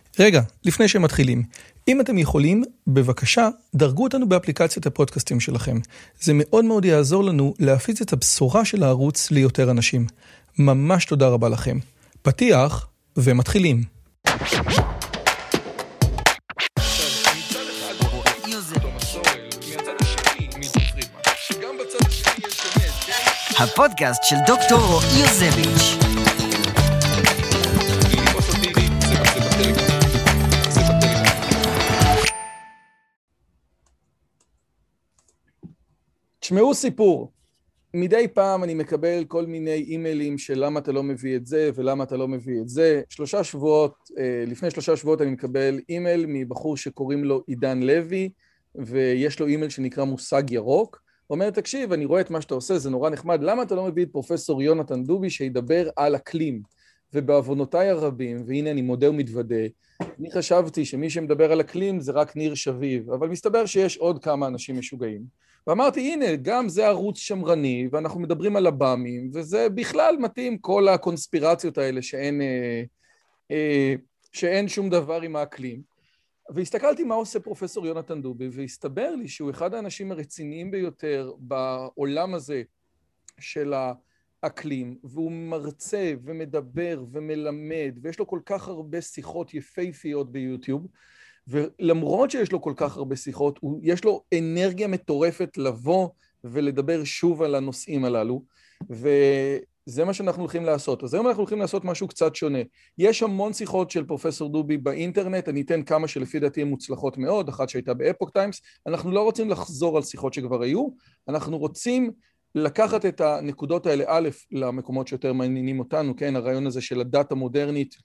רגע, לפני שמתחילים, אם אתם יכולים, בבקשה, דרגו אותנו באפליקציית הפודקאסטים שלכם. זה מאוד מאוד יעזור לנו להפיץ את הבשורה של הערוץ ליותר אנשים. ממש תודה רבה לכם. פתיח ומתחילים. הפודקאסט של דוקטור רועי יוזביץ'. תשמעו סיפור. מדי פעם אני מקבל כל מיני אימיילים של למה אתה לא מביא את זה ולמה אתה לא מביא את זה. לפני 3 שבועות אני מקבל אימייל מבחור שקוראים לו עידן לוי, ויש לו אימייל שנקרא מושג ירוק. הוא אומר, תקשיב, אני רואה את מה שאתה עושה, זה נורא נחמד, למה אתה לא מביא את פרופסור יונתן דובי שידבר על אקלים? ובעוונותיי הרבים, והנה אני מודה ומתוודה, אני חשבתי שמי שמדבר על אקלים זה רק ניר שביב, אבל מסתבר שיש עוד כמה אנשים משוגעים. ואמרתי, הנה, גם זה ערוץ שמרני, ואנחנו מדברים על הבאמים, וזה בכלל מתאים כל הקונספירציות האלה שאין שום דבר עם האקלים. והסתכלתי מה עושה פרופסור יונתן דובי, והסתבר לי שהוא אחד האנשים הרציניים ביותר בעולם הזה של האקלים, והוא מרצה ומדבר ומלמד, ויש לו כל כך הרבה שיחות יפהפיות ביוטיוב, ולמרות שיש לו כל כך הרבה שיחות, יש לו אנרגיה מטורפת לבוא ולדבר שוב על הנושאים הללו, וזה מה שאנחנו הולכים לעשות. אז היום אנחנו הולכים לעשות משהו קצת שונה. יש המון שיחות של פרופסור דובי באינטרנט, אני אתן כמה שלפי דעתי הן מוצלחות מאוד, אחת שהייתה באפוק טיימס, אנחנו לא רוצים לחזור על שיחות שכבר היו, אנחנו רוצים לקחת את הנקודות האלה, א', למקומות שיותר מעניינים אותנו, כן, הרעיון הזה של הדת המודרנית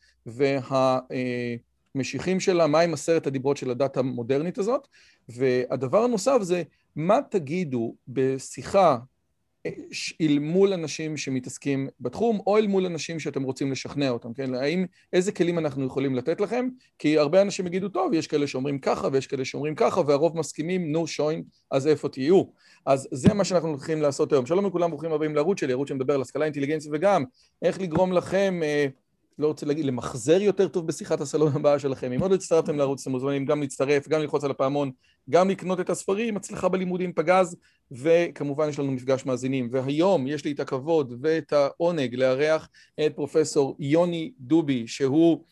משיכים שלה, מה עם 10 הדיברות של הדת המודרנית הזאת, והדבר הנוסף זה, מה תגידו בשיחה אל מול אנשים שמתעסקים בתחום, או אל מול אנשים שאתם רוצים לשכנע אותם, כן? איזה כלים אנחנו יכולים לתת לכם? כי הרבה אנשים יגידו, טוב, יש כאלה שאומרים ככה, ויש כאלה שאומרים ככה, והרוב מסכימים, נו שוין, אז איפה תהיו? אז זה מה שאנחנו הולכים לעשות היום. שלום לכולם, ברוכים הבאים לערוץ שלי, ערוץ שמדבר על השכלה אינטליגנציה, וגם איך לגרום לכם לא רוצה להגיד, למחזר יותר טוב בשיחת הסלון הבאה שלכם. אם עוד לא הצטרפתם לערוץ, אתם מוזמנים גם להצטרף, גם ללחוץ על הפעמון, גם לקנות את הספרים, הצלחה בלימודים פגז, וכמובן יש לנו מפגש מאזינים. והיום יש לי את הכבוד ואת העונג לארח את פרופסור יוני דובי, שהוא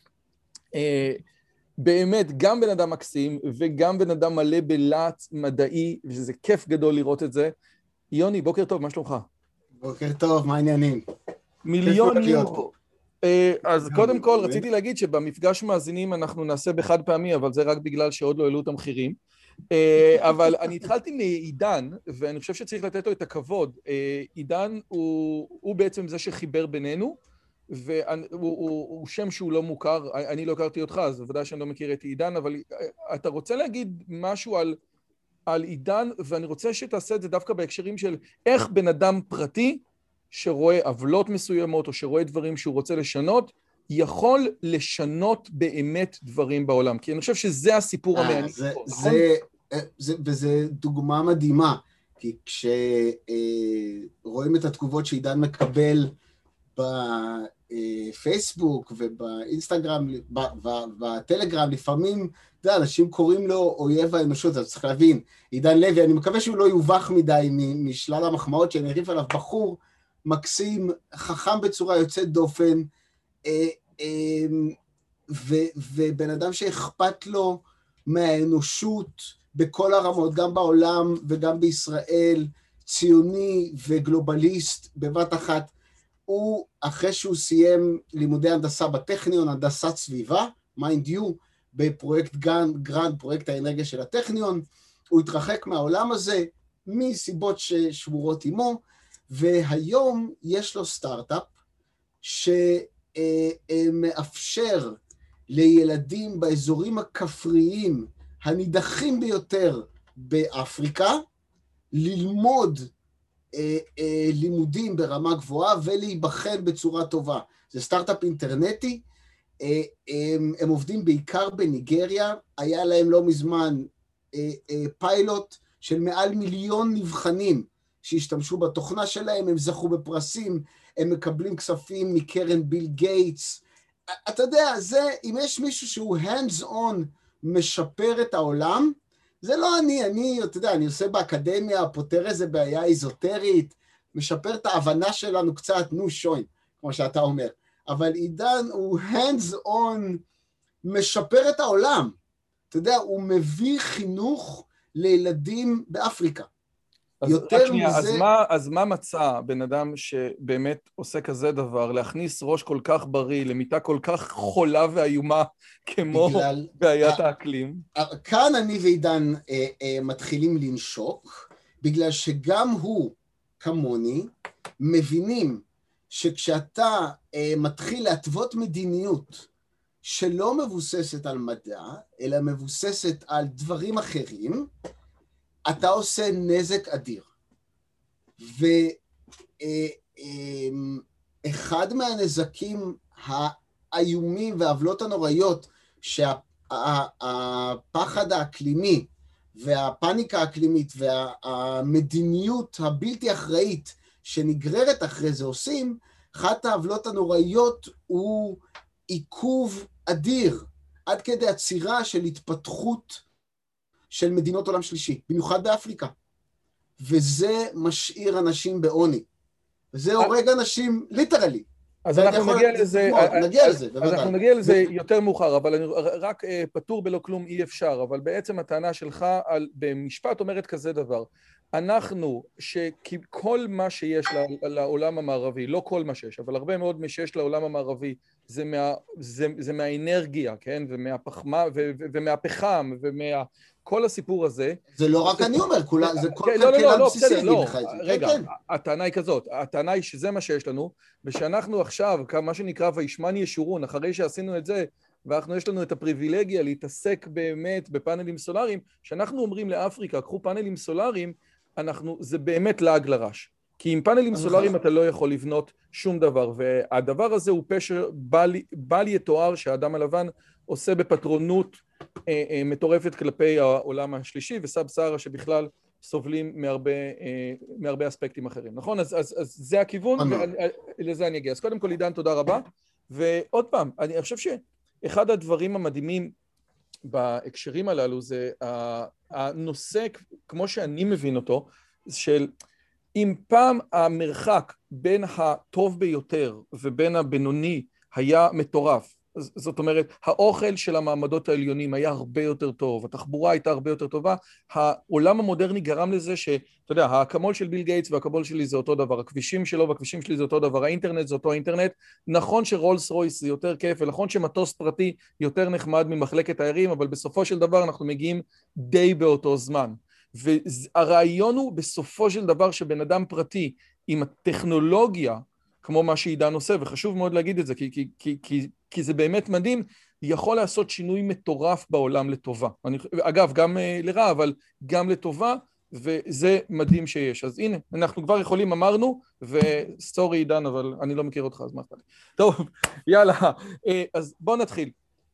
באמת גם בן אדם מקסים, וגם בן אדם מלא בלהט מדעי, וזה כיף גדול לראות את זה. יוני, בוקר טוב, מה שלומך? בוקר טוב, מה העניינים? מיליון יורו. אז קודם כל רציתי להגיד שבמפגש מאזינים אנחנו נעשה בחד פעמי, אבל זה רק בגלל שעוד לא העלו את המחירים. אבל אני התחלתי מעידן, ואני חושב שצריך לתת לו את הכבוד. עידן הוא בעצם זה שחיבר בינינו, והוא שם שהוא לא מוכר, אני לא הכרתי אותך, אז בוודאי שאני לא מכיר את עידן, אבל אתה רוצה להגיד משהו על עידן, ואני רוצה שתעשה את זה דווקא בהקשרים של איך בן אדם פרטי, שרואה עוולות מסוימות, או שרואה דברים שהוא רוצה לשנות, יכול לשנות באמת דברים בעולם. כי אני חושב שזה הסיפור המעניין. וזה דוגמה מדהימה, כי כשרואים את התגובות שעידן מקבל בפייסבוק ובאינסטגרם ובטלגרם, לפעמים, אנשים קוראים לו אויב האנושות, אז צריך להבין, עידן לוי, אני מקווה שהוא לא יובך מדי משלל המחמאות שאני אריף עליו, בחור מקסים, חכם בצורה יוצאת דופן, ובן אדם שאכפת לו מהאנושות בכל הרמות, גם בעולם וגם בישראל, ציוני וגלובליסט בבת אחת. הוא, אחרי שהוא סיים לימודי הנדסה בטכניון, הנדסת סביבה, mind you, בפרויקט גרנד, פרויקט האנרגיה של הטכניון, הוא התרחק מהעולם הזה מסיבות ששמורות עמו, והיום יש לו סטארט-אפ שמאפשר לילדים באזורים הכפריים הנידחים ביותר באפריקה ללמוד לימודים ברמה גבוהה ולהיבחן בצורה טובה. זה סטארט-אפ אינטרנטי, הם עובדים בעיקר בניגריה, היה להם לא מזמן פיילוט של מעל 1,000,000 נבחנים שהשתמשו בתוכנה שלהם, הם זכו בפרסים, הם מקבלים כספים מקרן ביל גייטס, אתה יודע, אם יש מישהו שהוא hands on משפר את העולם, זה לא אני, אתה יודע, אני עושה באקדמיה, פותר איזה בעיה איזוטרית, משפר את ההבנה שלנו קצת, שוין, כמו שאתה אומר. אבל עידן הוא hands on משפר את העולם. אתה יודע, הוא מביא חינוך לילדים באפריקה. יותר מזה... אז מה מצא בן אדם שבאמת עושה כזה דבר, להכניס ראש כל כך בריא, למיטה כל כך חולה ואיומה, כמו בעיית האקלים? כאן אני ועידן מתחילים לנשוק, בגלל שגם הוא, כמוני, מבינים שכשאתה מתחיל להתוות מדיניות שלא מבוססת על מדע, אלא מבוססת על דברים אחרים, אתה עושה נזק אדיר. ואחד מהנזקים האיומים והעוולות הנוראיות שהפחד האקלימי והפאניקה האקלימית והמדיניות הבלתי אחראית שנגררת אחרי זה עושים, אחת העוולות הנוראיות הוא עיכוב אדיר, עד כדי עצירה של התפתחות של מדינות עולם שלישי, במיוחד באפריקה. וזה משאיר אנשים בעוני. וזה הורג אנשים ליטרלי. אז אנחנו נגיע לזה יותר מאוחר, אבל אני רק פטור בלא כלום אי אפשר, אבל בעצם הטענה שלך במשפט אומרת כזה דבר, אנחנו, שכל מה שיש לעולם המערבי, לא כל מה שיש, אבל הרבה מאוד מה שיש לעולם המערבי, זה מהאנרגיה, כן? ומהפחם, כל הסיפור הזה. זה לא רק אני אומר, זה כל כלכלה בסיסי יגיד לך את זה. רגע, הטענה היא כזאת, הטענה היא שזה מה שיש לנו, ושאנחנו עכשיו, מה שנקרא וישמן ישורון, אחרי שעשינו את זה, יש לנו את הפריבילגיה להתעסק באמת בפאנלים סולאריים, שאנחנו אומרים לאפריקה, קחו פאנלים סולאריים, זה באמת לעג לרש. כי עם פאנלים סולאריים אתה לא יכול לבנות שום דבר, והדבר הזה הוא פשר בל יתואר שהאדם הלבן עושה בפטרונות מטורפת כלפי העולם השלישי, וסב סהרה שבכלל סובלים מהרבה אספקטים אחרים, נכון? אז זה הכיוון, ולזה אני אגיע. אז קודם כל, עידן, תודה רבה. ועוד פעם, אני חושב שאחד הדברים המדהימים בהקשרים הללו זה הנושא, כמו שאני מבין אותו, של אם פעם המרחק בין הטוב ביותר ובין הבינוני היה מטורף, זאת אומרת, האוכל של המעמדות העליונים היה הרבה יותר טוב, התחבורה הייתה הרבה יותר טובה, העולם המודרני גרם לזה שאתה יודע, האקמול של ביל גייטס והאקמול שלי זה אותו דבר, הכבישים שלו והכבישים שלי זה אותו דבר, האינטרנט זה אותו אינטרנט, נכון שרולס רויס זה יותר כיף, ונכון שמטוס פרטי יותר נחמד ממחלקת הערים, אבל בסופו של דבר אנחנו מגיעים די באותו זמן. והרעיון הוא בסופו של דבר שבן אדם פרטי עם הטכנולוגיה, כמו מה שעידן עושה, וחשוב מאוד להגיד את זה, כי זה באמת מדהים, יכול לעשות שינוי מטורף בעולם לטובה. אגב, גם לרע, אבל גם לטובה, וזה מדהים שיש. אז הנה, אנחנו כבר יכולים, אמרנו, וסורי עידן, אבל אני לא מכיר אותך, אז מה אכפת לי. טוב, יאללה, אז בואו נתחיל.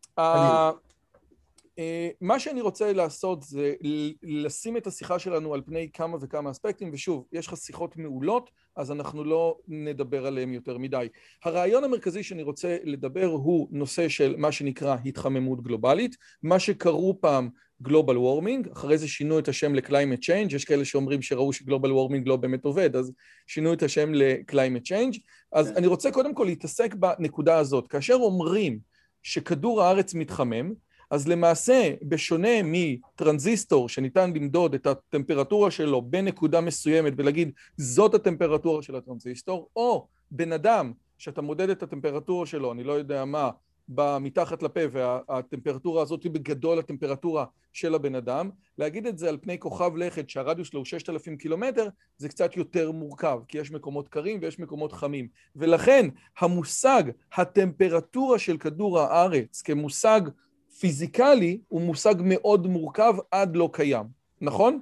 מה שאני רוצה לעשות זה לשים את השיחה שלנו על פני כמה וכמה אספקטים, ושוב, יש לך שיחות מעולות, אז אנחנו לא נדבר עליהם יותר מדי. הרעיון המרכזי שאני רוצה לדבר הוא נושא של מה שנקרא התחממות גלובלית, מה שקראו פעם Global Warming, אחרי זה שינו את השם ל-Climate Change, יש כאלה שאומרים שראו ש-Global Warming לא באמת עובד, אז שינו את השם ל-Climate Change, אז אני רוצה קודם כל להתעסק בנקודה הזאת, כאשר אומרים שכדור הארץ מתחמם, אז למעשה, בשונה מטרנזיסטור שניתן למדוד את הטמפרטורה שלו בנקודה מסוימת ולהגיד זאת הטמפרטורה של הטרנזיסטור, או בן אדם שאתה מודד את הטמפרטורה שלו, אני לא יודע מה, מתחת לפה והטמפרטורה הזאת היא בגדול הטמפרטורה של הבן אדם, להגיד את זה על פני כוכב לכת שהרדיוס שלו הוא 6,000 קילומטר, זה קצת יותר מורכב, כי יש מקומות קרים ויש מקומות חמים. ולכן המושג, הטמפרטורה של כדור הארץ כמושג פיזיקלי הוא מושג מאוד מורכב עד לא קיים, נכון?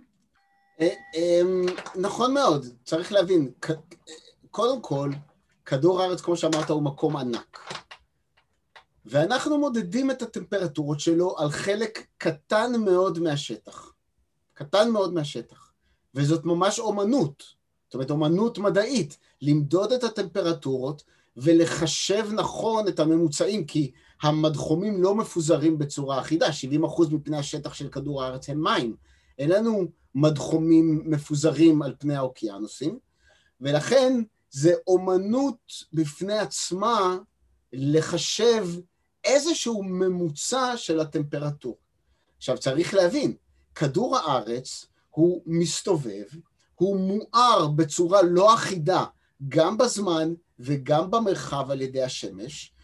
נכון מאוד, צריך להבין, קודם כל, כדור הארץ כמו שאמרת הוא מקום ענק, ואנחנו מודדים את הטמפרטורות שלו על חלק קטן מאוד מהשטח, וזאת ממש אומנות, זאת אומרת אומנות מדעית, למדוד את הטמפרטורות ולחשב נכון את הממוצעים, כי המדחומים לא מפוזרים בצורה אחידה, 70% מפני השטח של כדור הארץ הם מים, אין לנו מדחומים מפוזרים על פני האוקיינוסים, ולכן זה אומנות בפני עצמה לחשב איזשהו ממוצע של הטמפרטורה. עכשיו צריך להבין, כדור הארץ הוא מסתובב, הוא מואר בצורה לא אחידה, גם בזמן וגם במרחב על ידי השמש,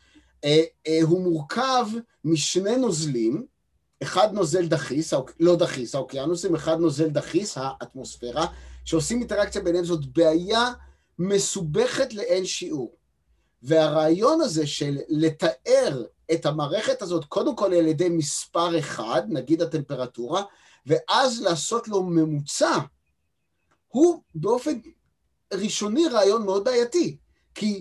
הוא מורכב משני נוזלים, אחד נוזל דחיס, לא דחיס, האוקיינוסים, אחד נוזל דחיס, האטמוספירה, שעושים אינטראקציה ביניהם, זאת בעיה מסובכת לאין שיעור. והרעיון הזה של לתאר את המערכת הזאת, קודם כל על ידי מספר אחד, נגיד הטמפרטורה, ואז לעשות לו ממוצע, הוא באופן ראשוני רעיון מאוד בעייתי, כי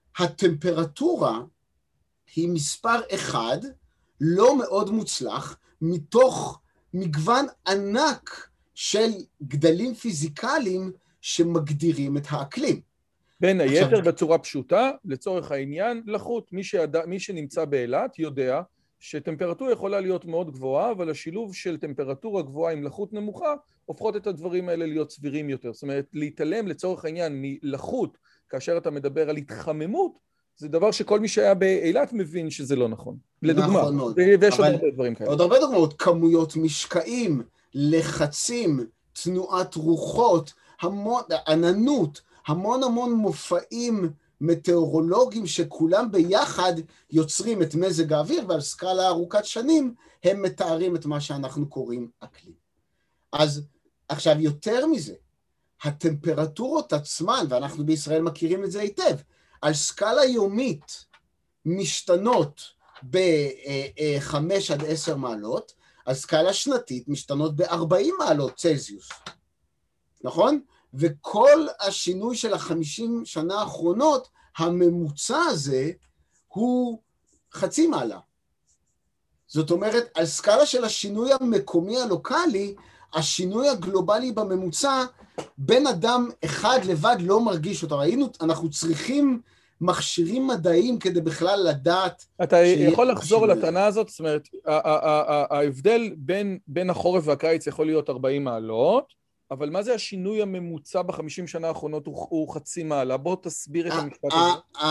הטמפרטורה היא מספר אחד, לא מאוד מוצלח, מתוך מגוון ענק של גדלים פיזיקליים שמגדירים את האקלים. בין היתר בצורה פשוטה, לצורך העניין, לחות. מי שנמצא באילת יודע שטמפרטורה יכולה להיות מאוד גבוהה, אבל השילוב של טמפרטורה גבוהה עם לחות נמוכה, הופכות את הדברים האלה להיות סבירים יותר. זאת אומרת, להתעלם לצורך העניין מלחות, כאשר אתה מדבר על התחממות, זה דבר שכל מי שהיה באילת מבין שזה לא נכון. לדוגמה, נכון מאוד. ויש עוד הרבה דברים כאלה. עוד הרבה דוגמאות, כמויות משקעים, לחצים, תנועת רוחות, המון, עננות, המון מופעים מטאורולוגיים שכולם ביחד יוצרים את מזג האוויר, ועל סקאלה ארוכת שנים הם מתארים את מה שאנחנו קוראים אקלים. אז עכשיו יותר מזה, הטמפרטורות עצמן, ואנחנו בישראל מכירים את זה היטב, על סקאלה יומית משתנות ב-5 עד 10 מעלות, על סקאלה שנתית משתנות ב-40 מעלות צלזיוס, נכון? וכל השינוי של 50 שנה האחרונות, הממוצע הזה הוא 0.5 מעלה. זאת אומרת, על סקאלה של השינוי המקומי הלוקלי, השינוי הגלובלי בממוצע, בן אדם אחד לבד לא מרגיש אותו. אנחנו צריכים מכשירים מדעיים כדי בכלל לדעת... אתה יכול לחזור על הטענה הזאת? זאת אומרת, ההבדל בין החורף והקיץ יכול להיות 40 מעלות, אבל מה זה השינוי הממוצע ב-50 שנה האחרונות הוא 0.5 מעלה? בוא תסביר את המשפט הזה.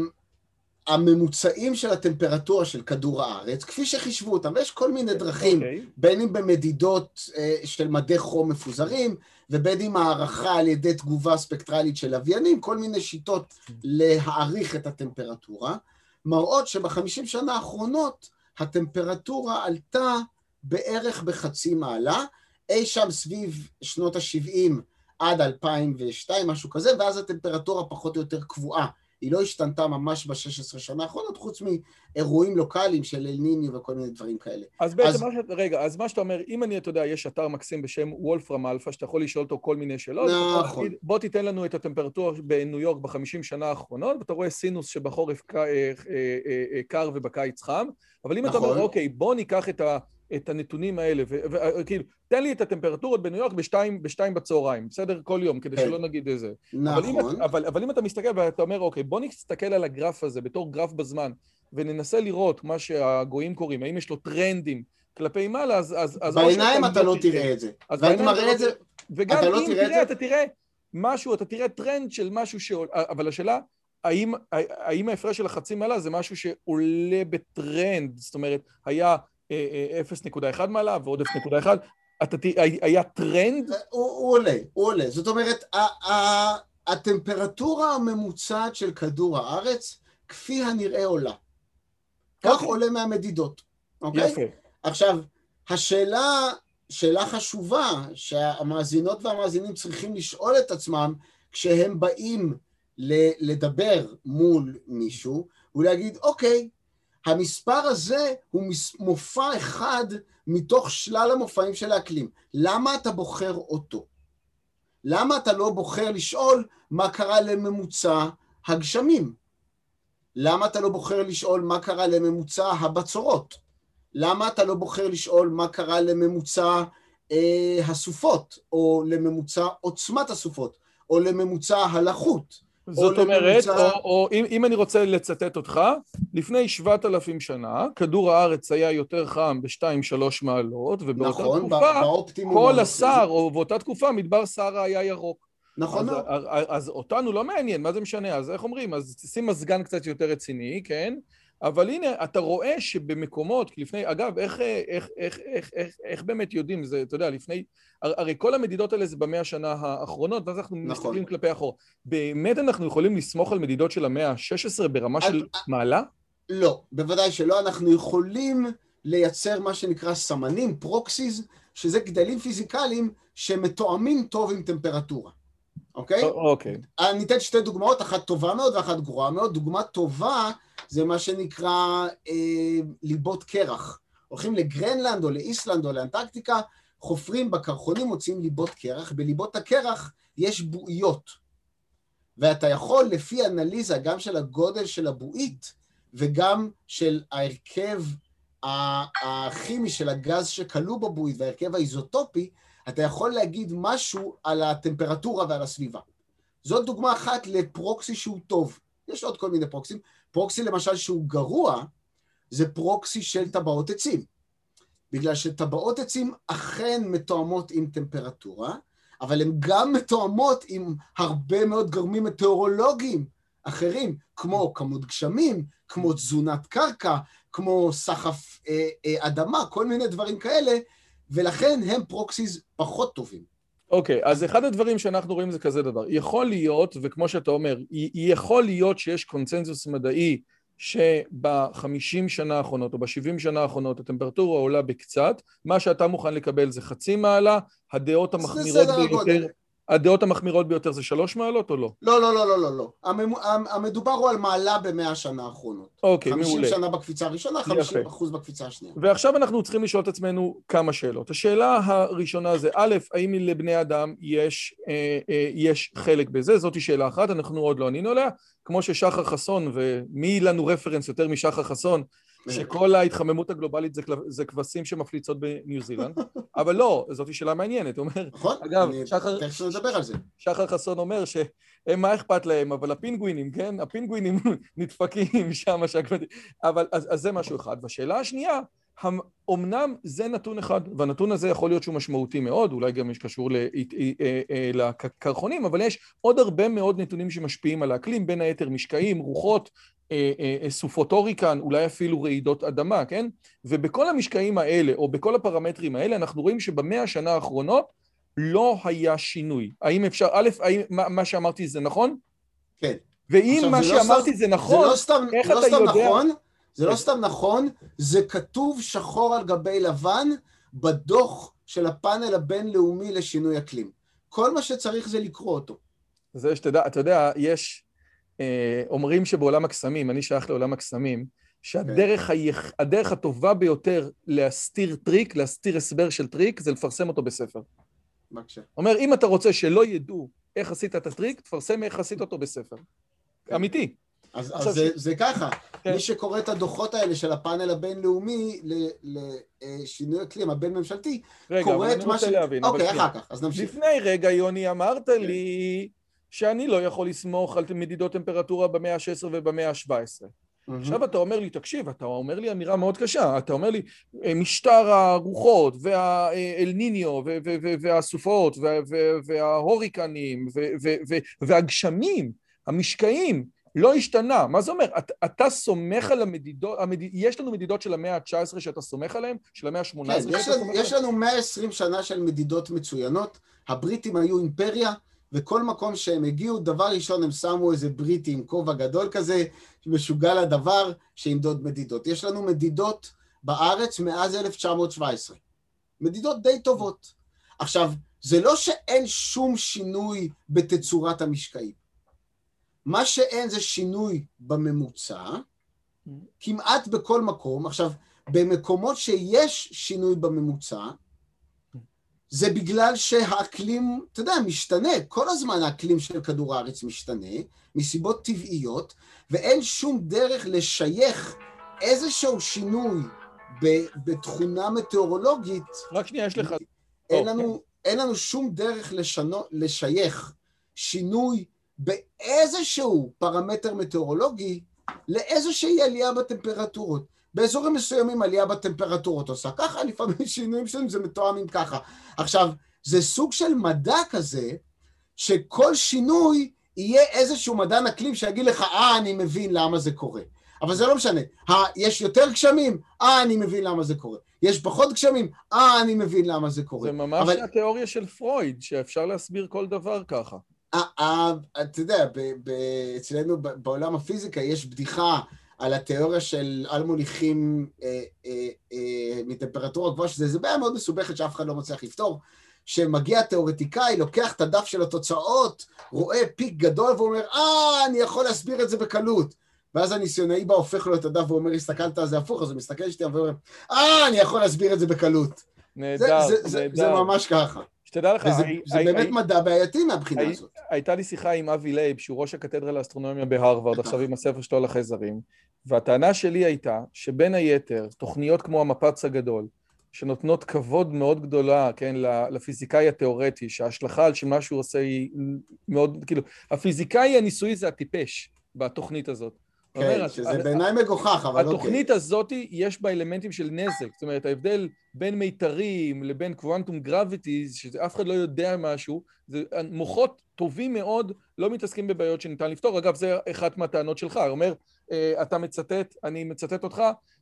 הממוצעים של הטמפרטורה של כדור הארץ, כפי שחישבו אותם, ויש כל מיני דרכים, בין אם במדידות של מדי חום מפוזרים, ובין אם הערכה על ידי תגובה ספקטרלית של לוויינים, כל מיני שיטות להעריך את הטמפרטורה, מראות שב-50 שנה האחרונות הטמפרטורה עלתה בערך ב0.5 מעלה, אי שם סביב שנות ה-70 עד 2002, משהו כזה, ואז הטמפרטורה פחות או יותר קבועה. היא לא השתנתה ממש ב-16 שנה האחרונות, חוץ מאירועים לוקליים של אל ניניו וכל מיני דברים כאלה. אז בעצם, אז מה שאתה אומר, אם אתה יודע, יש אתר מקסים בשם וולפרם אלפא, שאתה יכול לשאול אותו כל מיני שאלות, נכון. בוא תיתן לנו את הטמפרטורה בניו יורק ב-50 שנה האחרונות, ואתה רואה סינוס שבחורף קר ובקיץ חם, אבל אם אתה אומר, אוקיי, בוא ניקח את הנתונים האלה, וכאילו, תן לי את הטמפרטורות בניו יורק בשתיים בצהריים, בסדר? כל יום, כדי שלא נגיד איזה. נכון. אבל אם אתה מסתכל ואתה אומר, אוקיי, בוא נסתכל על הגרף הזה בתור גרף בזמן, וננסה לראות מה שהגויים קוראים, האם יש לו טרנדים כלפי מעלה, אז... בעיניים אתה לא תראה את זה. ואני מראה את זה, וגם אם תראה, אתה תראה משהו, אתה תראה טרנד של משהו אבל השאלה, האם ההפרש של 0.5 מעלה זה משהו שעולה בטרנד, זאת אומרת, היה 0.1 מעלה ועוד 0.1, היה טרנד? הוא עולה. זאת אומרת, הטמפרטורה הממוצעת של כדור הארץ, כפי הנראה עולה. כך עולה מהמדידות. יפה. עכשיו, שאלה חשובה, שהמאזינות והמאזינים צריכים לשאול את עצמם, כשהם באים לדבר מול מישהו, ולהגיד, אוקיי, המספר הזה הוא מופע אחד מתוך שלל המופעים של האקלים. למה אתה בוחר אותו? למה אתה לא בוחר לשאול מה קרה לממוצע הגשמים? למה אתה לא בוחר לשאול מה קרה לממוצע הבצורות? למה אתה לא בוחר לשאול מה קרה לממוצע הסופות, או לממוצע עוצמת הסופות, או לממוצע הלחות? זאת אומרת, או אם אני רוצה לצטט אותך, לפני 7,000 שנה, כדור הארץ היה יותר חם ב-2-3 מעלות, ובאותה תקופה, כל הסער, או באותה תקופה, מדבר סהרה היה ירוק. נכון. אז אותנו לא מעניין, מה זה משנה? אז איך אומרים? אז שים מזגן קצת יותר רציני, כן? אבל הנה, אתה רואה שבמקומות, לפני, אגב, איך באמת יודעים, זה, אתה יודע, לפני, הרי כל המדידות האלה זה ב100 שנה האחרונות, ואז אנחנו מסתכלים כלפי אחור. באמת אנחנו יכולים לסמוך על מדידות של המאה ה-16 ברמה של מעלה? לא, בוודאי שלא. אנחנו יכולים לייצר מה שנקרא סמנים, פרוקסיז, שזה גדלים פיזיקליים שמתואמים טוב עם טמפרטורה. אוקיי? אוקיי. אני אתן שתי דוגמאות, אחת טובה מאוד ואחת גרועה מאוד. דוגמה טובה זה מה שנקרא ליבות קרח. הולכים לגרנלנד או לאיסלנד או לאנטרקטיקה, חופרים בקרחונים, מוצאים ליבות קרח. בליבות הקרח יש בועיות. ואתה יכול לפי אנליזה גם של הגודל של הבועית וגם של ההרכב הכימי של הגז שכלוא בבועית וההרכב האיזוטופי, אתה יכול להגיד משהו על הטמפרטורה ועל הסביבה. זאת דוגמה אחת לפרוקסי שהוא טוב. יש עוד כל מיני פרוקסים. פרוקסי למשל שהוא גרוע, זה פרוקסי של טבעות עצים. בגלל שטבעות עצים אכן מתואמות עם טמפרטורה, אבל הן גם מתואמות עם הרבה מאוד גורמים מטאורולוגיים אחרים, כמו כמות גשמים, כמו תזונת קרקע, כמו סחף אדמה, כל מיני דברים כאלה, ולכן הם פרוקסיז פחות טובים. אוקיי, אז אחד הדברים שאנחנו רואים זה כזה דבר. יכול להיות, וכמו שאתה אומר, יכול להיות שיש קונצנזוס מדעי שב-50 שנה האחרונות או ב-70 שנה האחרונות הטמפרטורה עולה בקצת, מה שאתה מוכן לקבל זה 0.5 מעלה, הדעות המחמירות ביותר זה 3 מעלות או לא? לא, לא, לא, לא, לא. המדובר הוא על מעלה ב100 שנה האחרונות. אוקיי, מעולה. 50 שנה בקפיצה הראשונה, 50% בקפיצה השנייה. ועכשיו אנחנו צריכים לשאול את עצמנו כמה שאלות. השאלה הראשונה זה, א', האם לבני אדם יש חלק בזה? זאת שאלה אחת, אנחנו עוד לא ענינו עליה. כמו ששחר חסון, ומי לנו רפרנס יותר משחר חסון, שכל ההתחממות הגלובלית זה כבשים שמפליצות בניו זילנד, אבל לא, זאת שאלה מעניינת. נכון, תכף נדבר על זה. שחר חסון אומר שהם מה אכפת להם, אבל הפינגווינים, כן? הפינגווינים נדפקים שם, אבל אז זה משהו אחד. והשאלה השנייה, אמנם זה נתון אחד, והנתון הזה יכול להיות שהוא משמעותי מאוד, אולי גם יש קשור לקרחונים, אבל יש עוד הרבה מאוד נתונים שמשפיעים על האקלים, בין היתר משקעים, רוחות, סופות הוריקן, אולי אפילו רעידות אדמה, כן? ובכל המשקעים האלה, או בכל הפרמטרים האלה, אנחנו רואים שב100 השנה האחרונות לא היה שינוי. האם אפשר, א', מה שאמרתי זה נכון? כן. ואם מה שאמרתי זה נכון, איך אתה יודע? זה לא סתם נכון, זה כתוב שחור על גבי לבן בדוח של הפאנל הבינלאומי לשינוי אקלים. כל מה שצריך זה לקרוא אותו. זה שתדע, אתה יודע, יש, אומרים שבעולם הקסמים, אני שייך לעולם הקסמים, שהדרך הטובה ביותר להסתיר טריק, להסתיר הסבר של טריק, זה לפרסם אותו בספר. בבקשה. אומר, אם אתה רוצה שלא ידעו איך עשית את הטריק, תפרסם איך עשית אותו בספר. אמיתי. אז זה ככה, מי שקורא את הדוחות האלה של הפאנל הבינלאומי לשינוי אקלים הבין ממשלתי, קורא את מה ש... אוקיי, אחר כך, אז נמשיך. לפני רגע, יוני, אמרת לי שאני לא יכול לסמוך על מדידות טמפרטורה במאה ה-16 ובמאה ה-17. עכשיו אתה אומר לי, תקשיב, אתה אומר לי אמירה מאוד קשה, אתה אומר לי, משטר הרוחות והאל ניניו והסופות וההוריקנים והגשמים, המשקעים, לא השתנה. מה זה אומר? אתה סומך על המדידות, יש לנו מדידות של המאה ה-19 שאתה סומך עליהן? של המאה ה-18? כן, יש לנו 120 שנה של מדידות מצוינות, הבריטים היו אימפריה, וכל מקום שהם הגיעו, דבר ראשון הם שמו איזה בריטי עם כובע גדול כזה, משוגע לדבר, שימדוד מדידות. יש לנו מדידות בארץ מאז 1917. מדידות די טובות. עכשיו, זה לא שאין שום שינוי בתצורת המשקעים. מה שאין זה שינוי בממוצע, כמעט בכל מקום. עכשיו, במקומות שיש שינוי בממוצע, זה בגלל שהאקלים, אתה יודע, משתנה. כל הזמן האקלים של כדור הארץ משתנה, מסיבות טבעיות, ואין שום דרך לשייך איזשהו שינוי בתכונה מטאורולוגית. רק שנייה, יש לך... אין לנו שום דרך לשייך שינוי באיזשהו פרמטר מטאורולוגי, לאיזושהי עלייה בטמפרטורות. באזורים מסוימים עלייה בטמפרטורות עושה ככה, לפעמים שינויים שלנו זה מתואמים ככה. עכשיו, זה סוג של מדע כזה, שכל שינוי יהיה איזשהו מדען אקלים שיגיד לך, אני מבין למה זה קורה. אבל זה לא משנה. יש יותר גשמים? אני מבין למה זה קורה. יש פחות גשמים? אני מבין למה זה קורה. זה ממש התיאוריה של פרויד, שאפשר להסביר כל דבר ככה. אתה יודע, אצלנו בעולם הפיזיקה יש בדיחה על התיאוריה של על מוליכים מטמפרטורה גבוהה, שזה בעיה מאוד מסובכת שאף אחד לא מצליח לפתור, שמגיע תיאורטיקאי, לוקח את הדף של התוצאות, רואה פיק גדול ואומר, אני יכול להסביר את זה בקלות. ואז הניסיונאי בא הופך לו את הדף ואומר, הסתכלת על זה הפוך, אז הוא מסתכל שתי ואומר, אני יכול להסביר את זה בקלות. נהדר, זה ממש ככה. שתדע לך, זה באמת מדע בעייתי מהבחינה הזאת. הייתה לי שיחה עם אבי לייב, שהוא ראש הקתדרה לאסטרונומיה בהרווארד, עכשיו עם הספר שלו על החייזרים, והטענה שלי הייתה שבין היתר, תוכניות כמו המפץ הגדול, שנותנות כבוד מאוד גדולה, כן, לפיזיקאי התיאורטי, שההשלכה על שמה שהוא עושה היא מאוד, כאילו, הפיזיקאי הניסוי זה הטיפש בתוכנית הזאת. כן, שזה בעיניי מגוחך, אבל אוקיי. התוכנית הזאת יש בה אלמנטים של נזק, זאת אומרת, ההבדל בין מיתרים לבין קוונטום גרביטיז, שאף אחד לא יודע משהו, מוחות טובים מאוד לא מתעסקים בבעיות שניתן לפתור. אגב, זה אחת מהטענות שלך, אומר, אתה מצטט, אני מצטט אותך,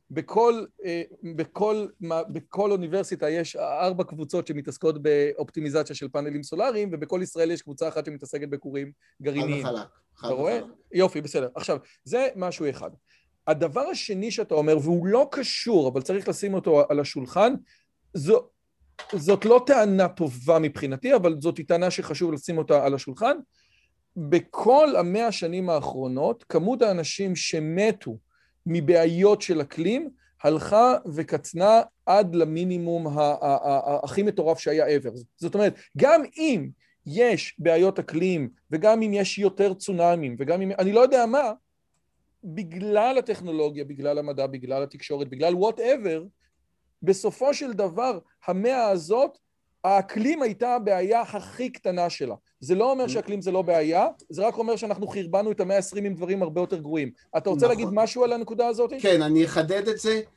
בכל אוניברסיטה יש 4 קבוצות שמתעסקות באופטימיזציה של פאנלים סולאריים, ובכל ישראל יש קבוצה אחת שמתעסקת בקורים גרעיניים. אתה רואה? יופי, בסדר. עכשיו, זה משהו אחד. הדבר השני שאתה אומר, והוא לא קשור, אבל צריך לשים אותו על השולחן, זאת לא טענה טובה מבחינתי, אבל זאת טענה שחשוב לשים אותה על השולחן. בכל 100 השנים האחרונות, כמות האנשים שמתו מבעיות של אקלים, הלכה וקצנה עד למינימום הכי מטורף שהיה ever. זאת אומרת, גם אם יש בעיות אקלים, וגם אם יש יותר צונאמים, וגם אם, אני לא יודע מה, בגלל הטכנולוגיה, בגלל המדע, בגלל התקשורת, בגלל whatever, בסופו של דבר, המאה הזאת, האקלים הייתה הבעיה הכי קטנה שלה. זה לא אומר שהאקלים זה לא בעיה, זה רק אומר שאנחנו חרבנו את המאה ה-20 עם דברים הרבה יותר גרועים. אתה רוצה להגיד משהו על הנקודה הזאת? כן, אני אחדד את זה.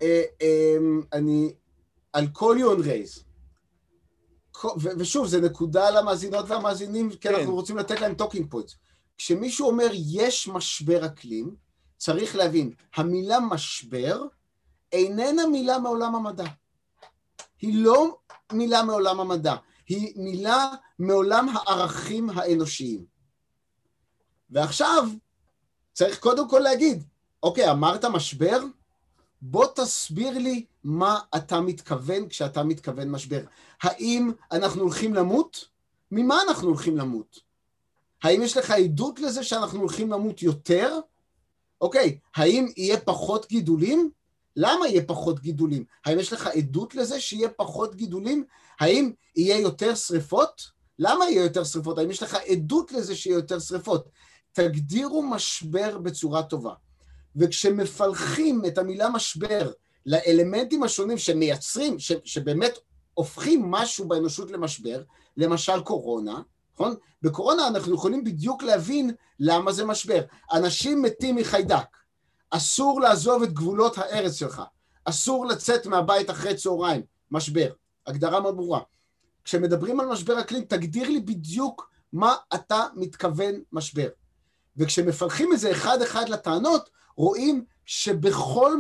על כל יון רייז. ושוב, זה נקודה למאזינות והמאזינים, כי אנחנו רוצים לתת להם טוקינג פוינטס. כשמישהו אומר יש משבר אקלים, צריך להבין, המילה משבר איננה מילה מעולם המדע. היא לא מילה מעולם המדע, היא מילה מעולם הערכים האנושיים. ועכשיו צריך קודם כל להגיד, אוקיי, אמרת משבר? בוא תסביר לי מה אתה מתכוון כשאתה מתכוון משבר. האם אנחנו הולכים למות? ממה אנחנו הולכים למות? האם יש לך עדות לזה שאנחנו הולכים למות יותר? אוקיי, האם יהיה פחות גידולים? למה יהיה פחות גידולים? האם יש לך עדות לזה שיהיה פחות גידולים? האם יהיה יותר שריפות? למה יהיה יותר שריפות? האם יש לך עדות לזה שיהיה יותר שריפות? תגדירו משבר בצורה טובה. וכשמפלחים את המילה משבר לאלמנטים השונים שמייצרים, שבאמת הופכים משהו באנושות למשבר, למשל קורונה, נכון? בקורונה אנחנו יכולים בדיוק להבין למה זה משבר. אנשים מתים מחיידק, אסור לעזוב את גבולות הארץ שלך, אסור לצאת מהבית אחרי צהריים, משבר, הגדרה מאוד ברורה. כשמדברים על משבר אקלים, תגדיר לי בדיוק מה אתה מתכוון משבר. וכשמפלחים את זה אחד אחד לטענות, רואים שבכל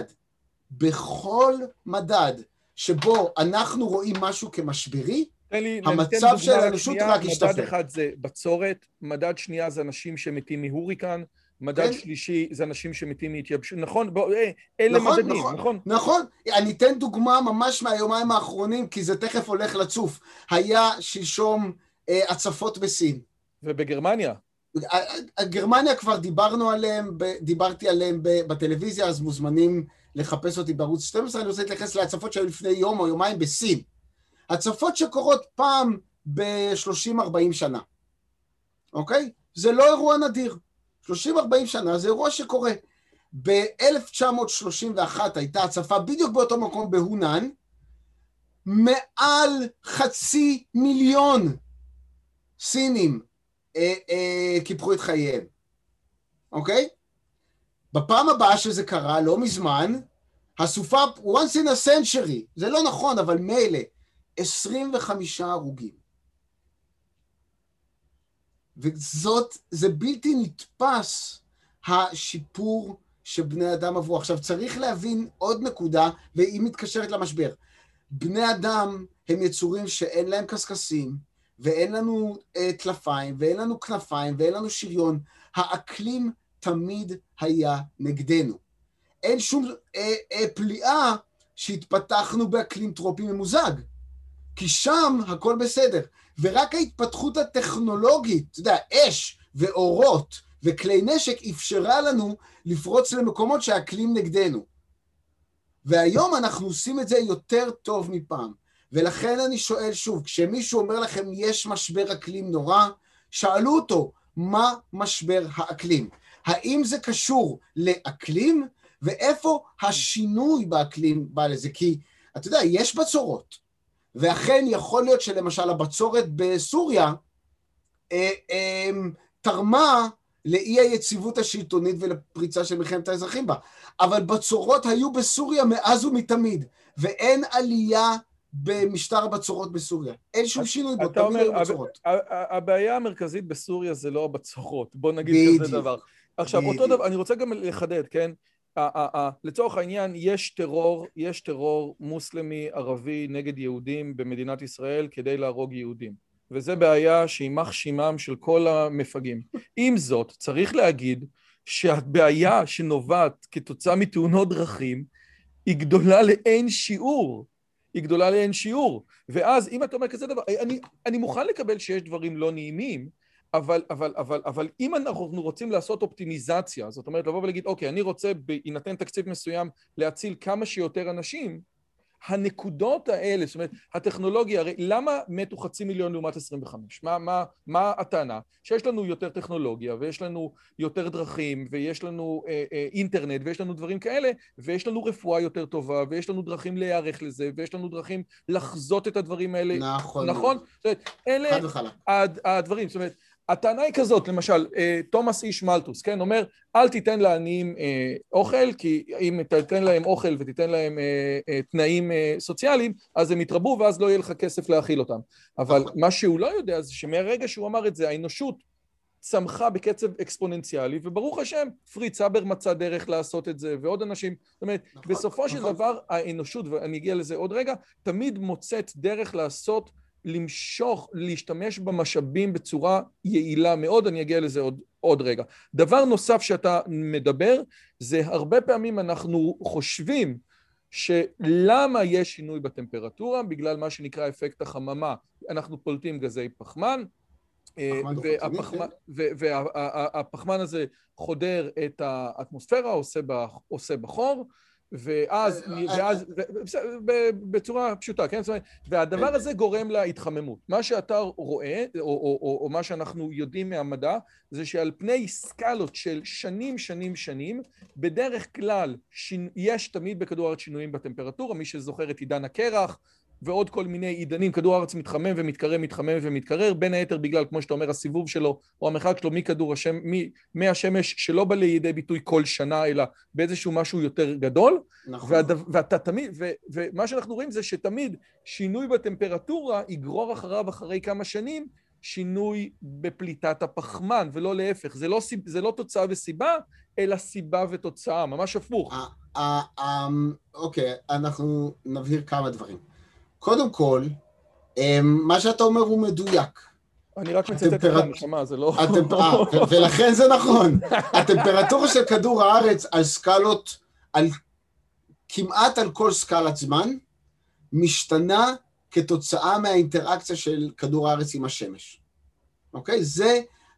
מדד שבו אנחנו רואים משהו כמשברי, המצב של האנושות רק ישתפר. מדד אחד זה בצורת, מדד שנייה זה אנשים שמתים מהוריקן, מדד שלישי זה אנשים שמתים מהתייבשות, נכון? אלה מדדים, נכון? נכון, אני אתן דוגמה ממש מהיומיים האחרונים, כי זה תכף הולך לצוף. היה שלשום הצפות בסין. ובגרמניה? גרמניה כבר דיברתי עליהם בטלוויזיה, אז מוזמנים לחפש אותי בערוץ 12, אני רוצה להתייחס להצפות שהיו לפני יום או יומיים בסין. הצפות שקורות פעם ב-30-40 שנה, אוקיי? זה לא אירוע נדיר. 30-40 שנה זה אירוע שקורה. ב-1931 הייתה הצפה בדיוק באותו מקום בהונן, מעל 500,000 סינים קיפחו את חייהם, אוקיי? בפעם הבאה שזה קרה, לא מזמן, הסופה, once in a century, זה לא נכון, אבל מילא, 25 הרוגים. זה בלתי נתפס, השיפור שבני אדם עברו. עכשיו, צריך להבין עוד נקודה, והיא מתקשרת למשבר. בני אדם הם יצורים שאין להם קסקסים, ואין לנו טלפיים, ואין לנו כנפיים, ואין לנו שריון. האקלים תמיד היה נגדנו. אין שום פליאה שהתפתחנו באקלים טרופי ממוזג, כי שם הכל בסדר. ורק ההתפתחות הטכנולוגית, אתה יודע, אש ואורות וכלי נשק אפשרה לנו לפרוץ למקומות שהאקלים נגדנו. והיום אנחנו עושים את זה יותר טוב מפעם. ולכן אני שואל שוב, כשמישהו אומר לכם יש משבר אקלים נורא, שאלו אותו, מה משבר האקלים? האם זה קשור לאקלים? ואיפה השינוי באקלים בא לזה? כי, אתה יודע, יש בצורות. ואכן יכול להיות שלמשל הבצורת בסוריה תרמה לאי היציבות השלטונית ולפריצה של מלחמת האזרחים בה. אבל בצורות היו בסוריה מאז ומתמיד, ואין עלייה במשטר הבצורות בסוריה. אין שום שינוי בו, תמיד היו בצורות. הבעיה המרכזית בסוריה זה לא הבצורות, בוא נגיד כזה דבר. עכשיו, אותו דבר, אני רוצה גם לחדד, כן? לצורך העניין, יש טרור מוסלמי ערבי נגד יהודים במדינת ישראל כדי להרוג יהודים. וזה בעיה שהיא מחשימם של כל המפגעים. עם זאת, צריך להגיד שהבעיה שנובעת כתוצאה מתאונות דרכים היא גדולה לאין שיעור. היא גדולה לאין שיעור. ואז אם אתה אומר כזה דבר, אני מוכן לקבל שיש דברים לא נעימים, אבל אם אנחנו רוצים לעשות אופטימיזציה, זאת אומרת לבוא ולהגיד, אוקיי, אני רוצה בהינתן תקציב מסוים להציל כמה שיותר אנשים, הנקודות האלה, זאת אומרת, הטכנולוגיה, הרי למה מתו 500,000 לעומת 25? מה הטענה? שיש לנו יותר טכנולוגיה, ויש לנו יותר דרכים, ויש לנו אינטרנט, ויש לנו דברים כאלה, ויש לנו רפואה יותר טובה, ויש לנו דרכים להיערך לזה, ויש לנו דרכים לחזות את הדברים האלה. נכון. נכון? זאת אומרת, אלה הדברים, זאת אומרת, הטענה היא כזאת, למשל, תומאס איש מלטוס, כן, אומר, אל תיתן לעניים אוכל, כי אם תיתן להם אוכל ותיתן להם תנאים סוציאליים, אז הם יתרבו ואז לא יהיה לך כסף להאכיל אותם. אבל מה שהוא לא יודע זה שמהרגע שהוא אמר את זה, האנושות צמחה בקצב אקספוננציאלי, וברוך השם, פריץ סבר מצא דרך לעשות את זה, ועוד אנשים, זאת אומרת, בסופו של דבר, האנושות, ואני אגיע לזה עוד רגע, תמיד מוצאת דרך לעשות למשוך, להשתמש במשאבים בצורה יעילה מאוד, אני אגיע לזה עוד רגע. דבר נוסף שאתה מדבר, זה הרבה פעמים אנחנו חושבים שלמה יש שינוי בטמפרטורה, בגלל מה שנקרא אפקט החממה, אנחנו פולטים גזי פחמן, והפחמן הזה חודר את האטמוספירה, עושה בחור, ואז בצורה פשוטה, כן? והדבר הזה גורם להתחממות. מה שאתה רואה, או מה שאנחנו יודעים מהמדע, זה שעל פני סקלות של שנים, בדרך כלל יש תמיד בכדור הארץ שינויים בטמפרטורה, מי שזוכר את עידן הקרח, ועוד כל מיני עידנים, כדור הארץ מתחמם ומתקרר, בין היתר בגלל, כמו שאתה אומר, הסיבוב שלו, או המרחק שלו מהשמש, שלא בא לידי ביטוי כל שנה, אלא באיזשהו משהו יותר גדול. נכון. ואתה תמיד, ומה שאנחנו רואים זה שתמיד שינוי בטמפרטורה יגרור אחרי כמה שנים, שינוי בפליטת הפחמן, ולא להפך. זה לא תוצאה וסיבה, אלא סיבה ותוצאה, ממש הפוך. אוקיי, אנחנו נבהיר כמה דברים. קודם כל, מה שאתה אומר הוא מדויק. אני רק מצטט את הנשמה, זה לא... ולכן זה נכון. הטמפרטורה של כדור הארץ על סקלות, כמעט על כל סקלת זמן, משתנה כתוצאה מהאינטראקציה של כדור הארץ עם השמש. אוקיי? זה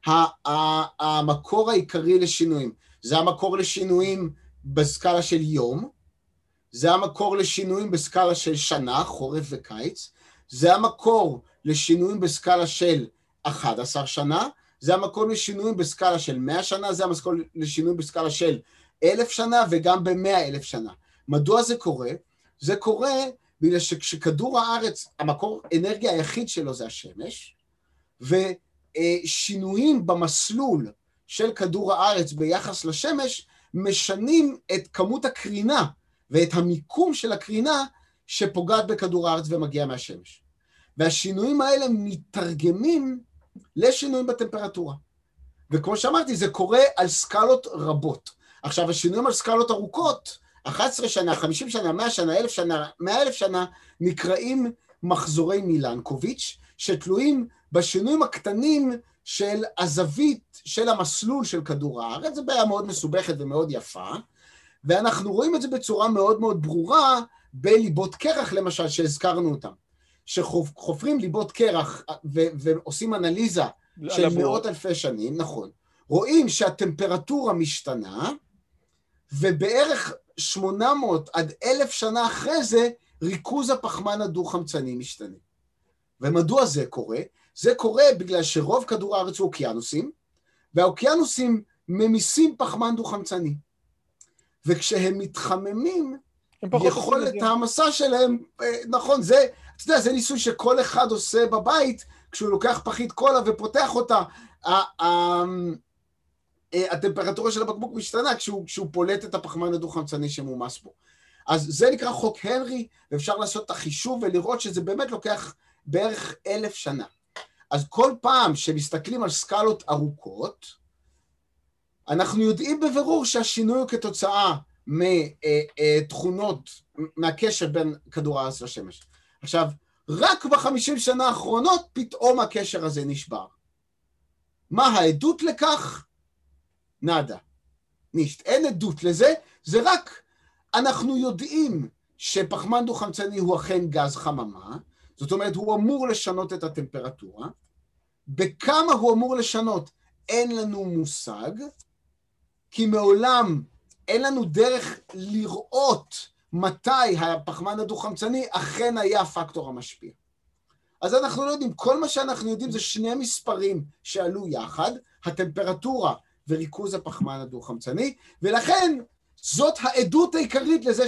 המקור העיקרי לשינויים. זה המקור לשינויים בסקלה של יום, זה המקור לשינויים בסקלה של שנה, חורף וקיץ, זה המקור לשינויים בסקלה של 11 שנה, זה המקור לשינויים בסקלה של 100 שנה, זה המקור לשינויים בסקלה של 1,000 שנה וגם ב100,000 שנה. מדוע זה קורה? זה קורה בגלל שכשכדור הארץ, המקור אנרגיה היחיד שלו זה השמש, שינויים במסלול של כדור הארץ ביחס לשמש, משנים את כמות הקרינה ואת המיקום של הקרינה שפוגעת בכדור הארץ ומגיעה מהשמש. והשינויים האלה מתרגמים לשינויים בטמפרטורה. וכמו שאמרתי, זה קורה על סקלות רבות. עכשיו, השינויים על סקלות ארוכות, 11 שנה, 50 שנה, 100 שנה, 1,000 שנה, 100,000 שנה, נקראים מחזורי מילנקוביץ', שתלויים בשינויים הקטנים של הזווית של המסלול של כדור הארץ. זה בעיה מאוד מסובכת ומאוד יפה, ואנחנו רואים את זה בצורה מאוד מאוד ברורה בליבות קרח, למשל, שהזכרנו אותם. שחופרים ליבות קרח ועושים אנליזה של מאות אלפי שנים, נכון, רואים שהטמפרטורה משתנה, ובערך 800 עד 1,000 שנה אחרי זה, ריכוז הפחמן הדו-חמצני משתנה. ומדוע זה קורה? זה קורה בגלל שרוב כדור הארץ הוא אוקיינוסים, והאוקיינוסים ממיסים פחמן דו-חמצני. וכשהם מתחממים, יכולת המסה שלהם, נכון, זה, אתה יודע, זה ניסוי שכל אחד עושה בבית, כשהוא לוקח פחית קולה ופותח אותה, הטמפרטורה של הבקבוק משתנה כשהוא פולט את הפחמן הדו-חמצני שמומס בו. אז זה נקרא חוק הנרי, ואפשר לעשות את החישוב ולראות שזה באמת לוקח בערך 1,000 שנה. אז כל פעם שמסתכלים על סקלות ארוכות, אנחנו יודעים בבירור שהשינוי הוא כתוצאה מתכונות, מהקשר בין כדור הארץ לשמש. עכשיו, רק ב50 שנה האחרונות פתאום הקשר הזה נשבר. מה העדות לכך? נדה. נישט. אין עדות לזה, זה רק אנחנו יודעים שפחמן דו-חמצני הוא אכן גז חממה, זאת אומרת הוא אמור לשנות את הטמפרטורה, בכמה הוא אמור לשנות אין לנו מושג, כי מעולם אין לנו דרך לראות מתי הפחמן הדו-חמצני אכן היה הפקטור המשפיע. אז אנחנו לא יודעים, כל מה שאנחנו יודעים זה שני מספרים שעלו יחד, הטמפרטורה וריכוז הפחמן הדו-חמצני, ולכן זאת העדות העיקרית לזה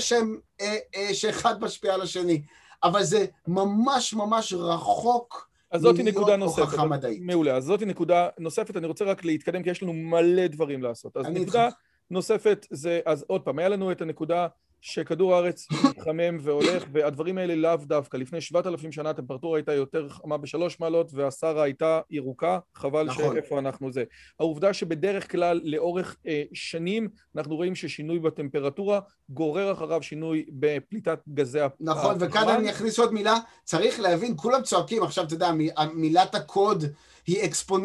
שאחד משפיע על השני, אבל זה ממש ממש רחוק להיות הוכחה מדעית. מעולה, אז זאת נקודה נוספת, אני רוצה רק להתקדם כי יש לנו מלא דברים לעשות. אז נקודה נוספת זה, אז עוד פעם, היה לנו את הנקודה שכדור הארץ מתחמם והולך, והדברים האלה לאו דווקא. לפני 7,000 שנה הטמפרטורה הייתה יותר חמה ב3 מעלות, והשרה הייתה ירוקה, חבל שאיפה אנחנו זה. העובדה שבדרך כלל לאורך שנים, אנחנו רואים ששינוי בטמפרטורה גורר אחריו שינוי בפליטת גזי הפחמן. נכון, וכאן אני אכניס עוד מילה, צריך להבין, כולם צועקים, עכשיו אתה יודע, מילת הקוד היא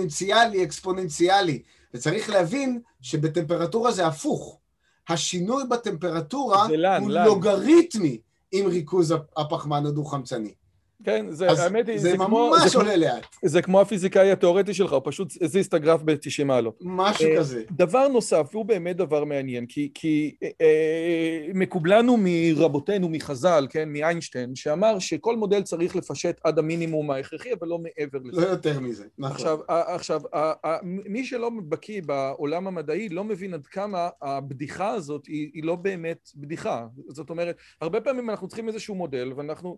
אקספוננציאלי, וצריך להבין שבטמפרטורה זה הפוך. השינוי בטמפרטורה הוא לוגריתמי עם ריכוז הפחמן הדו-חמצני. כן, האמת היא, זה ממש עולה לאט. זה כמו הפיזיקאי התיאורטי שלך, הוא פשוט הזיז את הגרף ב-90 מעלות. משהו כזה. דבר נוסף, והוא באמת דבר מעניין, כי מקובלנו מרבותינו, מחז"ל, כן, מאיינשטיין, שאמר שכל מודל צריך לפשט עד המינימום ההכרחי, אבל לא מעבר לזה. לא יותר מזה, נכון. עכשיו, מי שלא בקיא בעולם המדעי, לא מבין עד כמה הבדיחה הזאת היא לא באמת בדיחה. זאת אומרת, הרבה פעמים אנחנו צריכים איזשהו מודל, ואנחנו...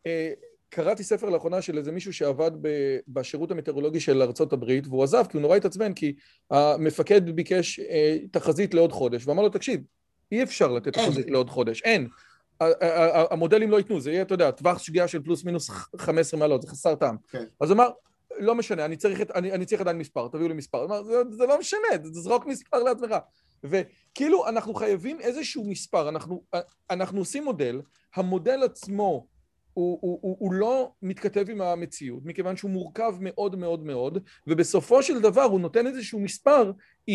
קראתי ספר לאחרונה של איזה מישהו שעבד בשירות המטאורולוגי של ארצות הברית, והוא עזב כי הוא נורא התעצבן, כי המפקד ביקש תחזית לעוד חודש, ואמר לו, תקשיב, אי אפשר לתת תחזית לעוד חודש, אין. המודלים לא ייתנו, זה יהיה, אתה יודע, טווח שגיאה של פלוס מינוס 15 מעלות, זה חסר טעם. אז הוא אמר, לא משנה, אני צריך עדיין מספר, תביאו לי מספר. הוא אמר, זה לא משנה, זה זרוק מספר לעצמך. וכאילו, אנחנו חייבים איזשהו מספר, אנחנו עושים מודל, המודל עצמו, הוא לא מתכתב עם המציאות, מכיוון שהוא מורכב מאוד מאוד מאוד, ובסופו של דבר הוא נותן איזשהו מספר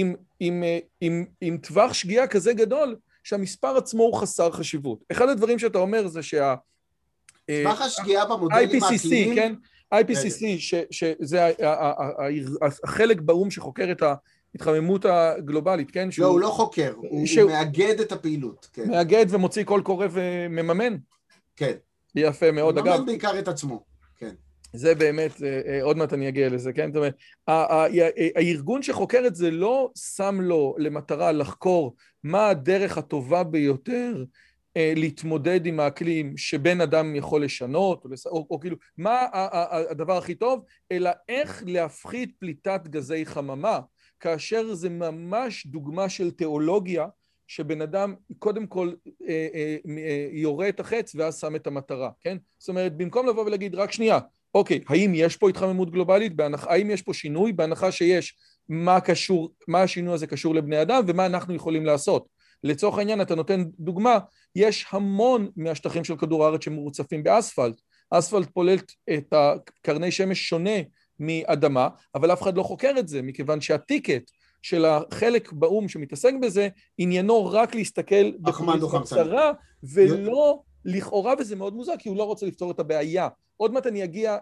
עם טווח שגיאה כזה גדול, שהמספר עצמו הוא חסר חשיבות. אחד הדברים שאתה אומר זה טווח השגיאה במודלים האקלימיים, כן? IPCC, שזה החלק באום שחוקר את ההתחממות הגלובלית, כן? לא, הוא לא חוקר, הוא מאגד את הפעילות. מאגד ומוציא קול קורא ומממן. כן. יפה מאוד, אגב. מממן בעיקר את עצמו, כן. זה באמת, עוד מעט אני אגיע לזה, כן? זאת אומרת, הארגון שחוקר את זה לא שם לו למטרה לחקור מה הדרך הטובה ביותר להתמודד עם האקלים שבן אדם יכול לשנות, או כאילו, מה הדבר הכי טוב, אלא איך להפחית פליטת גזי חממה, כאשר זה ממש דוגמה של תיאולוגיה, שבן אדם קודם כל יורה את החץ ואז שם את המטרה, כן? זאת אומרת, במקום לבוא ולהגיד, רק שנייה, אוקיי, האם יש פה התחממות גלובלית? האם יש פה שינוי? בהנחה שיש, מה השינוי הזה קשור לבני אדם ומה אנחנו יכולים לעשות? לצורך העניין, אתה נותן דוגמה, יש המון מהשטחים של כדור הארץ שמרוצפים באספלט. אספלט פולט את הקרני שמש שונה מאדמה, אבל אף אחד לא חוקר את זה, מכיוון שהטיקט של החלק באום שמתעסק בזה, עניינו רק להסתכל בקצרה, ולא לכאורה, וזה מאוד מוזר, כי הוא לא רוצה לפתור את הבעיה. עוד מעט אני אגיע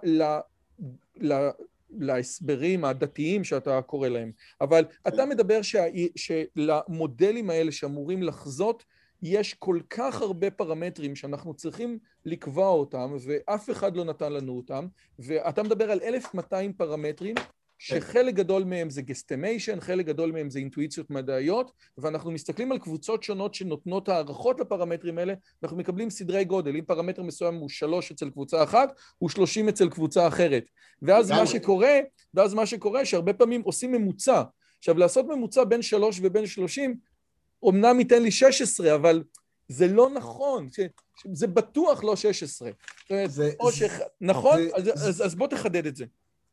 להסברים הדתיים שאתה קורא להם, אבל אתה מדבר שלמודלים האלה שאמורים לחזות, יש כל כך הרבה פרמטרים שאנחנו צריכים לקבוע אותם, ואף אחד לא נתן לנו אותם, ואתה מדבר על 1200 פרמטרים, שחלק גדול מהם זה גסטימיישן, חלק גדול מהם זה אינטואיציות מדעיות, ואנחנו מסתכלים על קבוצות שונות שנותנות הערכות לפרמטרים האלה, אנחנו מקבלים סדרי גודל, אם פרמטר מסוים הוא 3 אצל קבוצה אחת, הוא 30 אצל קבוצה אחרת. ואז מה שקורה, שהרבה פעמים עושים ממוצע. עכשיו, לעשות ממוצע בין 3 ובין 30, אמנם ייתן לי 16, אבל זה לא נכון, זה בטוח לא 16. נכון? אז בוא תחדד את זה.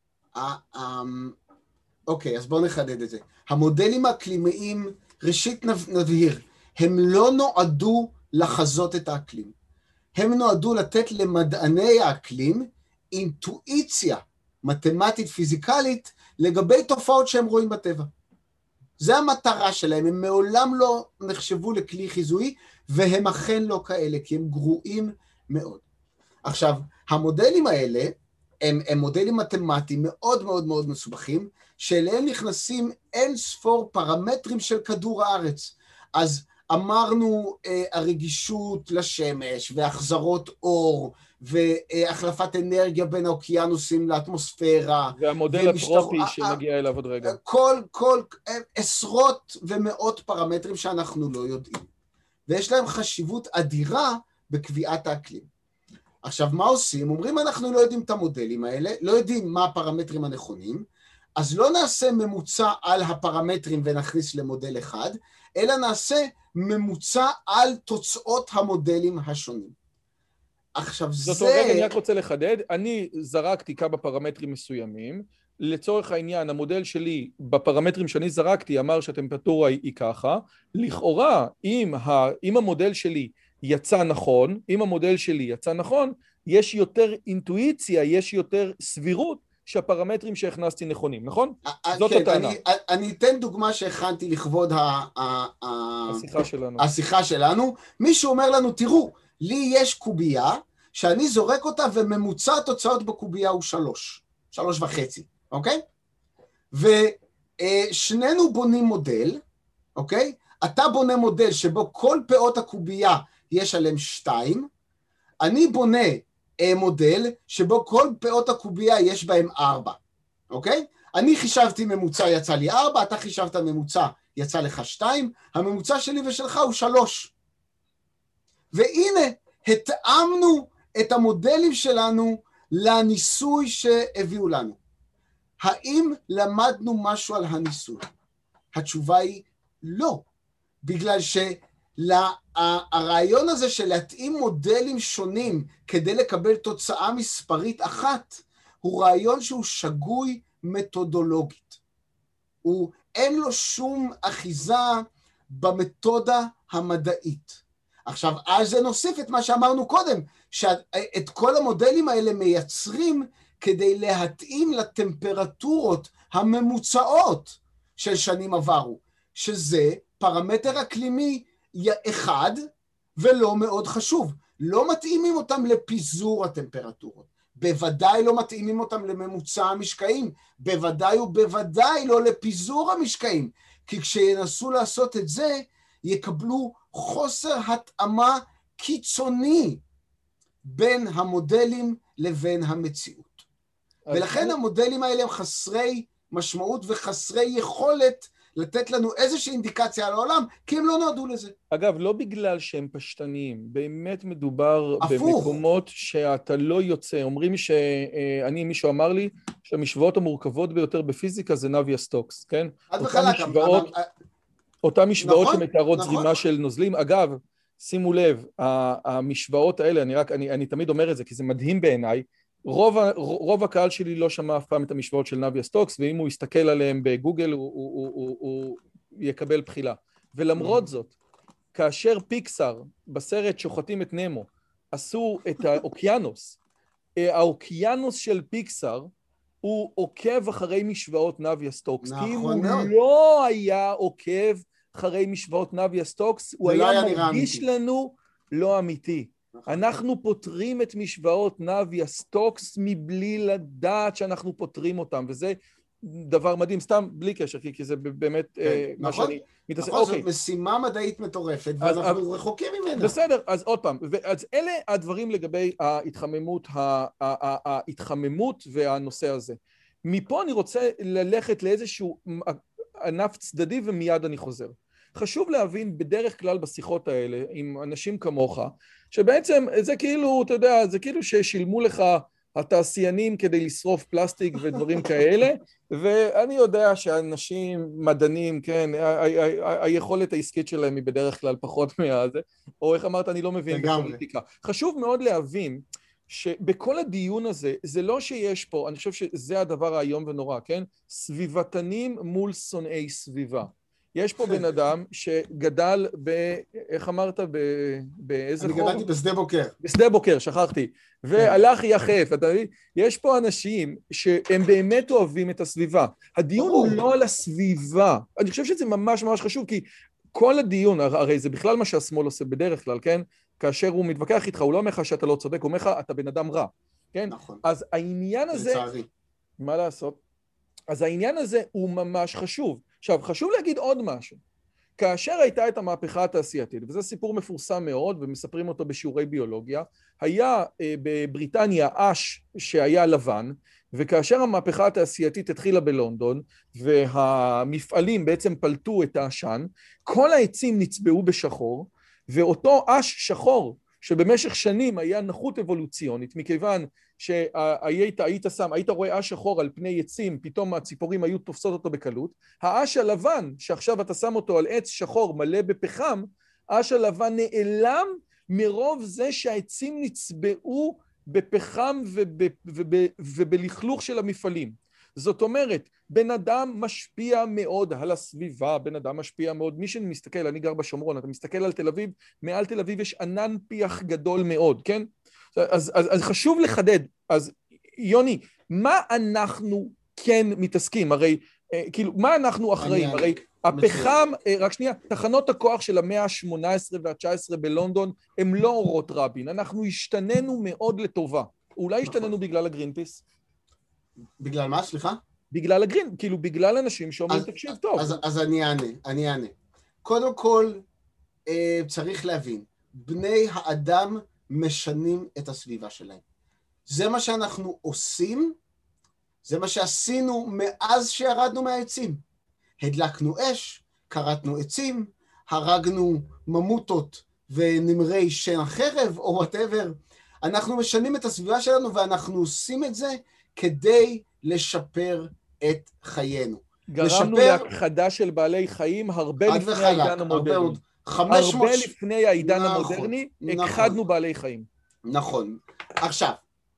אוקיי, אז בואו נחדד את זה. המודלים האקלימיים, ראשית נבהיר, הם לא נועדו לחזות את האקלים. הם נועדו לתת למדעני האקלים אינטואיציה מתמטית פיזיקלית לגבי תופעות שהם רואים בטבע. זה המטרה שלהם, הם מעולם לא נחשבו לכלי חיזוי, והם אכן לא כאלה, כי הם גרועים מאוד. עכשיו, המודלים האלה, הם מודלים מתמטיים מאוד מאוד מאוד מסובכים, שאליהם נכנסים אין ספור פרמטרים של כדור הארץ. אז אמרנו הרגישות לשמש, והחזרות אור, והחלפת אנרגיה בין האוקיינוסים לאטמוספירה. והמודל הטרופי שנגיע אליו עוד רגע. כל עשרות ומאות פרמטרים שאנחנו לא יודעים. ויש להם חשיבות אדירה בקביעת האקלים. עכשיו, מה עושים? אומרים, אנחנו לא יודעים את המודלים האלה, לא יודעים מה הפרמטרים הנכונים, אז לא נעשה ממוצע על הפרמטרים ונכניס למודל אחד, אלא נעשה ממוצע על תוצאות המודלים השונים. עכשיו, זאת אומרת, אני רק רוצה לחדד, אני זרקתי כמה פרמטרים מסוימים, לצורך העניין, המודל שלי בפרמטרים שאני זרקתי אמר שהטמפרטורה היא ככה, לכאורה, אם המודל שלי יצא נכון, אם המודל שלי יצא נכון, יש יותר אינטואיציה, יש יותר סבירות שהפרמטרים שהכנסתי נכונים, נכון? זאת הטענה. אני אתן דוגמה שהכנתי לכבוד השיחה שלנו. מישהו אומר לנו, תראו, לי יש קובייה, שאני זורק אותה וממוצע התוצאות בקובייה הוא 3.5, אוקיי? ושנינו בונים מודל, אוקיי? אתה בונה מודל שבו כל פאות הקובייה יש עליהם 2, אני בונה מודל שבו כל פאות הקובייה יש בהם 4, אוקיי? אני חישבתי ממוצע, יצא לי 4, אתה חישבת ממוצע, יצא לך 2, הממוצע שלי ושלך הוא 3. והנה, התאמנו את המודלים שלנו לניסוי שהביאו לנו. האם למדנו משהו על הניסוי? התשובה היא לא, בגלל שהרעיון הזה של להתאים מודלים שונים כדי לקבל תוצאה מספרית אחת, הוא רעיון שהוא שגוי מתודולוגית. אין לו שום אחיזה במתודה המדעית. עכשיו, אז זה נוסיף את מה שאמרנו קודם, שאת כל המודלים האלה מייצרים כדי להתאים לטמפרטורות הממוצעות של שנים עברו, שזה פרמטר אקלימי אחד ולא מאוד חשוב. לא מתאימים אותם לפיזור הטמפרטורות, בוודאי לא מתאימים אותם לממוצע המשקעים, בוודאי ובוודאי לא לפיזור המשקעים, כי כשינסו לעשות את זה, יקבלו חוסר התאמה קיצוני בין המודלים לבין המציאות. ולכן המודלים האלה הם חסרי משמעות וחסרי יכולת לתת לנו איזושהי אינדיקציה על העולם, כי הם לא נועדו לזה. אגב, לא בגלל שהם פשטניים, באמת מדובר הפוך. במקומות שאתה לא יוצא. אומרים מישהו אמר לי, שהמשוואות המורכבות ביותר בפיזיקה זה נביה סטוקס, כן? עד וחלק. אותן משוואות נכון, שמתארות נכון. זרימה של נוזלים. אגב, שימו לב, המשוואות האלה, אני תמיד אומר את זה, כי זה מדהים בעיניי, רוב הקהל שלי לא שמע אף פעם את המשוואות של נביה סטוקס, ואם הוא יסתכל עליהם בגוגל, הוא יקבל בחילה. ולמרות זאת, כאשר פיקסאר בסרט שוחטים את נמו, עשו את האוקיינוס, האוקיינוס של פיקסאר, הוא עוקב אחרי משוואות נביה סטוקס, כי אם הוא לא היה עוקב אחרי משוואות נביה סטוקס, הוא היה מרגיש לנו לא אמיתי. אנחנו פותרים את משוואות נביה סטוקס מבלי לדעת שאנחנו פותרים אותם, וזה דבר מדהים, סתם בלי קשר, כי זה באמת מה שאני מתעסק. נכון, זאת משימה מדעית מטורפת, ואנחנו רחוקים ממנה. בסדר, אז עוד פעם, אז אלה הדברים לגבי ההתחממות והנושא הזה. מפה אני רוצה ללכת לאיזשהו ענף צדדי ומיד אני חוזר. חשוב להבין בדרך כלל בשיחות האלה עם אנשים כמוך, שבעצם זה כאילו, אתה יודע, זה כאילו ששילמו לך התעשיינים כדי לשרוף פלסטיק ודברים כאלה, ואני יודע שאנשים מדענים, כן, היכולת העסקית שלהם היא בדרך כלל פחות מהזה, או איך אמרת, אני לא מבין בפוליטיקה. חשוב מאוד להבין שבכל הדיון הזה, זה לא שיש פה, אני חושב שזה הדבר האיום ונורא, כן? סביבתנים מול שונאי סביבה. יש פה בן אדם שגדל איך אמרת? באיזה חור? אני גדלתי בשדה בוקר. בשדה בוקר, שכחתי. והלך יחף, אתה מבין? יש פה אנשים שהם באמת אוהבים את הסביבה. הדיון הוא לא על הסביבה. אני חושב שזה ממש ממש חשוב, כי כל הדיון, הרי זה בכלל מה שהשמאל עושה בדרך כלל, כן? כאשר הוא מתווכח איתך, הוא לא אומר לך שאתה לא צודק, הוא אומר לך, אתה בן אדם רע. כן? נכון. אז העניין הזה... לצערי. מה לעשות? אז העניין הזה הוא ממש חשוב. עכשיו, חשוב להגיד עוד משהו. כאשר הייתה את המהפכה התעשייתית, וזה סיפור מפורסם מאוד, ומספרים אותו בשיעורי ביולוגיה, היה בבריטניה אש שהיה לבן, וכאשר המהפכה התעשייתית התחילה בלונדון, והמפעלים בעצם פלטו את העשן, כל העצים נצבעו בשחור, ואותו אש שחור, שבמשך שנים היה נחות אבולוציונית, מכיוון היית רואה אש שחור על פני עצים, פתאום הציפורים היו תופסות אותו בקלות, האש הלבן, שעכשיו אתה שם אותו על עץ שחור מלא בפחם, האש הלבן נעלם מרוב זה שהעצים נצבעו בפחם ובלכלוך של המפעלים. זאת אומרת, בן אדם משפיע מאוד על הסביבה, בן אדם משפיע מאוד, מי שמסתכל, אני גר בשומרון, אתה מסתכל על תל אביב, מעל תל אביב יש ענן פיח גדול מאוד, כן? אז חשוב לחדד, אז יוני, מה אנחנו כן מתעסקים? הרי, כאילו, מה אנחנו אחראים? הרי הפחם, רק שנייה, תחנות הכוח של המאה ה-18 וה-19 בלונדון, הם לא אורות רבין, אנחנו השתננו מאוד לטובה. אולי השתננו בגלל הגרינפיס? בגלל מה? סליחה? בגלל כאילו בגלל אנשים שאומרים תקשיב טוב. אז אני אענה. קודם כל, צריך להבין, בני האדם משנים את הסביבה שלהם. זה מה שאנחנו עושים, זה מה שעשינו מאז שירדנו מהעצים. הדלקנו אש, קרטנו עצים, הרגנו ממוטות ונמרי שן חרב או whatever. אנחנו משנים את הסביבה שלנו ואנחנו עושים את זה כדי לשפר את חיינו. גרמנו להכחדה של בעלי חיים הרבה לפני העידן המודרני. הרבה לפני העידן המודרני, הכחדנו בעלי חיים. נכון. עכשיו,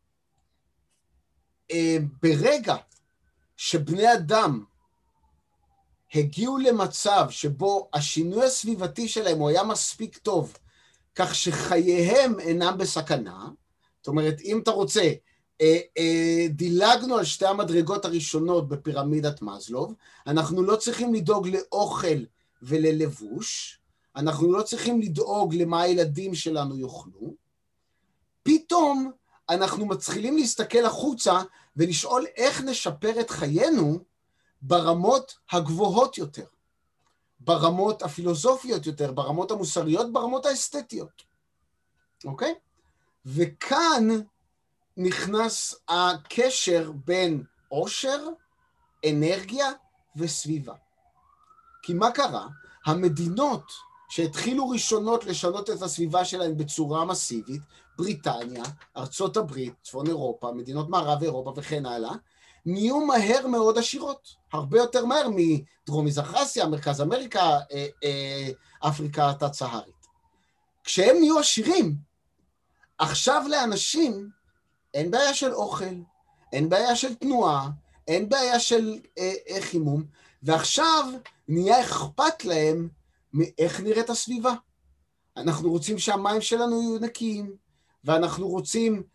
ברגע שבני אדם הגיעו למצב שבו השינוי הסביבתי שלהם הוא היה מספיק טוב, כך שחייהם אינם בסכנה, זאת אומרת, אם אתה רוצה, דילגנו על שתי המדרגות הראשונות בפירמידת מאזלוב, אנחנו לא צריכים לדאוג לאוכל וללבוש, אנחנו לא צריכים לדאוג למה הילדים שלנו יאכלו, פתאום אנחנו מתחילים להסתכל החוצה ולשאול איך נשפר את חיינו ברמות הגבוהות יותר, ברמות הפילוסופיות יותר, ברמות המוסריות, ברמות האסתטיות. אוקיי? וכאן נכנס הקשר בין עושר, אנרגיה וסביבה. כי מה קרה? המדינות שהתחילו ראשונות לשנות את הסביבה שלהן בצורה מסיבית, בריטניה, ארצות הברית, צפון אירופה, מדינות מערב אירופה וכן הלאה, נהיו מהר מאוד עשירות, הרבה יותר מהר מדרום מזרח אסיה, מרכז אמריקה, אפריקה התת-סהרית. כשהם נהיו עשירים, עכשיו לאנשים אין בעיה של אוכל, אין בעיה של תנועה, אין בעיה של חימום, ועכשיו נהיה אכפת להם מאיך נראית הסביבה. אנחנו רוצים שהמים שלנו יהיו נקיים, ואנחנו רוצים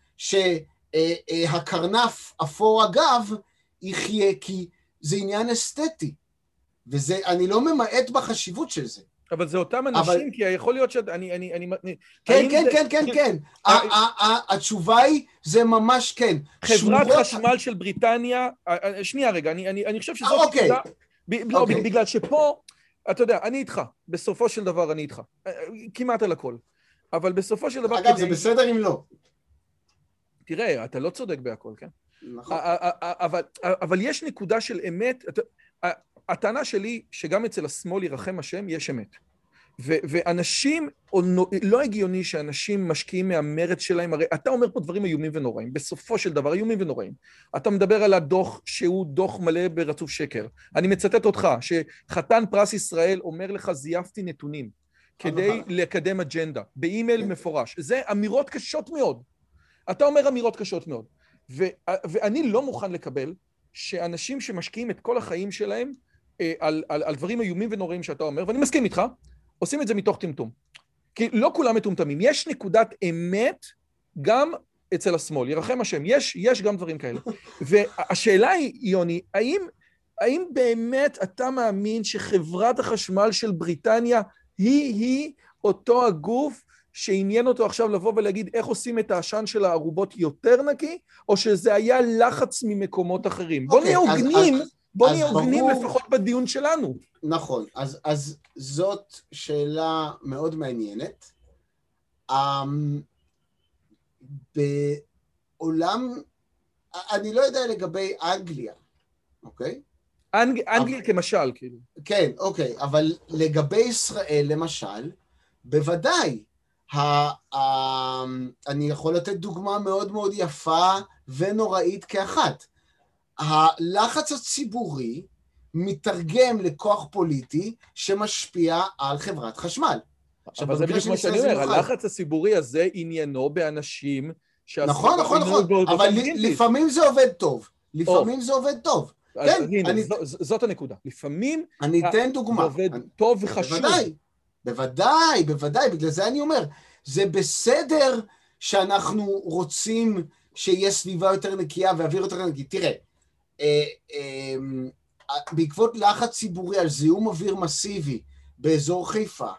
שהקרנף אפור הגב יחיה, כי זה עניין אסתטי, וזה, אני לא ממעט בחשיבות של זה. אבל זה אותם אנשים, כי יכול להיות כן. התשובה היא, זה ממש כן. חברת חשמל של בריטניה, שנייה רגע, אני חושב שזאת נקודה, לא, בגלל שפה, אתה יודע, אני איתך, בסופו של דבר אני איתך, כמעט על הכל, אבל בסופו של דבר... אגב, זה בסדר אם לא. תראה, אתה לא צודק בהכל, כן? נכון. אבל יש נקודה של אמת, הטענה שלי שגם אצל השמאל ירחם השם יש אמת. ואנשים, לא הגיוני שאנשים משקיעים מהמרץ שלהם, הרי אתה אומר פה דברים איומים ונוראים, בסופו של דבר איומים ונוראים. אתה מדבר על הדוח שהוא דוח מלא ברצוף שקר. אני מצטט אותך, שחתן פרס ישראל אומר לך זייפתי נתונים, כדי לקדם אג'נדה, באימייל מפורש. זה אמירות קשות מאוד. אתה אומר אמירות קשות מאוד. ואני לא מוכן לקבל שאנשים שמשקיעים את כל החיים שלהם על דברים איומים ונוראים שאתה אומר, ואני מסכים איתך, עושים את זה מתוך טמטום. כי לא כולם מטומטמים. יש נקודת אמת גם אצל השמאל. ירחם השם, יש גם דברים כאלה. והשאלה היא, יוני, האם באמת אתה מאמין שחברת החשמל של בריטניה היא אותו הגוף שעניין אותו עכשיו לבוא ולהגיד איך עושים את העשן של הערובות יותר נקי, או שזה היה לחץ ממקומות אחרים? בוא נהיה הוגנים לפחות בדיון שלנו. נכון, אז זאת שאלה מאוד מעניינת. בעולם, אני לא יודע לגבי אנגליה, אוקיי? אנגליה כמשל, כאילו. כן, אוקיי, אבל לגבי ישראל למשל, בוודאי, אני יכול לתת דוגמה מאוד מאוד יפה ונוראית כאחת. הלחץ הציבורי מתרגם לכוח פוליטי שמשפיע על חברת חשמל. אבל זה בדיוק מה שאני אומר, הלחץ הציבורי הזה עניינו באנשים נכון, אבל לפעמים זה עובד טוב. לפעמים זה עובד טוב. כן, זאת הנקודה. לפעמים אני אתן דוגמה. זה עובד טוב וחשוב. בוודאי, בגלל זה אני אומר, זה בסדר שאנחנו רוצים שיהיה סביבה יותר נקייה ואוויר יותר נקי. תראה, בעקבות לחץ ציבורי על זיהום אוויר מסיבי באזור חיפה,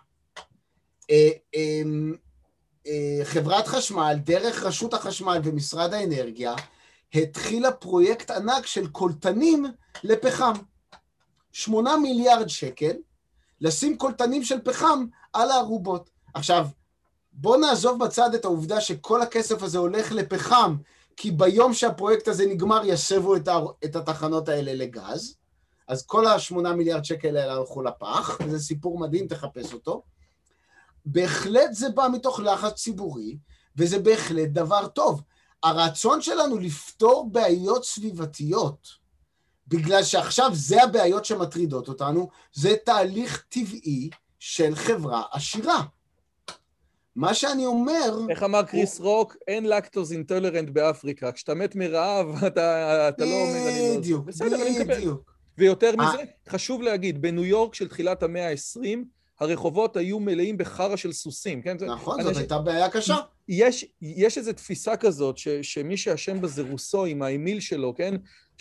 חברת חשמל, דרך רשות החשמל ומשרד האנרגיה, התחילה פרויקט ענק של קולטנים לפחם. 8 מיליארד שקל, לשים קולטנים של פחם על הערובות. עכשיו, בוא נעזוב בצד את העובדה שכל הכסף הזה הולך לפחם, כי ביום שהפרויקט הזה נגמר יסבו את התחנות האלה לגז, אז כל ה8 מיליארד שקל האלה הלכו לפח, וזה סיפור מדהים, תחפש אותו. בהחלט זה בא מתוך לחץ ציבורי, וזה בהחלט דבר טוב. הרצון שלנו לפתור בעיות סביבתיות, בגלל שעכשיו זה הבעיות שמטרידות אותנו, זה תהליך טבעי של חברה עשירה. מה שאני אומר... איך אמר קריס רוק, אין לקטוז אינטולרנט באפריקה, כשאתה מת מרעב, אתה לא אומר אני לא... בדיוק, בדיוק. ויותר מזה, חשוב להגיד, בניו יורק של תחילת המאה ה-20, הרחובות היו מלאים בחרה של סוסים, כן? נכון, זאת הייתה בעיה קשה. יש איזו תפיסה כזאת, שמי שאשם בזה רוסו עם האמיל שלו, כן?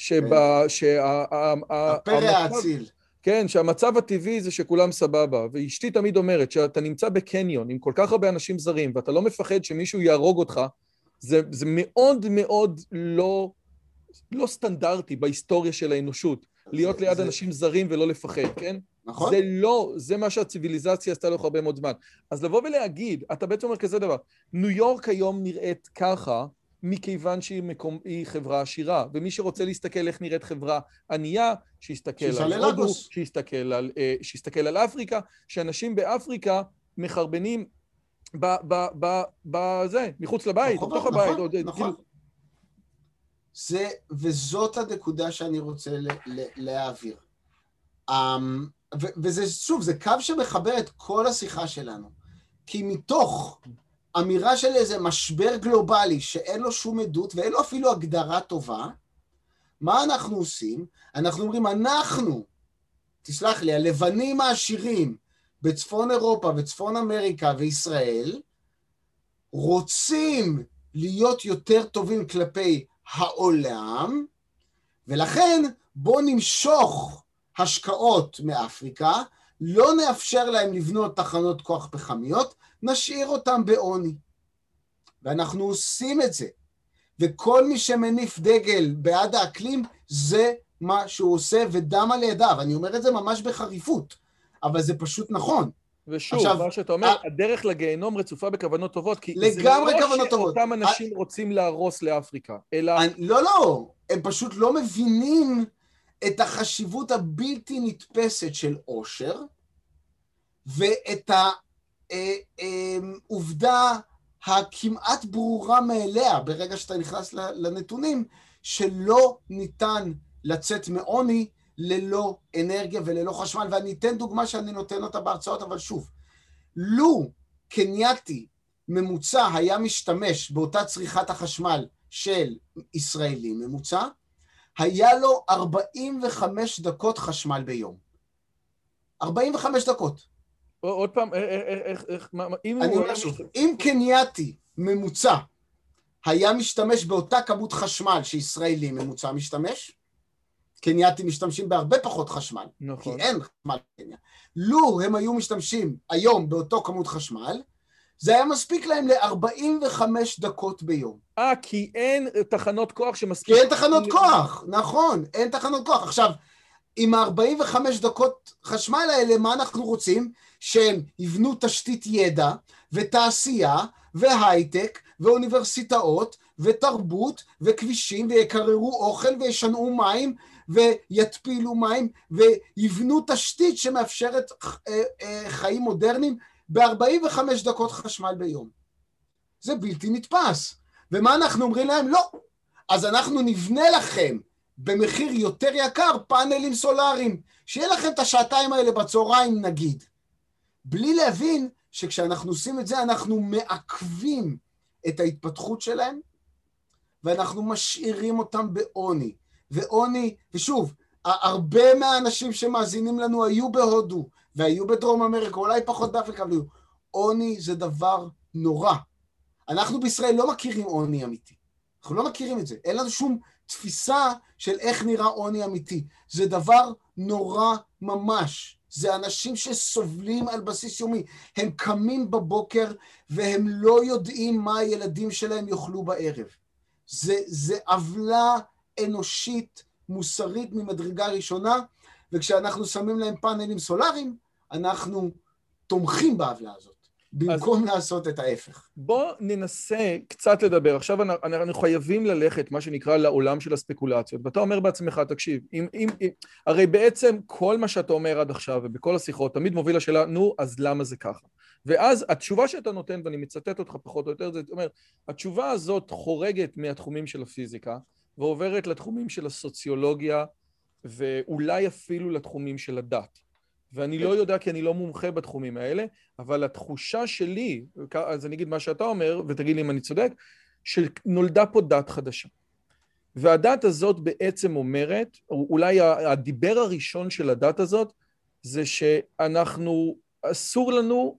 הפרא האציל. כן, שהמצב הטבעי זה שכולם סבבה, ואשתי תמיד אומרת שאתה נמצא בקניון עם כל כך הרבה אנשים זרים, ואתה לא מפחד שמישהו יהרוג אותך, זה מאוד מאוד לא סטנדרטי בהיסטוריה של האנושות, להיות ליד אנשים זרים ולא לפחד, כן? נכון. זה מה שהציביליזציה עשתה לך הרבה מאוד זמן. אז לבוא ולהגיד, אתה בעצם אומר כזה דבר, ניו יורק היום נראית ככה, מכיוון שהיא חברה עשירה. ומי שרוצה להסתכל איך נראית חברה ענייה, שיסתכל על הודו, שיסתכל על אפריקה, שאנשים באפריקה מחרבנים בזה, מחוץ לבית, בתוך הבית. נכון. וזאת הנקודה שאני רוצה להעביר. וזה, שוב, זה קו שמחבר את כל השיחה שלנו. כי מתוך אמירה של איזה משבר גלובלי שאין לו שום עדות ואין לו אפילו הגדרה טובה, מה אנחנו עושים? אנחנו אומרים, תסלח לי, הלבנים העשירים בצפון אירופה וצפון אמריקה וישראל, רוצים להיות יותר טובים כלפי העולם, ולכן בוא נמשוך השקעות מאפריקה, לא נאפשר להם לבנות תחנות כוח פחמיות, נשאיר אותם בעוני. ואנחנו עושים את זה. וכל מי שמניף דגל בעד האקלים, זה מה שהוא עושה, ודם על ידיו. אני אומר את זה ממש בחריפות, אבל זה פשוט נכון. ושוב, עכשיו, מה שאתה אומר, הדרך לגיהנום רצופה בכוונות טובות, כי לגמרי זה כוונות לא טובות. שאותם אנשים רוצים להרוס לאפריקה, אלא... לא, הם פשוט לא מבינים את החשיבות הבלתי נתפסת של עושר, ואת העובדה הכמעט ברורה מאליה, ברגע שאתה נכנס לנתונים, שלא ניתן לצאת מעוני ללא אנרגיה וללא חשמל, ואני אתן דוגמה שאני נותן אותה בהרצאות, אבל שוב, לו קנייתי ממוצע היה משתמש באותה צריכת החשמל של ישראלי ממוצע, היה לו 45 דקות חשמל ביום. 45 דקות. עוד פעם, אני אומר שוב, אם קנייתי ממוצע היה משתמש באותה כמות חשמל שישראלי ממוצע משתמש, קנייתים משתמשים בהרבה פחות חשמל, נכון. כי אין חשמל בקניה. לו הם היו משתמשים היום באותו כמות חשמל, זה היה מספיק להם ל-45 דקות ביום. כי אין תחנות כוח שמספיק... כי אין תחנות כוח, נכון, אין תחנות כוח. עכשיו, עם ה-45 דקות חשמל האלה, מה אנחנו רוצים? שהם יבנו תשתית ידע ותעשייה והייטק ואוניברסיטאות ותרבות וכבישים ויקררו אוכל וישנעו מים ויתפילו מים ויבנו תשתית שמאפשרת חיים מודרניים ב-45 דקות חשמל ביום. זה בלתי נתפס. ומה אנחנו אומרים להם? לא. אז אנחנו נבנה לכם במחיר יותר יקר פאנלים סולאריים, שיהיה לכם את השעתיים האלה בצהריים נגיד. בלי להבין שכשאנחנו עושים את זה אנחנו מעכבים את ההתפתחות שלהם, ואנחנו משאירים אותם בעוני. ועוני, ושוב, הרבה מהאנשים שמאזינים לנו היו בהודו, והיו בדרום אמריקה, אולי פחות באפריקה, אבל עוני זה דבר נורא. אנחנו בישראל לא מכירים עוני אמיתי. אנחנו לא מכירים את זה. אין לנו שום תפיסה של איך נראה עוני אמיתי. זה דבר נורא ממש. זה אנשים שסובלים על בסיס יומי. הם קמים בבוקר והם לא יודעים מה הילדים שלהם יאכלו בערב. זה עוולה אנושית, מוסרית ממדרגה ראשונה, וכשאנחנו שמים להם פאנלים סולאריים, אנחנו תומכים בעוולה הזאת, במקום לעשות את ההפך. בוא ננסה קצת לדבר. עכשיו אנחנו חייבים ללכת, מה שנקרא, לעולם של הספקולציות. ואתה אומר בעצמך, תקשיב, הרי בעצם כל מה שאתה אומר עד עכשיו, ובכל השיחות, תמיד מוביל לשאלה, נו, אז למה זה ככה? ואז התשובה שאתה נותן, ואני מצטט אותך פחות או יותר, זה אומר, התשובה הזאת חורגת מהתחומים של הפיזיקה, ועוברת לתחומים של הסוציולוגיה, ואולי אפילו לתחומים של הדת. ואני לא יודע כי אני לא מומחה בתחומים האלה, אבל התחושה שלי, אז אני אגיד מה שאתה אומר, ותגיד לי אם אני צודק, שנולדה פה דת חדשה. והדת הזאת בעצם אומרת, אולי הדיבר הראשון של הדת הזאת, זה שאנחנו, אסור לנו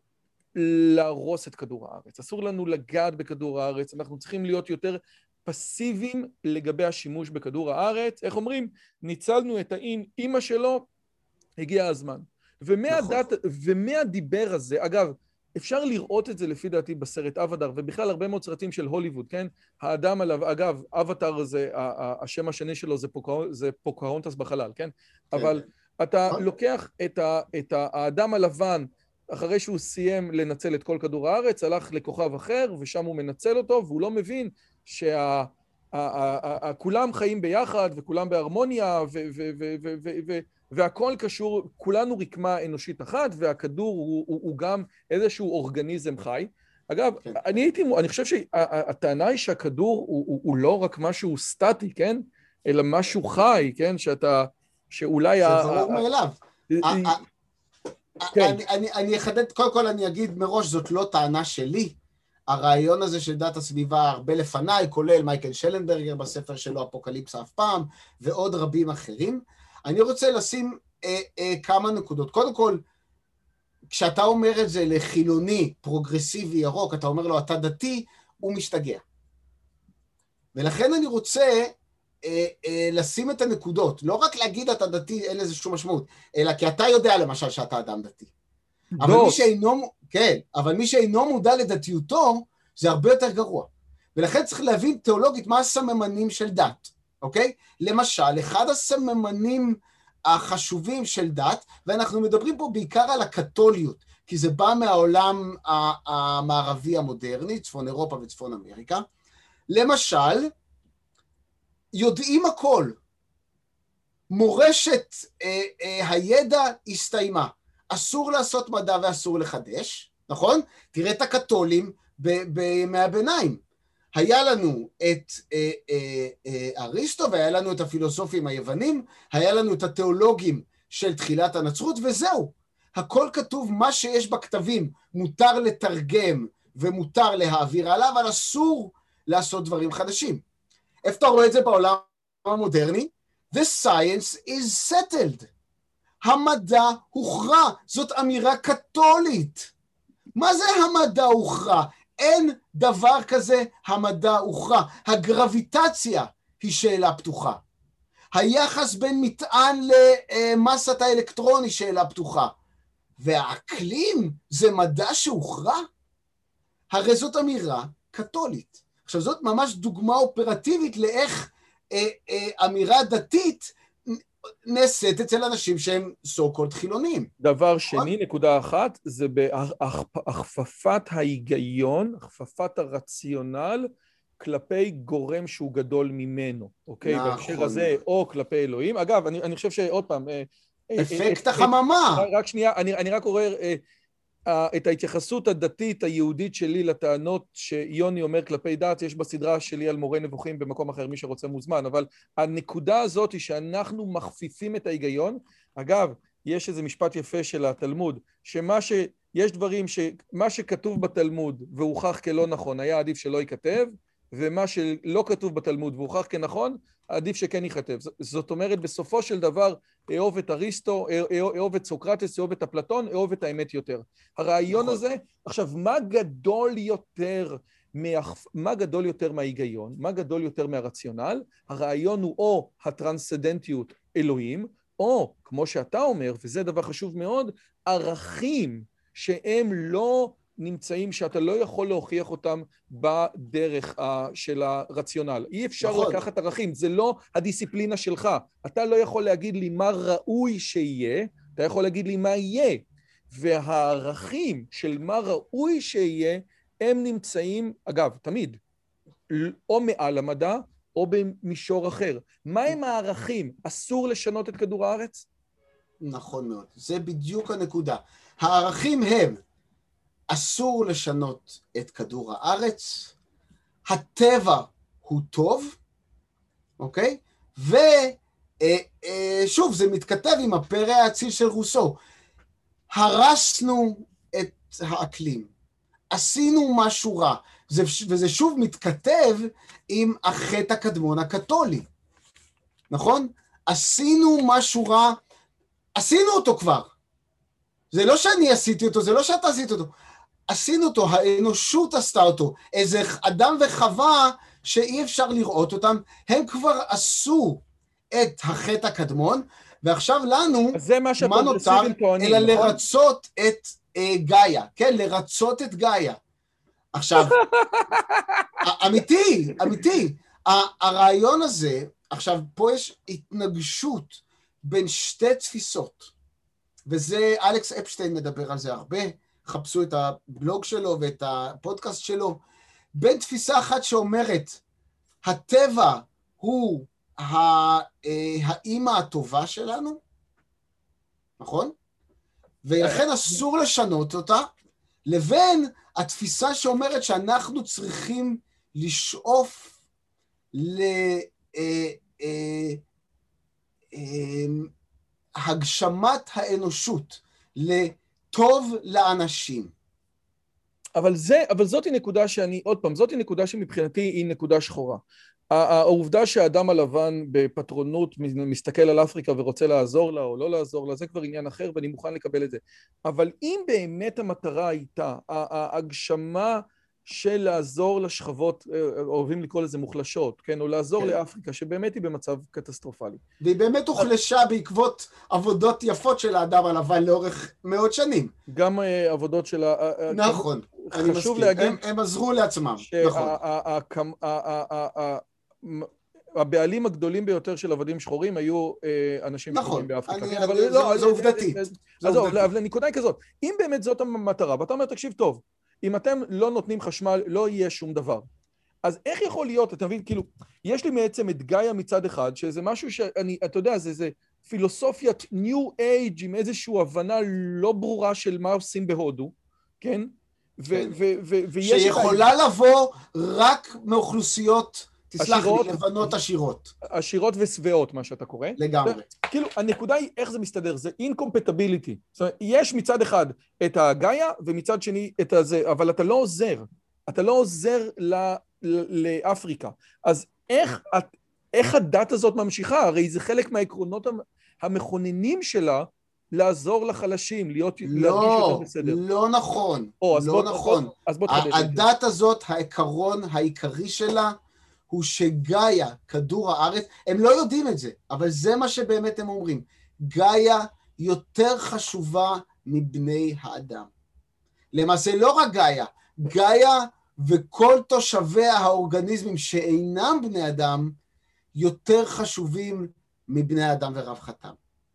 להרוס את כדור הארץ, אסור לנו לגעת בכדור הארץ, אנחנו צריכים להיות יותר פסיביים לגבי השימוש בכדור הארץ. איך אומרים? ניצלנו את האמא שלו, הגיע הזמן. ומהדיבר הזה, אגב, אפשר לראות את זה לפי דעתי בסרט אבטאר, ובכלל הרבה מאוד סרטים של הוליווד, כן? האדם עליו, אגב, אבטאר זה, השם השני שלו זה פוקהונטס בחלל, כן? אבל אתה לוקח את האדם הלבן, אחרי שהוא סיים לנצל את כל כדור הארץ, הלך לכוכב אחר, ושם הוא מנצל אותו, והוא לא מבין כולם חיים ביחד וכולם בהרמוניה והכל קשור, כולנו רקמה אנושית אחת והכדור הוא גם איזשהו אורגניזם חי. אגב, אני חושב שהטענה היא שהכדור הוא לא רק משהו סטטי, כן? אלא משהו חי, כן? שאולי... זה ברור מאליו. אני אחדד, קודם כל אני אגיד מראש, זאת לא טענה שלי. הרעיון הזה של דת הסביבה הרבה לפניי, כולל מייקל שלנברגר בספר שלו, אפוקליפסה אף פעם, ועוד רבים אחרים. אני רוצה לשים כמה נקודות. קודם כל, כשאתה אומר את זה לחילוני, פרוגרסיבי, ירוק, אתה אומר לו, אתה דתי, הוא משתגע. ולכן אני רוצה לשים את הנקודות, לא רק להגיד אתה דתי, אין לזה שום משמעות, אלא כי אתה יודע למשל שאתה אדם דתי. אבל מי שאינו מודע לדתיותו, זה הרבה יותר גרוע. ולכן צריך להבין תיאולוגית מה הסממנים של דת, אוקיי? למשל, אחד הסממנים החשובים של דת, ואנחנו מדברים פה בעיקר על הקתוליות, כי זה בא מהעולם המערבי המודרני, צפון אירופה וצפון אמריקה. למשל, יודעים הכל. מורשת הידע הסתיימה. אסור לעשות מדע ואסור לחדש, נכון? תראה את הקתולים בימי הביניים. היה לנו את אריסטו, והיה לנו את הפילוסופים היוונים, היה לנו את התיאולוגים של תחילת הנצרות, וזהו. הכל כתוב, מה שיש בכתבים מותר לתרגם ומותר להעביר עליו, אבל אסור לעשות דברים חדשים. איפה אתה רואה את זה בעולם המודרני? The science is settled. המדע הוכרע. זאת אמירה קתולית. מה זה המדע הוכרע? אין דבר כזה המדע הוכרע. הגרביטציה היא שאלה פתוחה. היחס בין מטען למסת האלקטרון היא שאלה פתוחה. והאקלים זה מדע שהוכרע? הרי זאת אמירה קתולית. עכשיו זאת ממש דוגמה אופרטיבית לאיך אמירה דתית נעשית אצל אנשים שהם so-called חילונים. דבר שני, נקודה אחת, זה בהכפפת ההיגיון, הכפפת הרציונל, כלפי גורם שהוא גדול ממנו, אוקיי? נכון. בהקשר הזה, או כלפי אלוהים. אגב, אני חושב שעוד פעם... אפקט החממה. רק שנייה, אני רק עורר את ההתייחסות הדתית היהודית שלי לטענות שיוני אומר כלפי דת, יש בסדרה שלי על מורה נבוכים במקום אחר, מי שרוצה מוזמן, אבל הנקודה הזאת היא שאנחנו מכפיפים את ההיגיון. אגב, יש איזה משפט יפה של התלמוד, שיש דברים שמה שכתוב בתלמוד והוכח כלא נכון, היה עדיף שלא ייכתב, ומה שלא כתוב בתלמוד והוכח כנכון, עדיף שכן ייכתב. זאת אומרת, בסופו של דבר, אהוב את אריסטו, אהוב את סוקרטס, אהוב את אפלטון, אהוב את האמת יותר. הרעיון הזה, עכשיו, מה גדול יותר מההיגיון? מה גדול יותר מהרציונל? הרעיון הוא או הטרנסצנדנטיות אלוהים, או, כמו שאתה אומר, וזה דבר חשוב מאוד, ערכים שהם לא נמצאים, שאתה לא יכול להוכיח אותם בדרך של הרציונל. אי אפשר לקחת ערכים, זה לא הדיסציפלינה שלך. אתה לא יכול להגיד לי מה ראוי שיהיה, אתה יכול להגיד לי מה יהיה. והערכים של מה ראוי שיהיה, הם נמצאים, אגב, תמיד, או מעל המדע, או במישור אחר. מה הם הערכים? אסור לשנות את כדור הארץ? נכון מאוד, זה בדיוק הנקודה. הערכים הם, אסור לשנות את כדור הארץ, הטבע הוא טוב, אוקיי? ושוב, זה מתכתב עם הפרא האציל של רוסו. הרסנו את האקלים, עשינו משהו רע, וזה שוב מתכתב עם החטא הקדמון הקתולי, נכון? עשינו משהו רע, עשינו אותו כבר. זה לא שאני עשיתי אותו, זה לא שאתה עשית אותו. עשינו אותו, האנושות עשתה אותו. איזה אדם וחווה שאי אפשר לראות אותם, הם כבר עשו את החטא הקדמון, ועכשיו לנו, מה נותר, אלא לרצות את גאיה, כן? לרצות את גאיה. עכשיו, אמיתי, הרעיון הזה, עכשיו, פה יש התנגשות בין שתי תפיסות, וזה, אלכס אפשטיין מדבר על זה הרבה, חפשו את הבלוג שלו ואת הפודקאסט שלו, בין תפיסה אחת שאומרת, הטבע הוא האימא הטובה שלנו, נכון? ולכן אסור לשנות אותה, לבין התפיסה שאומרת שאנחנו צריכים לשאוף להגשמת האנושות, לטוב לאנשים. אבל זאת היא נקודה עוד פעם, זאת היא נקודה שמבחינתי היא נקודה שחורה. העובדה שהאדם הלבן בפטרונות מסתכל על אפריקה ורוצה לעזור לה או לא לעזור לה, זה כבר עניין אחר ואני מוכן לקבל את זה. אבל אם באמת המטרה הייתה, ההגשמה של לעזור לשכבות, אוהבים לקרוא לזה מוחלשות, כן? או לעזור לאפריקה, שבאמת היא במצב קטסטרופלי. והיא באמת הוחלשה בעקבות עבודות יפות של האדם הלבן לאורך מאות שנים. גם עבודות של... נכון, אני מסכים. הם עזרו לעצמם, נכון. הבעלים הגדולים ביותר של עבדים שחורים היו אנשים שחורים באפריקה. זה עובדתי. אבל הנקודה היא כזאת, אם באמת זאת המטרה, ואתה אומר, תקשיב טוב, אם אתם לא נותנים חשמל, לא יהיה שום דבר. אז איך יכול להיות, אתה מבין, כאילו, יש לי בעצם את גאיה מצד אחד, שזה משהו שאני, אתה יודע, זה פילוסופיית New Age עם איזושהי הבנה לא ברורה של מה עושים בהודו, כן? שיכולה לבוא רק מאוכלוסיות, תסלח לי, לבנות עשירות. עשירות ושבעות, מה שאתה קורא. לגמרי. כאילו, הנקודה היא איך זה מסתדר, זה incompatibility. זאת אומרת, יש מצד אחד את הגאיה, ומצד שני את הזה, אבל אתה לא עוזר. אתה לא עוזר לאפריקה. אז איך הדת הזאת ממשיכה? הרי זה חלק מהעקרונות המכוננים שלה, לעזור לחלשים, להרגיש יותר בסדר. לא נכון. לא נכון. הדת הזאת, העיקרון העיקרי שלה, הוא שגאיה, כדור הארץ, הם לא יודעים את זה, אבל זה מה שבאמת הם אומרים. גאיה יותר חשובה מבני האדם. למעשה לא רק גאיה, גאיה וכל תושבי האורגניזמים שאינם בני אדם, יותר חשובים מבני האדם ורווחתם.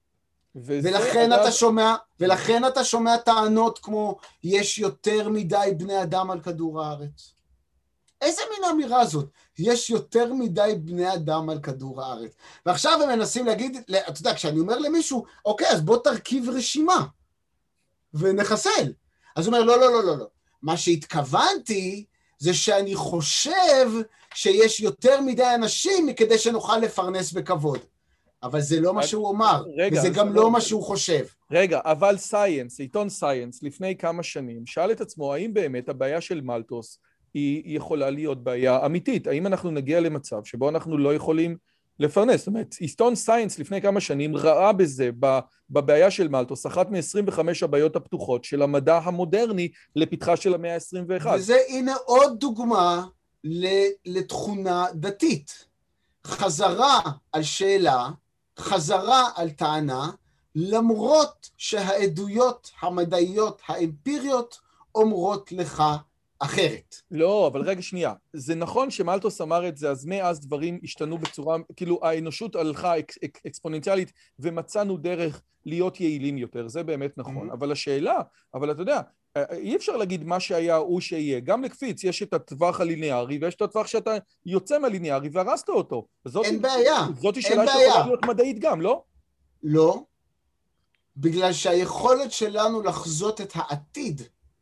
ולכן אתה שומע טענות כמו, יש יותר מדי בני אדם על כדור הארץ. איזה מין אמירה זאת? יש יותר מדי בני אדם על כדור הארץ. ועכשיו הם מנסים להגיד, אתה יודע, כשאני אומר למישהו, אוקיי, אז בוא תרכיב רשימה, ונחסל. אז הוא אומר, לא, לא, לא, לא, לא. מה שהתכוונתי, זה שאני חושב שיש יותר מדי אנשים, מכדי שנוכל לפרנס בכבוד. אבל זה לא מה שהוא אמר, וזה גם לא מה שהוא חושב. רגע, אבל סייאנס, עיתון סייאנס, לפני כמה שנים, שאל את עצמו, האם באמת הבעיה של מלטוס, היא יכולה להיות בעיה אמיתית. האם אנחנו נגיע למצב שבו אנחנו לא יכולים לפרנס? זאת אומרת, עיתון סייאנס לפני כמה שנים ראה בזה, בבעיה של מלטוס, אחת מ-25 הבעיות הפתוחות של המדע המודרני לפתחה של המאה ה-21. וזה הנה עוד דוגמה לתכונה דתית. חזרה על שאלה, חזרה על טענה, למרות שהעדויות המדעיות האמפיריות אומרות לך אחרת. לא, אבל רגע שנייה. זה נכון שמלטוס אמר את זה, אז מאז דברים השתנו בצורה, כאילו האנושות הלכה אקספוננציאלית, ומצאנו דרך להיות יעילים יותר, זה באמת נכון. אבל השאלה, אבל אתה יודע, אי אפשר להגיד מה שהיה הוא שיהיה. גם לקפיץ יש את הטווח הליניארי, ויש את הטווח שאתה יוצא מהליניארי והרסת אותו. אין בעיה. זאת שאלה שיכולה להיות מדעית גם, לא? לא. בגלל שהיכולת שלנו לחזות את העתיד,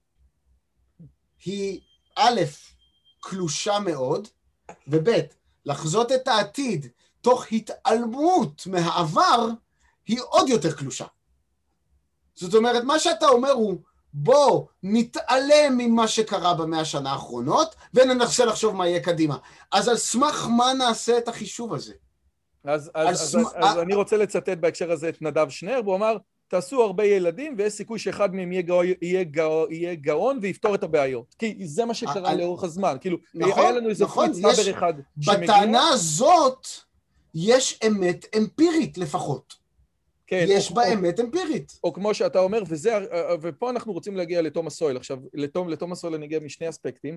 היא א', קלושה מאוד, וב', לחזות את העתיד תוך התעלמות מהעבר, היא עוד יותר קלושה. זאת אומרת, מה שאתה אומר הוא, בוא נתעלם ממה שקרה ב100 שנה האחרונות, וננסה לחשוב מה יהיה קדימה. אז על סמך מה נעשה את החישוב הזה? אז אני רוצה לצטט בהקשר הזה את נדב שנר, והוא אמר, תעשו הרבה ילדים, ויש סיכוי שאחד מהם יהיה גאון ויפתור את הבעיות. כי זה מה שקרה לאורך הזמן. כאילו, היה לנו איזה פריץ סבר אחד שמגיע. בטענה הזאת, יש אמת אמפירית לפחות. כן, יש בה אמת אמפירית. או כמו שאתה אומר, ופה אנחנו רוצים להגיע לתומאס סויל. עכשיו, לתומאס סויל אני אגיע משני אספקטים,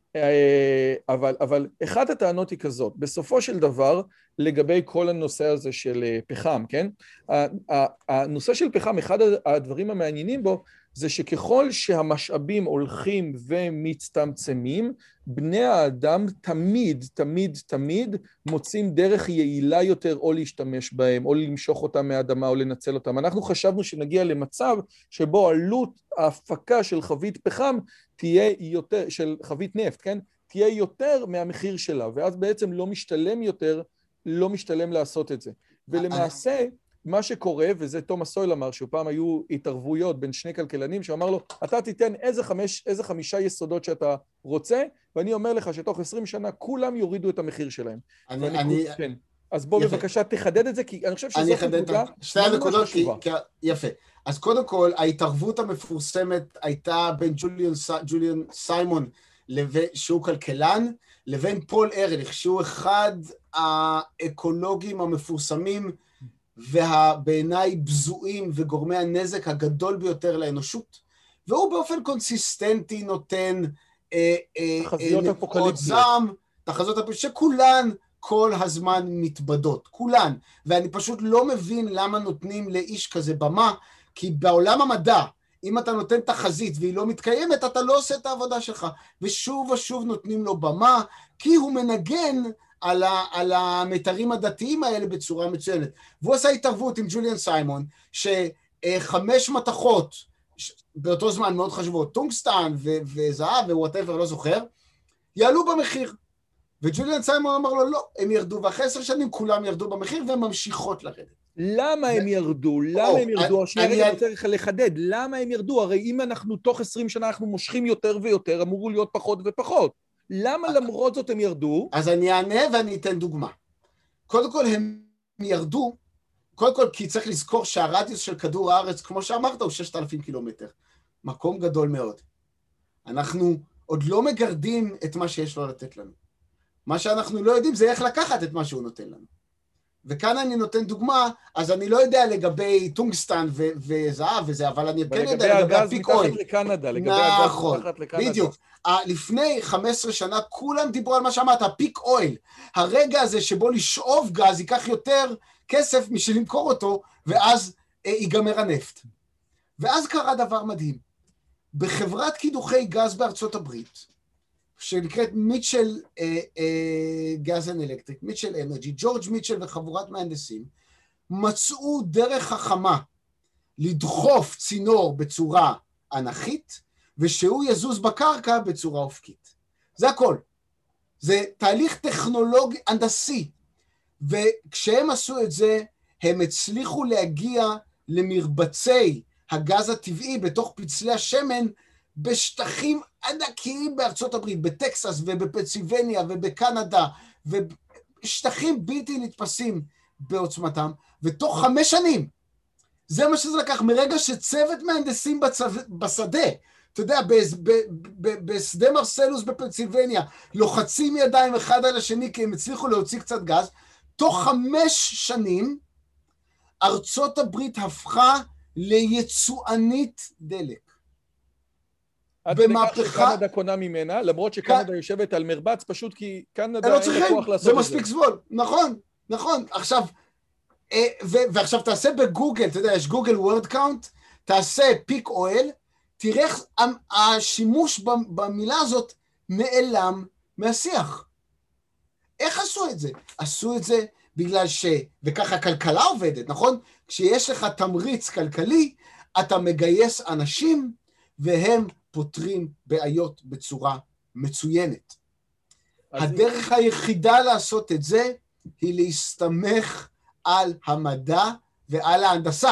אבל אחת הטענות היא כזאת, בסופו של דבר, לגבי כל הנושא הזה של פחם, כן? הנושא של פחם, אחד הדברים המעניינים בו, זה שככל שהמשאבים הולכים ומצטמצמים, בני האדם תמיד, תמיד, תמיד מוצאים דרך יעילה יותר או להשתמש בהם, או למשוך אותם מהאדמה או לנצל אותם. אנחנו חשבנו שנגיע למצב שבו עלות ההפקה של חבית פחם תהיה יותר, של חבית נפט, כן? תהיה יותר מהמחיר שלה, ואז בעצם לא משתלם לעשות את זה. ולמעשה, מה שקורה, וזה תומאס סויל אמר, שפעם היו התערבויות בין שני כלכלנים, שאמר לו, אתה תיתן איזה 5 יסודות שאתה רוצה, ואני אומר לך שתוך 20 שנה כולם יורידו את המחיר שלהם. כן. אז בוא בבקשה תחדד את זה, כי אני חושב שזאת נקודה ממש חשובה. יפה. אז קודם כל, ההתערבות המפורסמת הייתה בין ג'וליאן סיימון, שהוא כלכלן, לבין פול ארליך, שהוא אחד האקולוגים המפורסמים, ובעיניי בזויים וגורמי הנזק הגדול ביותר לאנושות, והוא באופן קונסיסטנטי נותן תחזיות אפוקליפטיות, תחזיות שכולן כל הזמן מתבדות, כולן, ואני פשוט לא מבין למה נותנים לאיש כזה במה, כי בעולם המדע, אם אתה נותן תחזית והיא לא מתקיימת, אתה לא עושה את העבודה שלך, ושוב ושוב נותנים לו במה, כי הוא מנגן על המתרים הדתיים האלה בצורה מצוינת. והוא עשה התערבות עם ג'וליאן סיימון, ש5 מתכות, באותו זמן מאוד חשובות, טונגסטן וזהב ווואטאבר, לא זוכר, יעלו במחיר. וג'וליאן סיימון אמר לו, לא, הם ירדו, ואחרי 10 שנים כולם ירדו במחיר, והן ממשיכות לרדת. למה הם ירדו? למה הם ירדו? שנייה רגע צריך לחדד, למה הם ירדו? הרי אם אנחנו תוך 20 שנה אנחנו מושכים יותר ויותר, אמורו להיות פחות ופחות. למה למרות זאת הם ירדו? אז אני אענה ואני אתן דוגמה. קודם כל הם ירדו, קודם כל כי צריך לזכור שהרדיוס של כדור הארץ, כמו שאמרת, הוא 6,000 קילומטר. מקום גדול מאוד. אנחנו עוד לא מגרדים את מה שיש לו לתת לנו. מה שאנחנו לא יודעים זה איך לקחת את מה שהוא נותן לנו. וכאן אני נותן דוגמה, אז אני לא יודע לגבי טונגסטן וזהב וזה, אבל אני כן יודע לגבי הפיק אויל. לגבי הגז מתחת לקנדה, נכון, בדיוק. לפני 15 שנה כולם דיברו על מה שאמרת, הפיק אויל. הרגע הזה שבו לשאוב גז ייקח יותר כסף משל למכור אותו, ואז ייגמר הנפט. ואז קרה דבר מדהים. בחברת קידוחי גז בארצות הברית, שנקראת מיטשל גז אנד אלקטריק, מיטשל אנרג'י, ג'ורג' מיטשל וחבורת מהנדסים, מצאו דרך חכמה לדחוף צינור בצורה אנכית, ושהוא יזוז בקרקע בצורה אופקית. זה הכל. זה תהליך טכנולוגי הנדסי, וכשהם עשו את זה, הם הצליחו להגיע למרבצי הגז הטבעי בתוך פצלי השמן, בשטחים ענקיים בארצות הברית, בטקסס ובפנסילבניה ובקנדה, ושטחים בלתי נתפסים בעוצמתם, ותוך 5 שנים, זה מה שזה לקח, מרגע שצוות מהנדסים בשדה, אתה יודע, בשדה מרסלוס בפנסילבניה, לוחצים ידיים אחד על השני, כי הם הצליחו להוציא קצת גז, תוך 5 שנים, ארצות הברית הפכה ליצואנית דלק. עד כדי שקנדה קונה ממנה, למרות שקנדה יושבת על מרבץ, פשוט כי קנדה אין כוח לעשות את זה. זה מספיק סבול, נכון, נכון. עכשיו, ועכשיו תעשה בגוגל, אתה יודע, יש גוגל וורד קאונט, תעשה פיק אויל, תראה איך השימוש במילה הזאת נעלם מהשיח. איך עשו את זה? עשו את זה בגלל וככה הכלכלה עובדת, נכון? כשיש לך תמריץ כלכלי, אתה מגייס אנשים, והם פותרים בעיות בצורה מצוינת. הדרך היחידה לעשות את זה, היא להסתמך על המדע ועל ההנדסה,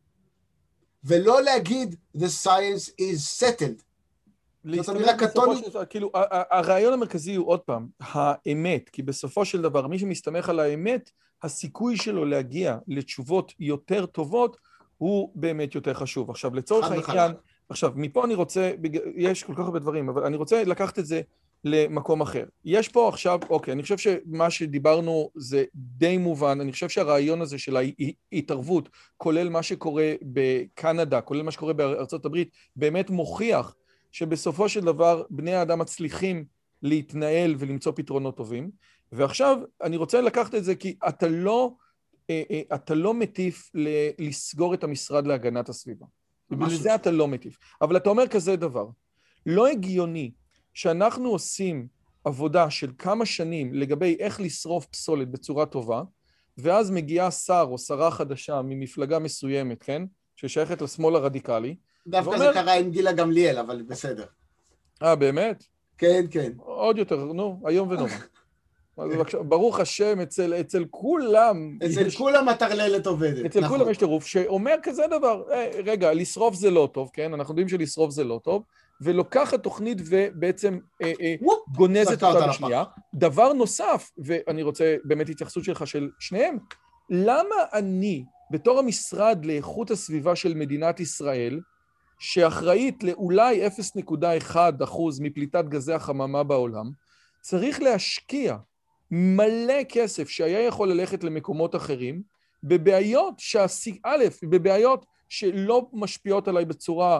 ולא להגיד, the science is settled. זאת אמירה קטונית. כאילו, הרעיון המרכזי הוא עוד פעם, האמת, כי בסופו של דבר, מי שמסתמך על האמת, הסיכוי שלו להגיע לתשובות יותר טובות, הוא באמת יותר חשוב. עכשיו, לצורך העניין, עכשיו, מפה אני רוצה, יש כל כך הרבה דברים, אבל אני רוצה לקחת את זה למקום אחר. יש פה עכשיו, אוקיי, אני חושב שמה שדיברנו זה די מובן, אני חושב שהרעיון הזה של ההתערבות, כולל מה שקורה בקנדה, כולל מה שקורה בארצות הברית, באמת מוכיח שבסופו של דבר בני האדם מצליחים להתנהל ולמצוא פתרונות טובים, ועכשיו אני רוצה לקחת את זה כי אתה לא מטיף לסגור את המשרד להגנת הסביבה. בזה אתה לא מטיף. אבל אתה אומר כזה דבר, לא הגיוני שאנחנו עושים עבודה של כמה שנים לגבי איך לשרוף פסולת בצורה טובה, ואז מגיעה שר או שרה חדשה ממפלגה מסוימת, כן? ששייכת לשמאל הרדיקלי. דווקא ואומר, זה קרה עם גילה גמליאל, אבל בסדר. באמת? כן, כן. עוד יותר, נו, היום ונורא. ברוך השם, אצל כולם... אצל כולם הטרללת עובדת. אצל כולם יש טירוף שאומר כזה דבר, רגע, לשרוף זה לא טוב, כן? אנחנו יודעים שלשרוף זה לא טוב, ולוקחת תוכנית ובעצם גונזת אותה בשנייה. דבר נוסף, ואני רוצה באמת התייחסות שלך של שניהם, למה אני, בתור המשרד לאיכות הסביבה של מדינת ישראל, שאחראית לאולי 0.1% מפליטת גזי החממה בעולם, צריך להשקיע מלא כסף שהיה יכול ללכת למקומות אחרים, בבעיות בבעיות שלא משפיעות עליי בצורה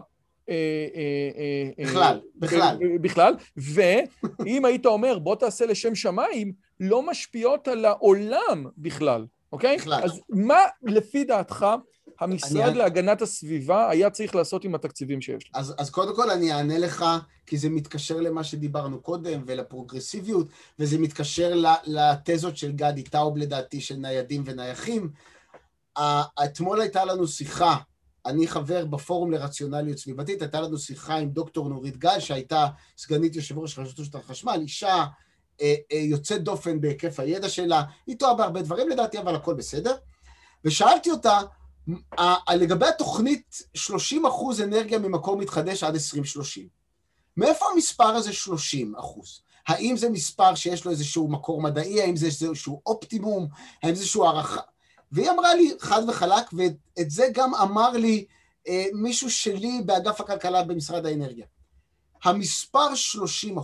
בכלל, ואם היית אומר בוא תעשה לשם שמיים, לא משפיעות על העולם בכלל, אוקיי? אז מה לפי דעתך המשרד להגנת הסביבה היה צריך לעשות עם התקציבים שיש לו? אז קודם כל אני אענה לך, כי זה מתקשר למה שדיברנו קודם, ולפרוגרסיביות, וזה מתקשר לתזות של גדי טאוב לדעתי, של ניידים ונייחים. אתמול הייתה לנו שיחה, אני חבר בפורום לרציונליות סביבתית, הייתה לנו שיחה עם דוקטור נורית גל, שהייתה סגנית יושב ראש רשות החשמל, אישה יוצאת דופן בהיקף הידע שלה, היא טועה בהרבה דברים לדעתי, אבל הכל בסדר. ושאלתי אותה, לגבי התוכנית 30% אנרגיה ממקור מתחדש עד 2030. מאיפה המספר הזה 30%? האם זה מספר שיש לו איזשהו מקור מדעי, האם זה איזשהו אופטימום, האם זה איזשהו הערכה? והיא אמרה לי חד וחלק, ואת זה גם אמר לי מישהו שלי באגף הכלכלה במשרד האנרגיה. המספר 30%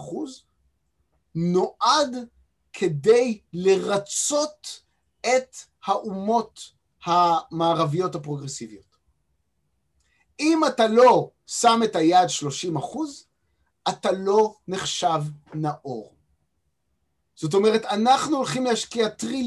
נועד כדי לרצות את האומות המערביות הפרוגרסיביות. אם אתה לא שם את היעד 30%, אתה לא נחשב נאור. זאת אומרת, אנחנו הולכים להשקיע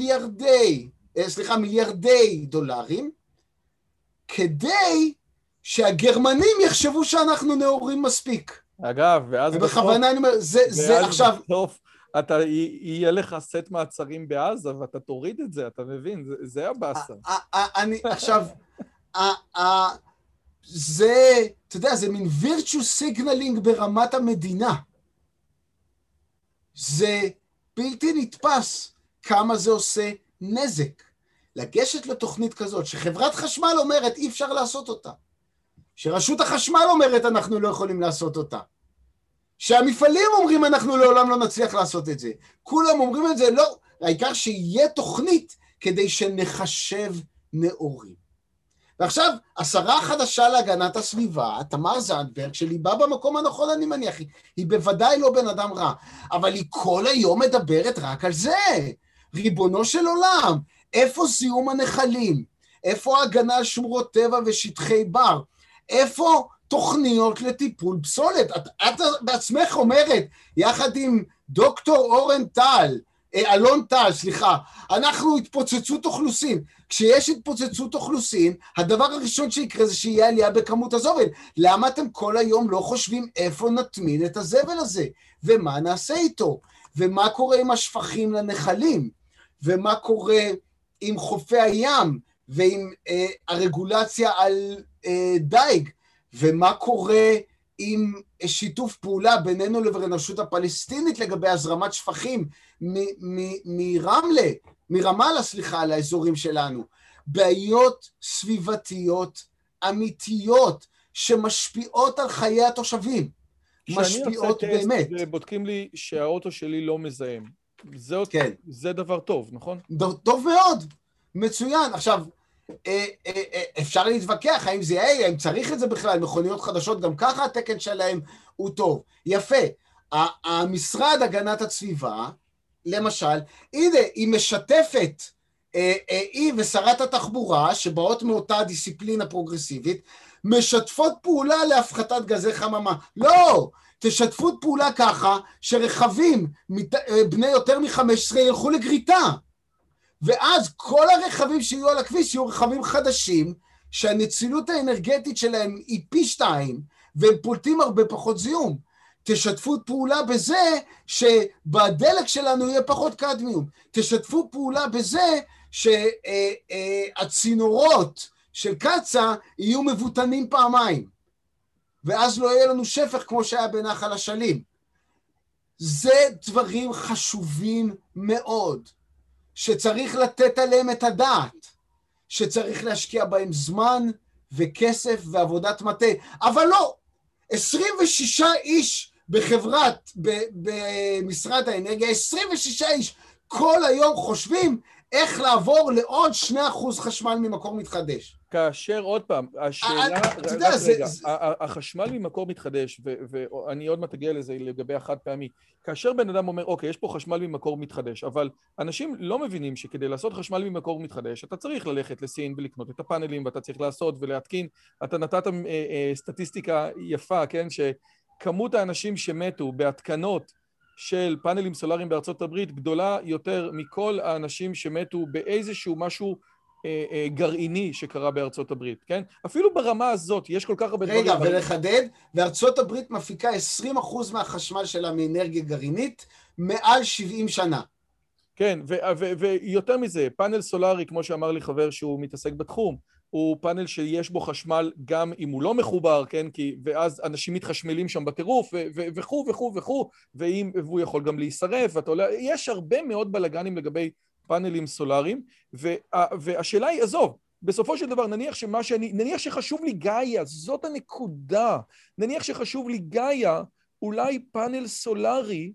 מיליארדי דולרים, כדי שהגרמנים יחשבו שאנחנו נאורים מספיק. אגב, ואז ובכוונה אני אומר, זה עכשיו... יהיה לך סט מעצרים בעזה, ואתה תוריד את זה, אתה מבין? זה הבאסה. עכשיו, זה, אתה יודע, זה מין virtue signaling ברמת המדינה. זה בלתי נתפס כמה זה עושה נזק. לגשת לתוכנית כזאת, שחברת חשמל אומרת אי אפשר לעשות אותה. שרשות החשמל אומרת אנחנו לא יכולים לעשות אותה. שהמפעלים אומרים אנחנו לעולם לא נצליח לעשות את זה. כולם אומרים את זה, לא. העיקר שיהיה תוכנית כדי שנחשב נאורים. ועכשיו, השרה החדשה להגנת הסביבה, תמר זנדברג, שליבה במקום הנכון אני מניח, היא בוודאי לא בן אדם רע, אבל היא כל היום מדברת רק על זה. ריבונו של עולם, איפה זיהום הנחלים? איפה ההגנה על שמורות טבע ושטחי בר? איפה תוכניות לטיפול פסולת? את בעצמך אומרת, יחד עם דוקטור אלון טל, אנחנו התפוצצות אוכלוסין. כשיש התפוצצות אוכלוסין, הדבר הראשון שיקרה זה שיהיה עלייה בכמות הזבל. למה אתם כל היום לא חושבים איפה נטמין את הזבל הזה? ומה נעשה איתו? ומה קורה עם השפכים לנחלים? ומה קורה עם חופי הים? ועם הרגולציה על דייג? ומה קורה עם שיתוף פעולה בינינו לבין הרשות הפלסטינית לגבי הזרמת שפכים מרמאללה, לאזורים שלנו. בעיות סביבתיות אמיתיות שמשפיעות על חיי התושבים. משפיעות באמת. ובודקים לי שהאוטו שלי לא מזהם. זה דבר טוב, נכון? טוב מאוד, מצוין. עכשיו, אפשר להתווכח האם זה יהיה, האם צריך את זה בכלל, מכוניות חדשות, גם ככה התקן שלהם הוא טוב. יפה. המשרד הגנת הסביבה, למשל, הנה, היא משתפת, היא ושרת התחבורה, שבאות מאותה דיסציפלינה פרוגרסיבית, משתפות פעולה להפחתת גזי חממה. לא! תשתפות פעולה ככה, שרכבים בני יותר מ-15 ילכו לגריטה. ואז כל הרכבים שיהיו על הכביש יהיו רכבים חדשים, שהנצילות האנרגטית שלהם היא פי 2, והם פולטים הרבה פחות זיהום. תשתפו פעולה בזה שבדלק שלנו יהיה פחות קדמיום. תשתפו פעולה בזה שהצינורות של קצה יהיו מבוטנים פעמיים, ואז לא יהיה לנו שפך כמו שהיה בנחל אשלים. זה דברים חשובים מאוד, שצריך לתת עליהם את הדעת, שצריך להשקיע בהם זמן וכסף ועבודת מטה. אבל לא, 26 איש במשרד האנרגיה, 26 איש כל היום חושבים איך לעבור לעוד 2% חשמל ממקור מתחדש. כאשר עוד פעם, השאלה, החשמל ממקור מתחדש, ואני עוד מעט אגיע לזה לגבי החד פעמי, כאשר בן אדם אומר, אוקיי, יש פה חשמל ממקור מתחדש, אבל אנשים לא מבינים שכדי לעשות חשמל ממקור מתחדש, אתה צריך ללכת לסין ולקנות את הפאנלים, ואתה צריך לעשות ולהתקין, אתה נתת סטטיסטיקה יפה, כן, שכמות האנשים שמתו בהתקנות של פאנלים סולריים בארצות הברית גדולה יותר מכל האנשים שמתו באיזשהו משהו גרעיני שקרה בארצות הברית, כן? אפילו ברמה הזאת יש כל כך הרבה דברים. רגע, ולחדד, וארצות הברית מפיקה 20% מהחשמל שלה מאנרגיה גרעינית מעל 70 שנה. כן, ויותר מזה, פאנל סולרי, כמו שאמר לי חבר שהוא מתעסק בתחום, הוא פאנל שיש בו חשמל גם אם הוא לא מחובר, כן? ואז אנשים מתחשמלים שם בטירוף, וכו' וכו' וכו', והוא יכול גם להישרף, יש הרבה מאוד בלגנים לגבי פאנלים סולריים, והשאלה היא, עזוב, בסופו של דבר, נניח שחשוב לי גאיה, זאת הנקודה, נניח שחשוב לי גאיה, אולי פאנל סולרי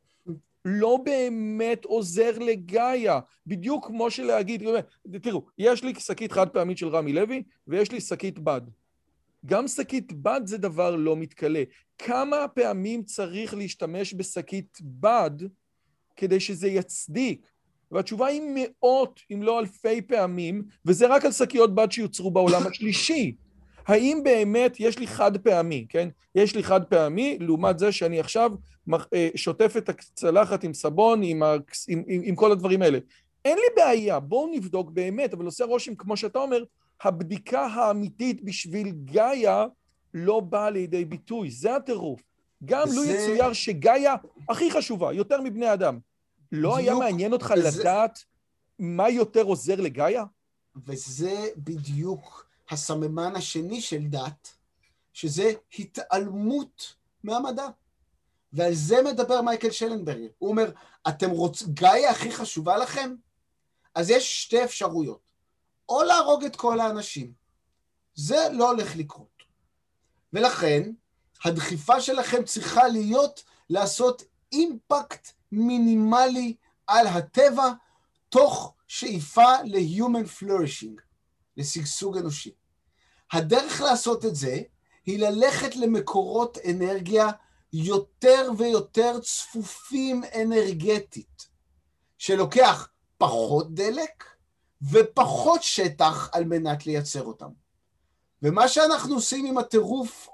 לא באמת עוזר לגאיה, בדיוק כמו שלהגיד, תראו, יש לי שקית חד פעמית של רמי לוי, ויש לי שקית בד. גם שקית בד זה דבר לא מתקלה. כמה פעמים צריך להשתמש בשקית בד, כדי שזה יצדיק? והתשובה היא מאות, אם לא אלפי פעמים, וזה רק על שקיות בד שיוצרו בעולם השלישי. האם באמת יש לי חד פעמי, כן? יש לי חד פעמי, לעומת זה שאני עכשיו שוטף את הצלחת עם סבון, עם כל הדברים האלה. אין לי בעיה, בואו נבדוק באמת, אבל עושה רושם, כמו שאתה אומר, הבדיקה האמיתית בשביל גאיה לא באה לידי ביטוי, זה הטירוף. גם לו יצויר שגאיה הכי חשובה, יותר מבני אדם. לא היה מעניין אותך לדעת מה יותר עוזר לגאיה? וזה בדיוק הסממן השני של דת, שזה התעלמות מהמדע. ועל זה מדבר מייקל שלנברגר. הוא אומר, אתם רוצים, גאיה הכי חשובה לכם? אז יש שתי אפשרויות. או להרוג את כל האנשים. זה לא הולך לקרות. ולכן, הדחיפה שלכם צריכה להיות לעשות אימפקט מינימלי על הטבע, תוך שאיפה ל-human flourishing, לשגשוג אנושי. הדרך לעשות את זה, היא ללכת למקורות אנרגיה יותר ויותר צפופים אנרגטית, שלוקח פחות דלק ופחות שטח על מנת לייצר אותם. ומה שאנחנו עושים עם הטירוף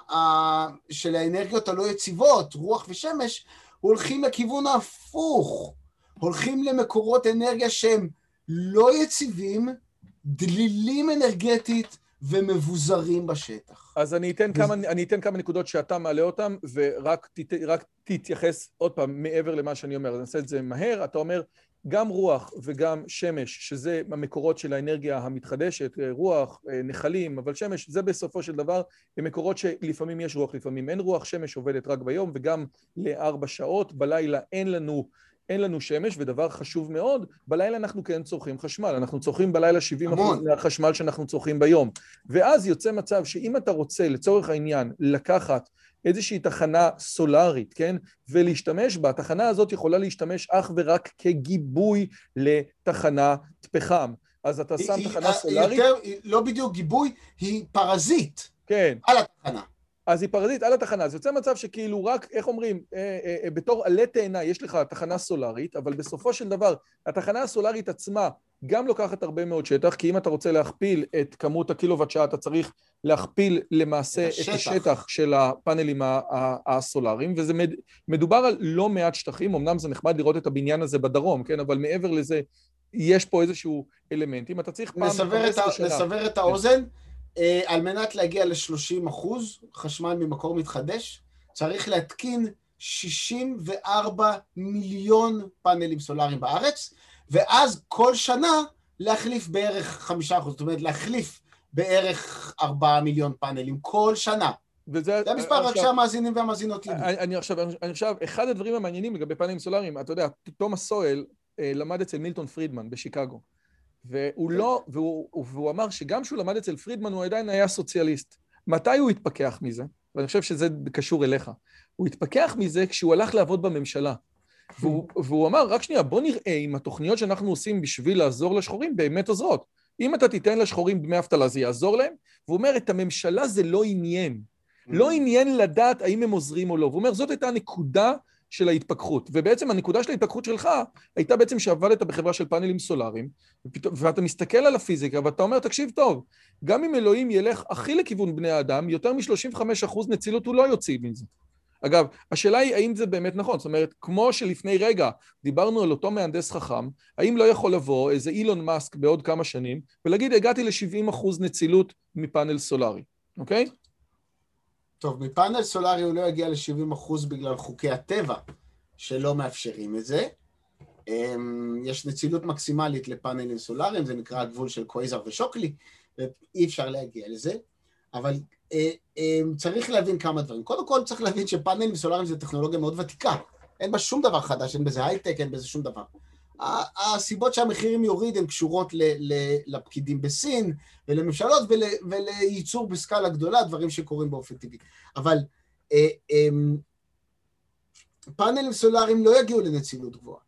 של האנרגיות הלא יציבות, רוח ושמש, הולכים לכיוון ההפוך, הולכים למקורות אנרגיה שהם לא יציבים, דלילים אנרגטית ומבוזרים בשטח. אז אני אתן כמה נקודות שאתה מעלה אותם, ורק תתייחס עוד פעם מעבר למה שאני אומר. אני אעשה את זה מהר. אתה אומר, גם רוח וגם שמש, שזה המקורות של האנרגיה המתחדשת, רוח, נחלים, אבל שמש, זה בסופו של דבר, הם מקורות שלפעמים יש רוח, לפעמים אין רוח, שמש עובדת רק ביום, וגם ל4 שעות, בלילה אין לנו שמש, ודבר חשוב מאוד, בלילה אנחנו כן צורכים חשמל, אנחנו צורכים בלילה 70% מהחשמל שאנחנו צורכים ביום, ואז יוצא מצב שאם אתה רוצה, לצורך העניין, לקחת איזושהי תחנה סולרית, כן? ולהשתמש בה, התחנה הזאת יכולה להשתמש אך ורק כגיבוי לתחנת פחם. אז אתה שם תחנה סולרית... לא בדיוק גיבוי, היא פרזיט. כן. על התחנה. אז היא פרזיט על התחנה, אז יוצא מצב שכאילו רק, איך אומרים, בתור עלה תאנה יש לך תחנה סולרית, אבל בסופו של דבר, התחנה הסולרית עצמה גם לוקחת הרבה מאוד שטח, כי אם אתה רוצה להכפיל את כמות הקילוואט שעה, אתה צריך להכפיל למעשה את השטח של הפאנלים הסולריים, וזה מדובר על לא מעט שטחים, אמנם זה נחמד לראות את הבניין הזה בדרום, כן? אבל מעבר לזה, יש פה איזשהו אלמנט. אם אתה צריך פעם 15 שנה... לסבר את האוזן, על מנת להגיע ל-30% חשמל ממקור מתחדש, צריך להתקין 64 מיליון פאנלים סולריים בארץ, ואז כל שנה להחליף בערך 5%, זאת אומרת להחליף בערך 4 מיליון פאנלים כל שנה. זה המספר רק שהמאזינים והמאזינות ידעו. אני עכשיו, אחד הדברים המעניינים לגבי פאנלים סולריים, אתה יודע, תומאס סואל למד אצל מילטון פרידמן בשיקגו, והוא אמר שגם שהוא למד אצל פרידמן הוא עדיין היה סוציאליסט. מתי הוא התפכח מזה? ואני חושב שזה קשור אליך. הוא התפכח מזה כשהוא הלך לעבוד בממשלה. והוא אמר, רק שנייה, בוא נראה אם התוכניות שאנחנו עושים בשביל לעזור לשחורים באמת עוזרות. אם אתה תיתן לשחורים דמי אבטלה, זה יעזור להם? והוא אומר, את הממשלה זה לא עניין. לא עניין לדעת האם הם עוזרים או לא. והוא אומר, זאת הייתה הנקודה של ההתפכחות. ובעצם הנקודה של ההתפכחות שלך הייתה בעצם שעבדת בחברה של פאנלים סולריים, ואתה מסתכל על הפיזיקה, ואתה אומר, תקשיב טוב, גם אם אלוהים ילך הכי לכיוון בני האדם, יותר מ-35% נצילות הוא לא יוציא מזה. אגב, השאלה היא, האם זה באמת נכון? זאת אומרת, כמו שלפני רגע דיברנו על אותו מהנדס חכם, האם לא יכול לבוא איזה אילון מאסק בעוד כמה שנים, ולהגיד, הגעתי ל-70% נצילות מפאנל סולרי, אוקיי? טוב, מפאנל סולרי הוא לא יגיע ל-70% בגלל חוקי הטבע שלא מאפשרים את זה. יש נצילות מקסימלית לפאנלים סולריים, זה נקרא הגבול של קווייזר ושוקלי, ואי אפשר להגיע לזה, אבל צריך להבין כמה דברים. קודם כל צריך להבין שפאנלים סולריים זה טכנולוגיה מאוד ותיקה, אין בה שום דבר חדש, אין בזה הייטק, אין בזה שום דבר. הסיבות שהמחירים יוריד הן קשורות לפקידים בסין ולממשלות ולייצור בסקאלה גדולה, דברים שקורים באופן טבעי. אבל פאנלים סולריים לא יגיעו לנצילות גבוהה,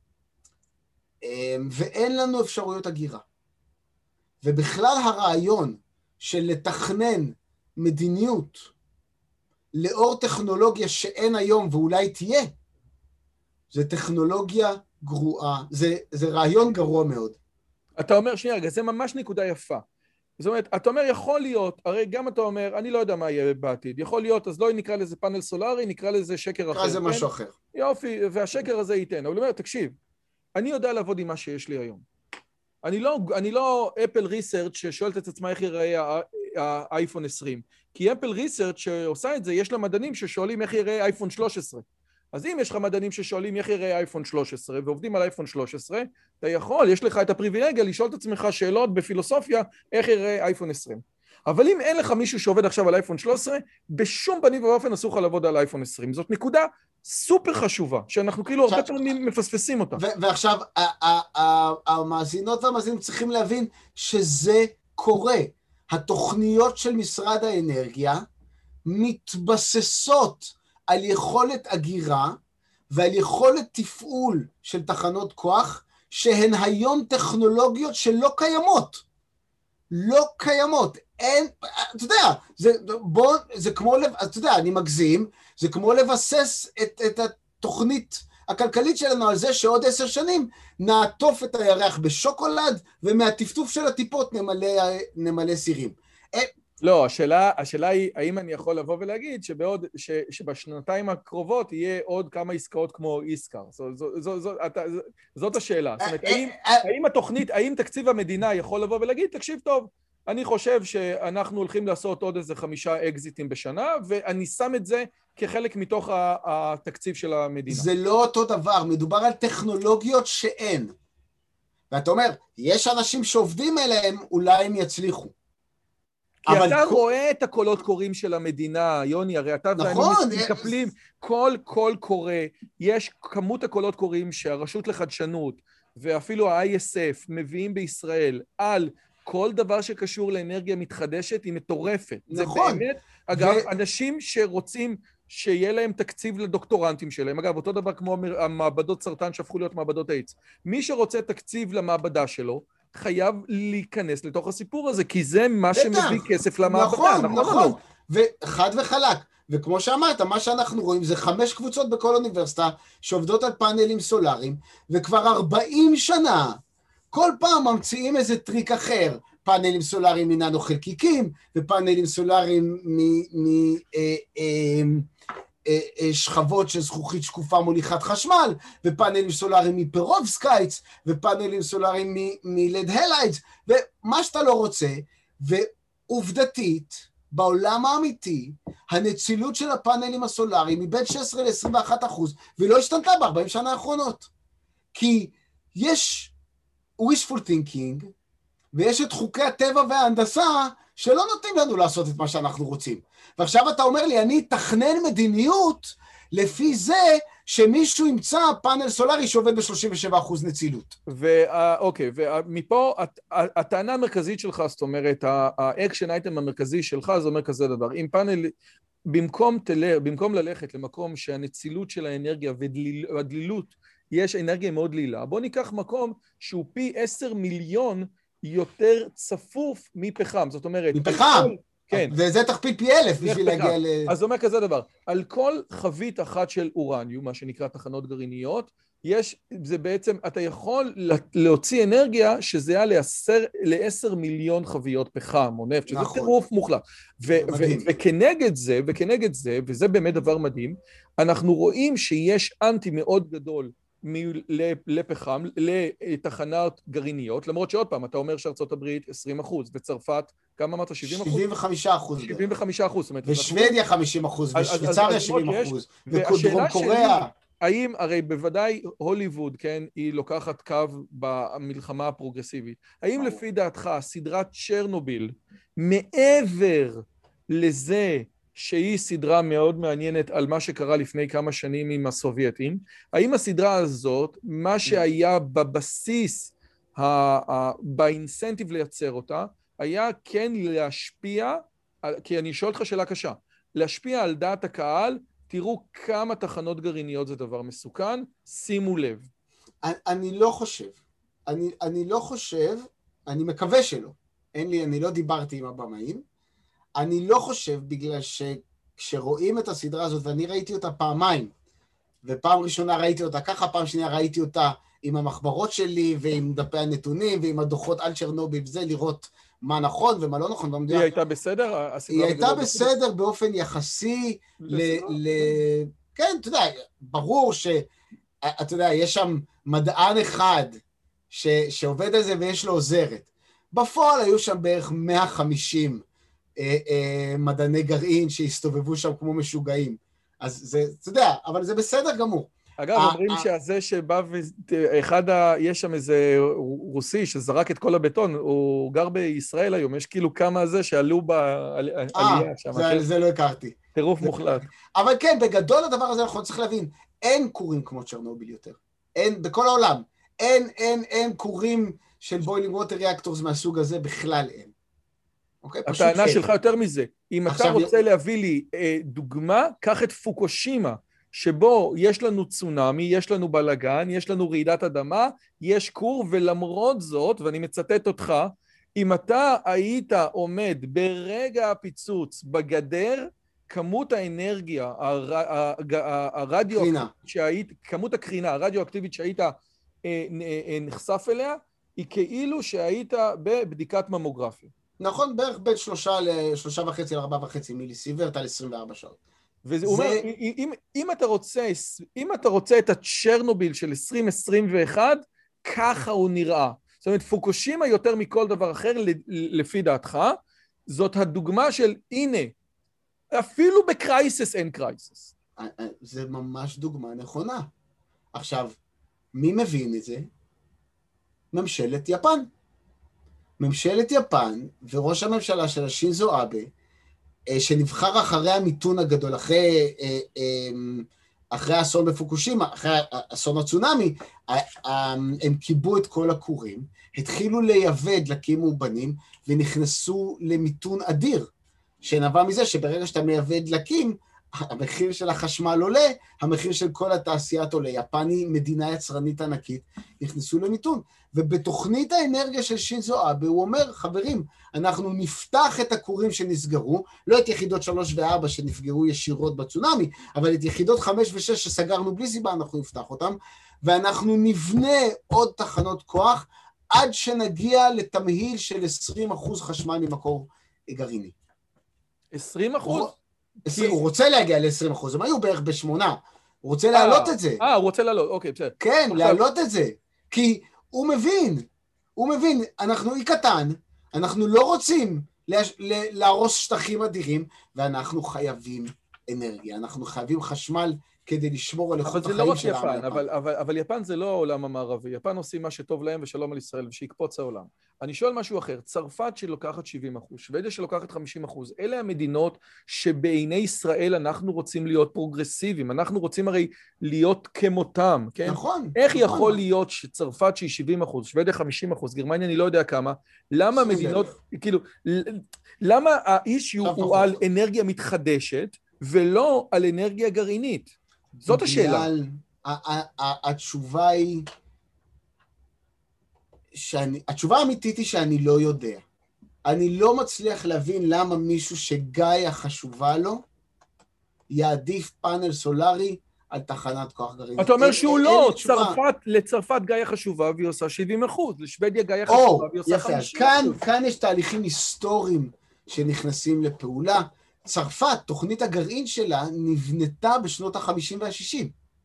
ואין לנו אפשרויות הגירה. ובכלל הרעיון של לתכנן מדיניות לאור טכנולוגיה שאין היום ואולי תהיה, זה טכנולוגיה גרועה, זה רעיון גרוע מאוד. אתה אומר, שנייה רגע, זה ממש נקודה יפה. זאת אומרת, אתה אומר, יכול להיות, הרי גם אתה אומר, אני לא יודע מה יהיה בעתיד, יכול להיות, אז לא נקרא לזה פאנל סולרי, נקרא לזה שקר אחר. נקרא לזה משהו אחר. יופי, והשקר הזה ייתן. אבל הוא אומר, תקשיב, אני יודע לעבוד עם מה שיש לי היום. אני לא אפל ריסרצ' ששואלת את עצמה איך ייראה האייפון 20, כי אפל ריסרצ' שעושה את זה, יש לה מדענים ששואלים איך ייראה אייפון 13. אז אם יש לך מדענים ששואלים איך יראה אייפון 13 ועובדים על אייפון 13, אתה יכול, יש לך את הפריבילגיה לשאול את עצמך שאלות בפילוסופיה איך יראה אייפון 20. אבל אם אין לך מישהו שעובד עכשיו על אייפון 13, בשום פנים ובאופן אסור לך לעבוד על אייפון 20. זאת נקודה סופר חשובה, שאנחנו כאילו הרבה פעמים מפספסים אותה. ועכשיו, המאזינות והמאזינים צריכים להבין שזה קורה. התוכניות של משרד האנרגיה מתבססות על יכולת אגירה ועל יכולת תפעול של תחנות כוח, שהן היום טכנולוגיות שלא קיימות. לא קיימות. אין, אתה יודע, זה כמו, אתה יודע, אני מגזים, זה כמו לבסס את התוכנית הכלכלית שלנו על זה שעוד 10 שנים נעטוף את הירח בשוקולד, ומהטפטוף של הטיפות נמלא סירים. לא, השאלה היא, האם אני יכול לבוא ולהגיד שבשנתיים הקרובות יהיה עוד כמה עסקאות כמו איסקר? זאת השאלה. זאת אומרת, האם התוכנית, האם תקציב המדינה יכול לבוא ולהגיד, תקשיב טוב, אני חושב שאנחנו הולכים לעשות עוד איזה 5 אקזיטים בשנה, ואני שם את זה כחלק מתוך התקציב של המדינה. זה לא אותו דבר, מדובר על טכנולוגיות שאין. ואתה אומר, יש אנשים שעובדים אליהם, אולי הם יצליחו. כי אתה רואה את הקולות קוראים של המדינה, יוני, הרי אתה ואני מתקפלים, כל קול קורא, יש כמות הקולות קוראים שהרשות לחדשנות, ואפילו ה-ISF מביאים בישראל על כל דבר שקשור לאנרגיה מתחדשת, היא מטורפת. נכון. זה באמת, אגב, אנשים שרוצים שיהיה להם תקציב לדוקטורנטים שלהם, אגב, אותו דבר כמו המעבדות סרטן שהפכו להיות מעבדות איידס. מי שרוצה תקציב למעבדה שלו, חייב להיכנס לתוך הסיפור הזה, כי זה מה שמביא כסף למעבדה. נכון. וחד וחלק. וכמו שאמרת, מה שאנחנו רואים זה 5 קבוצות בכל אוניברסיטה שעובדות על פאנלים סולריים, וכבר 40 שנה, כל פעם ממציאים איזה טריק אחר, פאנלים סולריים מננו חלקיקים, ופאנלים סולריים שכבות של זכוכית שקופה מוליכת חשמל, ופאנלים סולאריים מפרובסקייטס, ופאנלים סולאריים מלד הלייטס, ומה שאתה לא רוצה, ועובדתית, בעולם האמיתי, הנצילות של הפאנלים הסולאריים היא בין 16 ל-21%, והיא לא השתנתה ב-40 שנה האחרונות. כי יש wishful thinking, ויש את חוקי הטבע וההנדסה, שלא נותנים לנו לעשות את מה שאנחנו רוצים. ועכשיו אתה אומר לי, אני אתכנן מדיניות לפי זה שמישהו ימצא פאנל סולארי שעובד ב-37% נצילות. אוקיי, ומפה הטענה המרכזית שלך, זאת אומרת, האקשן אייטם המרכזי שלך, זה אומר כזה דבר. אם פאנל, במקום ללכת למקום שהנצילות של האנרגיה והדלילות, יש אנרגיה מאוד דלילה, בוא ניקח מקום שהוא פי 10 מיליון יותר צפוף מפחם, זאת אומרת... מפחם? כן. וזה תכפיל פי 1,000 בשביל להגיע ל... אז זה אומר כזה דבר, על כל חבית אחת של אורניום, מה שנקרא תחנות גרעיניות, זה בעצם, אתה יכול להוציא אנרגיה שזה היה ל10 מיליון חביות פחם או נפט, שזה טירוף מוחלט. וכנגד זה, וזה באמת דבר מדהים, אנחנו רואים שיש אנטי מאוד גדול לפחם, לתחנות גרעיניות, למרות שעוד פעם, אתה אומר שארצות הברית 20%, וצרפת, כמה אמרת? 70%? 75%. ושוודיה 50%, ושוויצריה 70%, ודרום קוריאה. האם, הרי בוודאי הוליווד, כן, היא לוקחת קו במלחמה הפרוגרסיבית. האם לפי דעתך, סדרת צ'רנוביל, מעבר לזה שהיא סדרה מאוד מעניינת על מה שקרה לפני כמה שנים עם הסובייטים, האם הסדרה הזאת, מה שהיה בבסיס, באינסנטיב לייצר אותה, היה כן להשפיע, כי אני שואל אותך שאלה קשה, להשפיע על דעת הקהל, תראו כמה תחנות גרעיניות זה דבר מסוכן, שימו לב. אני לא חושב, אני מקווה שלא. אני לא דיברתי עם הבמאים, אני לא חושב בגלל שכשרואים את הסדרה הזאת, ואני ראיתי אותה פעמיים, ופעם ראשונה ראיתי אותה ככה, פעם שנייה ראיתי אותה עם המחברות שלי, ועם דפי הנתונים, ועם הדוחות על צ'רנוביל, וזה לראות מה נכון ומה לא נכון. היא הייתה בסדר? היא הייתה בסדר באופן יחסי כן, אתה יודע, ברור אתה יודע, יש שם מדען אחד שעובד על זה ויש לו עוזרת. בפועל היו שם בערך 150 מדעני גרעין שהסתובבו שם כמו משוגעים. אז זה, אתה יודע, אבל זה בסדר גמור. אגב, אומרים שזה שבא יש שם איזה רוסי שזרק את כל הבטון, הוא גר בישראל היום, יש כאילו כמה זה שעלו בעלייה שם. זה לא הכרתי. טירוף מוחלט. אבל כן, בגדול הדבר הזה אנחנו צריכים להבין, אין כורים כמו צ'רנוביל יותר. אין, בכל העולם. אין כורים של בוילינג ווטר ריאקטורס מהסוג הזה, בכלל אין. הטענה שלך יותר מזה, אם אתה רוצה להביא לי דוגמה, קח את פוקושימה, שבו יש לנו צונאמי, יש לנו בלגן, יש לנו רעידת אדמה, יש כור, ולמרות זאת, ואני מצטט אותך, אם אתה היית עומד ברגע הפיצוץ בגדר, כמות האנרגיה, כמות הקרינה הרדיואקטיבית שהיית נחשף אליה, היא כאילו שהיית בבדיקת ממוגרפיה. נכון, בערך בין 3.5 ל-4.5 מיליסיברט על 24 שעות. וזה אומר, אם אתה רוצה את הצ'רנוביל של 2021, ככה הוא נראה. זאת אומרת, פוקושימה יותר מכל דבר אחר, לפי דעתך, זאת הדוגמה של, הנה, אפילו בקרייסס אין קרייסס. זה ממש דוגמה נכונה. עכשיו, מי מבין את זה? ממשלת יפן. ממשלת יפן וראש הממשלה של שינזו אבה, שנבחר אחרי המיתון הגדול, אחרי האסון בפוקושימה, אחרי אסון הצונאמי, הם קיבו את כל הכורים, התחילו לייבא דלקים מאובנים, ונכנסו למיתון אדיר, שנבע מזה שברגע שאתה מייבא דלקים, המחיר של החשמל עולה, המחיר של כל התעשיית עולה. יפן היא מדינה יצרנית ענקית, נכנסו למיתון. ובתוכנית האנרגיה של שינזו אבה, הוא אומר, חברים, אנחנו נפתח את הכורים שנסגרו, לא את יחידות 3 ו-4 שנפגעו ישירות בצונאמי, אבל את יחידות 5 ו-6 שסגרנו בלי סיבה, אנחנו נפתח אותם, ואנחנו נבנה עוד תחנות כוח, עד שנגיע לתמהיל של 20% חשמל ממקור גרעיני. 20%? הוא רוצה להגיע ל-20%, הם היו בערך ב8, הוא רוצה להעלות את זה. הוא רוצה להעלות, אוקיי, בסדר. כן, להעלות את זה, כי הוא מבין, אנחנו אי קטן, אנחנו לא רוצים להרוס שטחים אדירים, ואנחנו חייבים אנרגיה, אנחנו חייבים חשמל כדי לשמור על איכות החיים של העם. אבל יפן זה לא העולם המערבי, יפן עושים מה שטוב להם ושלום על ישראל, ושיקפוץ העולם. אני שואל משהו אחר, צרפת שלוקחת 70%, שוודיה שלוקחת 50%, אלה המדינות שבעיני ישראל אנחנו רוצים להיות פרוגרסיביים, אנחנו רוצים הרי להיות כמותם, כן? נכון. איך יכול להיות שצרפת שהיא 70%, שוודיה 50%, גרמניה אני לא יודע כמה, למה מדינות, כאילו, למה האישיו הוא על אנרגיה מתחדשת, ולא על אנרגיה גרעינית? זאת השאלה. התשובה היא, התשובה האמיתית היא שאני לא יודע. אני לא מצליח להבין למה מישהו שגאיה חשובה לו, יעדיף פאנל סולרי על תחנת כוח גרעינית. אתה אומר שהוא לא, לצרפת גאיה חשובה והיא עושה 70%, לשוודיה גאיה חשובה והיא עושה 50%. יפה, כאן יש תהליכים היסטוריים שנכנסים לפעולה. צרפת, תוכנית הגרעין שלה, נבנתה בשנות ה-50 וה-60.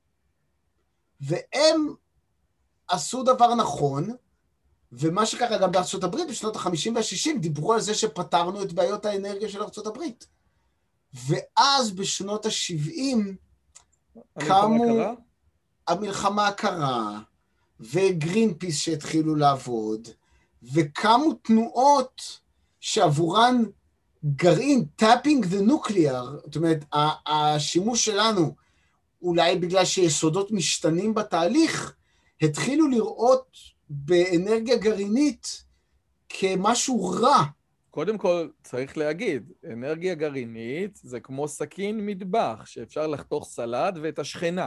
והם עשו דבר נכון, ומה שקרה גם בארצות הברית בשנות ה-50 וה-60, דיברו על זה שפתרנו את בעיות האנרגיה של ארצות הברית. ואז בשנות ה-70, קמו המלחמה הקרה, וגרין פיס שהתחילו לעבוד, וקמו תנועות שעבורן גרעין, tapping the nuclear, זאת אומרת, השימוש שלנו, אולי בגלל שיסודות משתנים בתהליך, התחילו לראות באנרגיה גרעינית כמשהו רע. קודם כל, צריך להגיד, אנרגיה גרעינית זה כמו סכין מטבח, שאפשר לחתוך סלט ואת השכנה.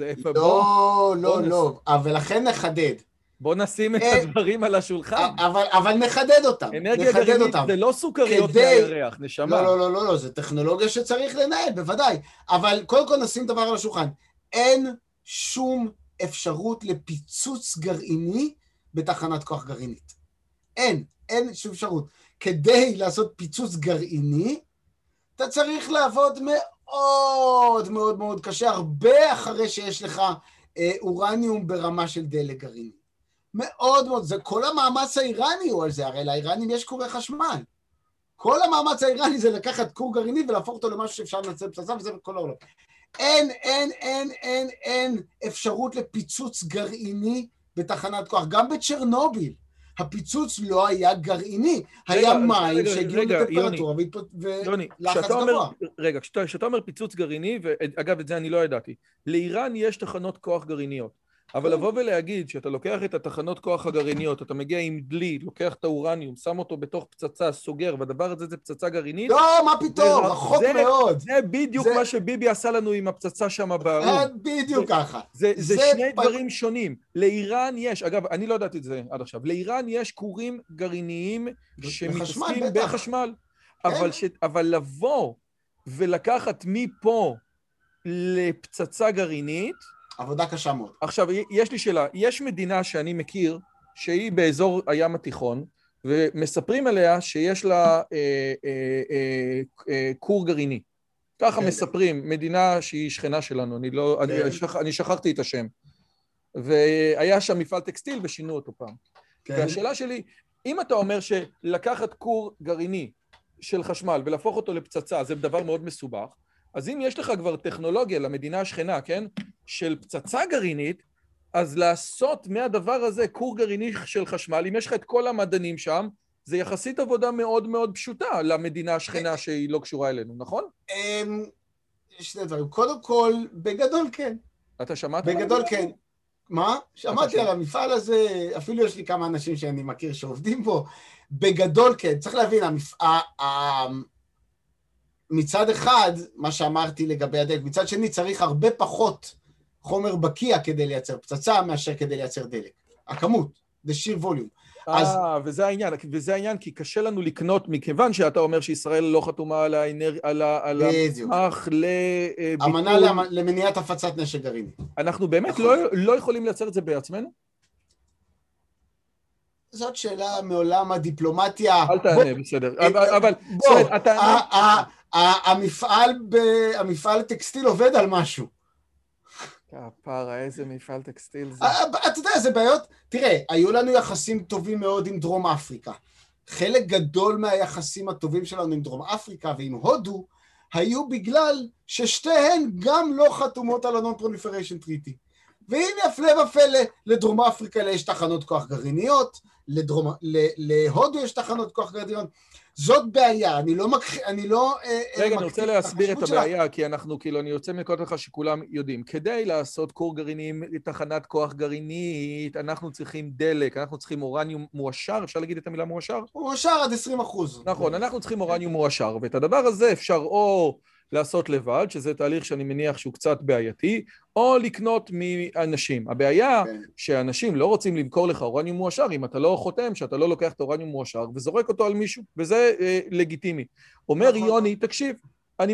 לא, אבל לכן נחדד. בוא נשים את הדברים על השולחן. אבל נחדד אותם. אנרגיה גרעינית זה לא סוכריות מהירח, נשמה. לא, זה טכנולוגיה שצריך לנהל, בוודאי. אבל קודם כל נשים דבר על השולחן. אין שום אפשרות לפיצוץ גרעיני בתחנת כוח גרעינית. אין שום אפשרות. כדי לעשות פיצוץ גרעיני, אתה צריך לעבוד מאוד מאוד מאוד קשה, הרבה אחרי שיש לך אורניום ברמה של דלק גרעיני. מאוד מאוד, זה כל המאמץ האיראני הוא על זה, הרי לאיראנים יש כורי חשמל. כל המאמץ האיראני זה לקחת כור גרעיני ולהפוך אותו למשהו שאפשר לנצל פצצה, וזה בכל העולם. אין אפשרות לפיצוץ גרעיני בתחנת כוח. גם בצ'רנוביל, הפיצוץ לא היה גרעיני, היה מים שהגיעו לטמפרטורה ולחץ גבוה. רגע, כשאתה אומר פיצוץ גרעיני, ואגב את זה אני לא ידעתי, לאיראן יש תחנות כוח גרעיניות, אבל לבוא ולהגיד שאתה לוקח את התחנות כוח הגרעיניות, אתה מגיע עם דלי, לוקח את האורניום, שם אותו בתוך פצצה, סוגר, והדבר הזה זה פצצה גרעינית. לא, מה פתאום, רחוק מאוד. זה בדיוק מה שביבי עשה לנו עם הפצצה שם בארון. בדיוק ככה. זה שני דברים שונים. לאיראן יש, אגב, אני לא ידעתי את זה עד עכשיו, לאיראן יש כורים גרעיניים שמתעסקים בחשמל, אבל לבוא ולקחת מפה לפצצה גרעינית, עבודה קשה מאוד. עכשיו, יש לי שאלה, יש מדינה שאני מכיר, שהיא באזור הים התיכון, ומספרים עליה שיש לה כור גרעיני. ככה מספרים, מדינה שהיא שכנה שלנו, אני שכחתי את השם. והיה שם מפעל טקסטיל ושינו אותו פעם. והשאלה שלי, אם אתה אומר שלקחת כור גרעיני של חשמל ולהפוך אותו לפצצה, זה דבר מאוד מסובך, אז אם יש לך כבר טכנולוגיה למדינה השכנה, כן, של פצצה גרעינית, אז לעשות מהדבר הזה כור גרעיני של חשמל, אם יש לך את כל המדענים שם, זה יחסית עבודה מאוד מאוד פשוטה למדינה השכנה שהיא לא קשורה אלינו, נכון? שני דברים. קודם כל, בגדול כן. אתה שמעת? בגדול כן. מה? שמעתי על המפעל הזה, אפילו יש לי כמה אנשים שאני מכיר שעובדים בו. בגדול כן. צריך להבין, מצד אחד, מה שאמרתי לגבי הדלק, מצד שני צריך הרבה פחות חומר בקיע כדי לייצר פצצה מאשר כדי לייצר דלק. הכמות, the sheer volume. וזה העניין, כי קשה לנו לקנות, מכיוון שאתה אומר שישראל לא חתומה על המסמך אמנה למניעת הפצת נשק גרעיני. אנחנו באמת לא יכולים לייצר את זה בעצמנו? זאת שאלה מעולם הדיפלומטיה. אל תענה, בסדר. אבל, המפעל טקסטיל עובד על משהו. כפרה, איזה מפעל טקסטיל זה. אתה יודע, זה בעיות. תראה, היו לנו יחסים טובים מאוד עם דרום אפריקה. חלק גדול מהיחסים הטובים שלנו עם דרום אפריקה ועם הודו, היו בגלל ששתיהן גם לא חתומות על ה-Non-Proliferation Treaty. והנה הפלא ופלא, לדרום אפריקה יש תחנות כוח גרעיניות, להודו יש תחנות כוח גרעיניות. זאת בעיה, אני לא... רגע, אני רוצה להסביר את הבעיה, כי אנחנו, כאילו, אני רוצה לקרוא לך שכולם יודעים. כדי לעשות כור גרעינים, תחנת כוח גרעינית, אנחנו צריכים דלק, אנחנו צריכים אורניום מועשר, אפשר להגיד את המילה מועשר? מועשר עד 20%. נכון, אנחנו צריכים אורניום מועשר, ואת הדבר הזה אפשר או לעשות לבד, שזה תהליך שאני מניח שהוא קצת בעייתי, או לקנות מאנשים. הבעיה שאנשים לא רוצים למכור לך אורניום מועשר, אם אתה לא חותם שאתה לא לוקח את האורניום מועשר וזורק אותו על מישהו, וזה לגיטימי. אומר יוני, תקשיב, אני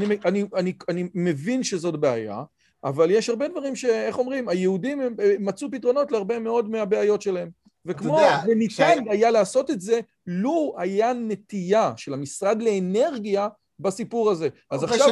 מבין שזאת בעיה, אבל יש הרבה דברים שאיך אומרים, היהודים מצאו פתרונות להרבה מאוד מהבעיות שלהם. וכמו, וניתן היה לעשות את זה, לו היה נטייה של המשרד לאנרגיה בסיפור הזה. אז עכשיו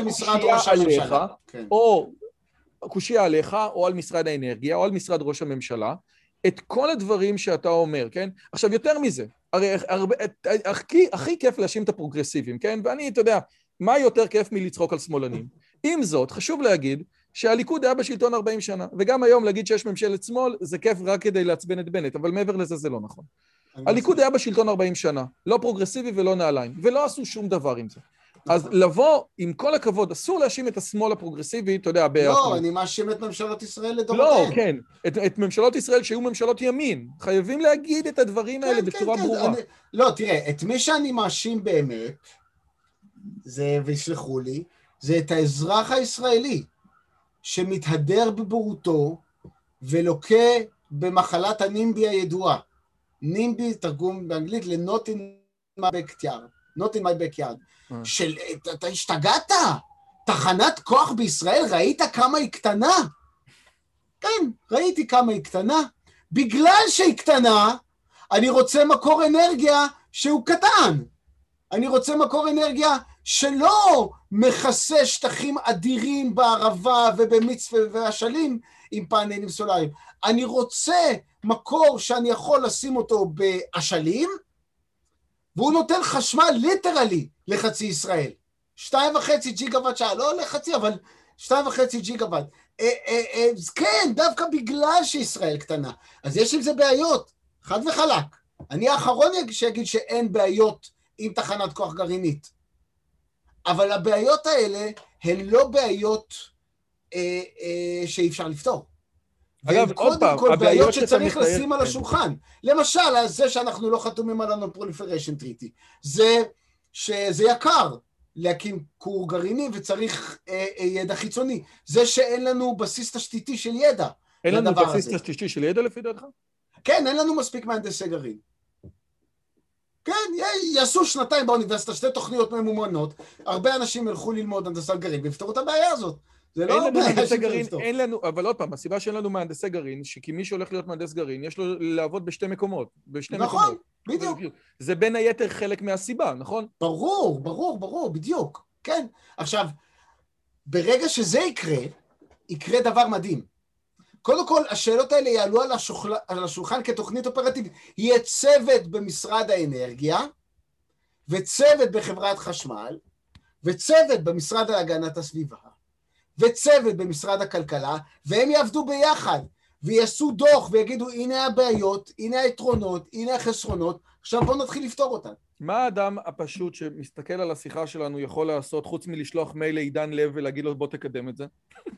קושיה עליך, או על משרד האנרגיה, או על משרד ראש הממשלה, את כל הדברים שאתה אומר, כן? עכשיו, יותר מזה, הרי הכי כיף להאשים את הפרוגרסיבים, כן? ואני, אתה יודע, מה יותר כיף מלצחוק על שמאלנים? עם זאת, חשוב להגיד שהליכוד היה בשלטון 40 שנה, וגם היום להגיד שיש ממשלת שמאל, זה כיף רק כדי לעצבן את בנט, אבל מעבר לזה זה לא נכון. הליכוד היה בשלטון 40 שנה, לא פרוגרסיבי ולא נעליים, ולא עשו שום דבר עם זה. אז לבוא, עם כל הכבוד, אסור להאשים את השמאל הפרוגרסיבי, אתה יודע, לא, אני מאשים את ממשלות ישראל לדורותיהן. לא, כן, את ממשלות ישראל שהיו ממשלות ימין. חייבים להגיד את הדברים האלה בצורה ברורה. לא, תראה, את מי שאני מאשים באמת, ויסלחו לי, זה את האזרח הישראלי, שמתהדר בבורותו, ולוקה במחלת הנימבי הידועה. נימבי, תרגום באנגלית, ל-Not in my backyard. Not in my backyard. אתה השתגעת? תחנת כוח בישראל, ראית כמה היא קטנה? כן, ראיתי כמה היא קטנה. בגלל שהיא קטנה, אני רוצה מקור אנרגיה שהוא קטן. אני רוצה מקור אנרגיה שלא מכסה שטחים אדירים בערבה ובמצפה והשלים עם פאנלים סולריים. אני רוצה מקור שאני יכול לשים אותו באשלים, והוא נותן חשמל ליטרלי לחצי ישראל. 2.5 ג'יגוואט שעה, לא לחצי, אבל 2.5 ג'יגוואט. כן, דווקא בגלל שישראל קטנה. אז יש עם זה בעיות, חד וחלק. אני האחרון שיגיד שאין בעיות עם תחנת כוח גרעינית. אבל הבעיות האלה הן לא בעיות שאי אפשר לפתור. אגב, עוד פעם, כל בעיות שצריך לשים על השולחן. למשל, זה שאנחנו לא חתומים על ה-Non-Proliferation Treaty. זה שזה יקר להקים כור גרעיני וצריך ידע חיצוני. זה שאין לנו בסיס תשתיתי של ידע. אין לנו בסיס תשתיתי של ידע לפי דעתך? כן, אין לנו מספיק מהנדסי גרעין. כן, יעשו 2 באוניברסיטה, 2 תוכניות ממומנות, הרבה אנשים ילכו ללמוד הנדסת גרעין ויפתרו את הבעיה הזאת. זה לא בעיה שצריך לפתור. אין לנו, אבל עוד פעם, הסיבה שאין לנו מהנדסי גרעין, שכי מי שהולך להיות מהנדס גרעין, יש לו לעבוד בשתי מקומות. נכון, בדיוק. זה בין היתר חלק מהסיבה, נכון? ברור, בדיוק. כן. עכשיו, ברגע שזה יקרה דבר מדהים. קודם כל, השאלות האלה יעלו על השולחן כתוכנית אופרטיבית. יהיה צוות במשרד האנרגיה, וצוות בחברת חשמל, וצוות במשרד להגנת הסביבה, וצוות במשרד הכלכלה, והם יעבדו ביחד, ויעשו דוח, ויגידו, הנה הבעיות, הנה היתרונות, הנה החסרונות, עכשיו בואו נתחיל לפתור אותן. מה האדם הפשוט שמסתכל על השיחה שלנו יכול לעשות, חוץ מלשלוח מייל לעידן לב ולהגיד לו, בוא תקדם את זה?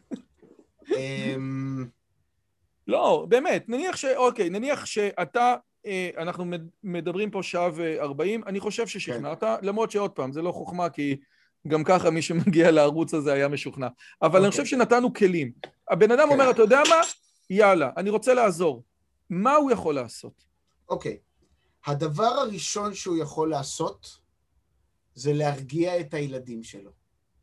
לא, באמת, נניח שאתה, אנחנו מדברים פה שעה ו40, אני חושב ששכנעת, למרות שעוד פעם, זה לא חוכמה, כי גם ככה מי שמגיע לערוץ הזה היה משוכנע. אבל אני חושב שנתנו כלים. הבן אדם אומר, אתה יודע מה? יאללה, אני רוצה לעזור. מה הוא יכול לעשות? אוקיי. הדבר הראשון שהוא יכול לעשות, זה להרגיע את הילדים שלו.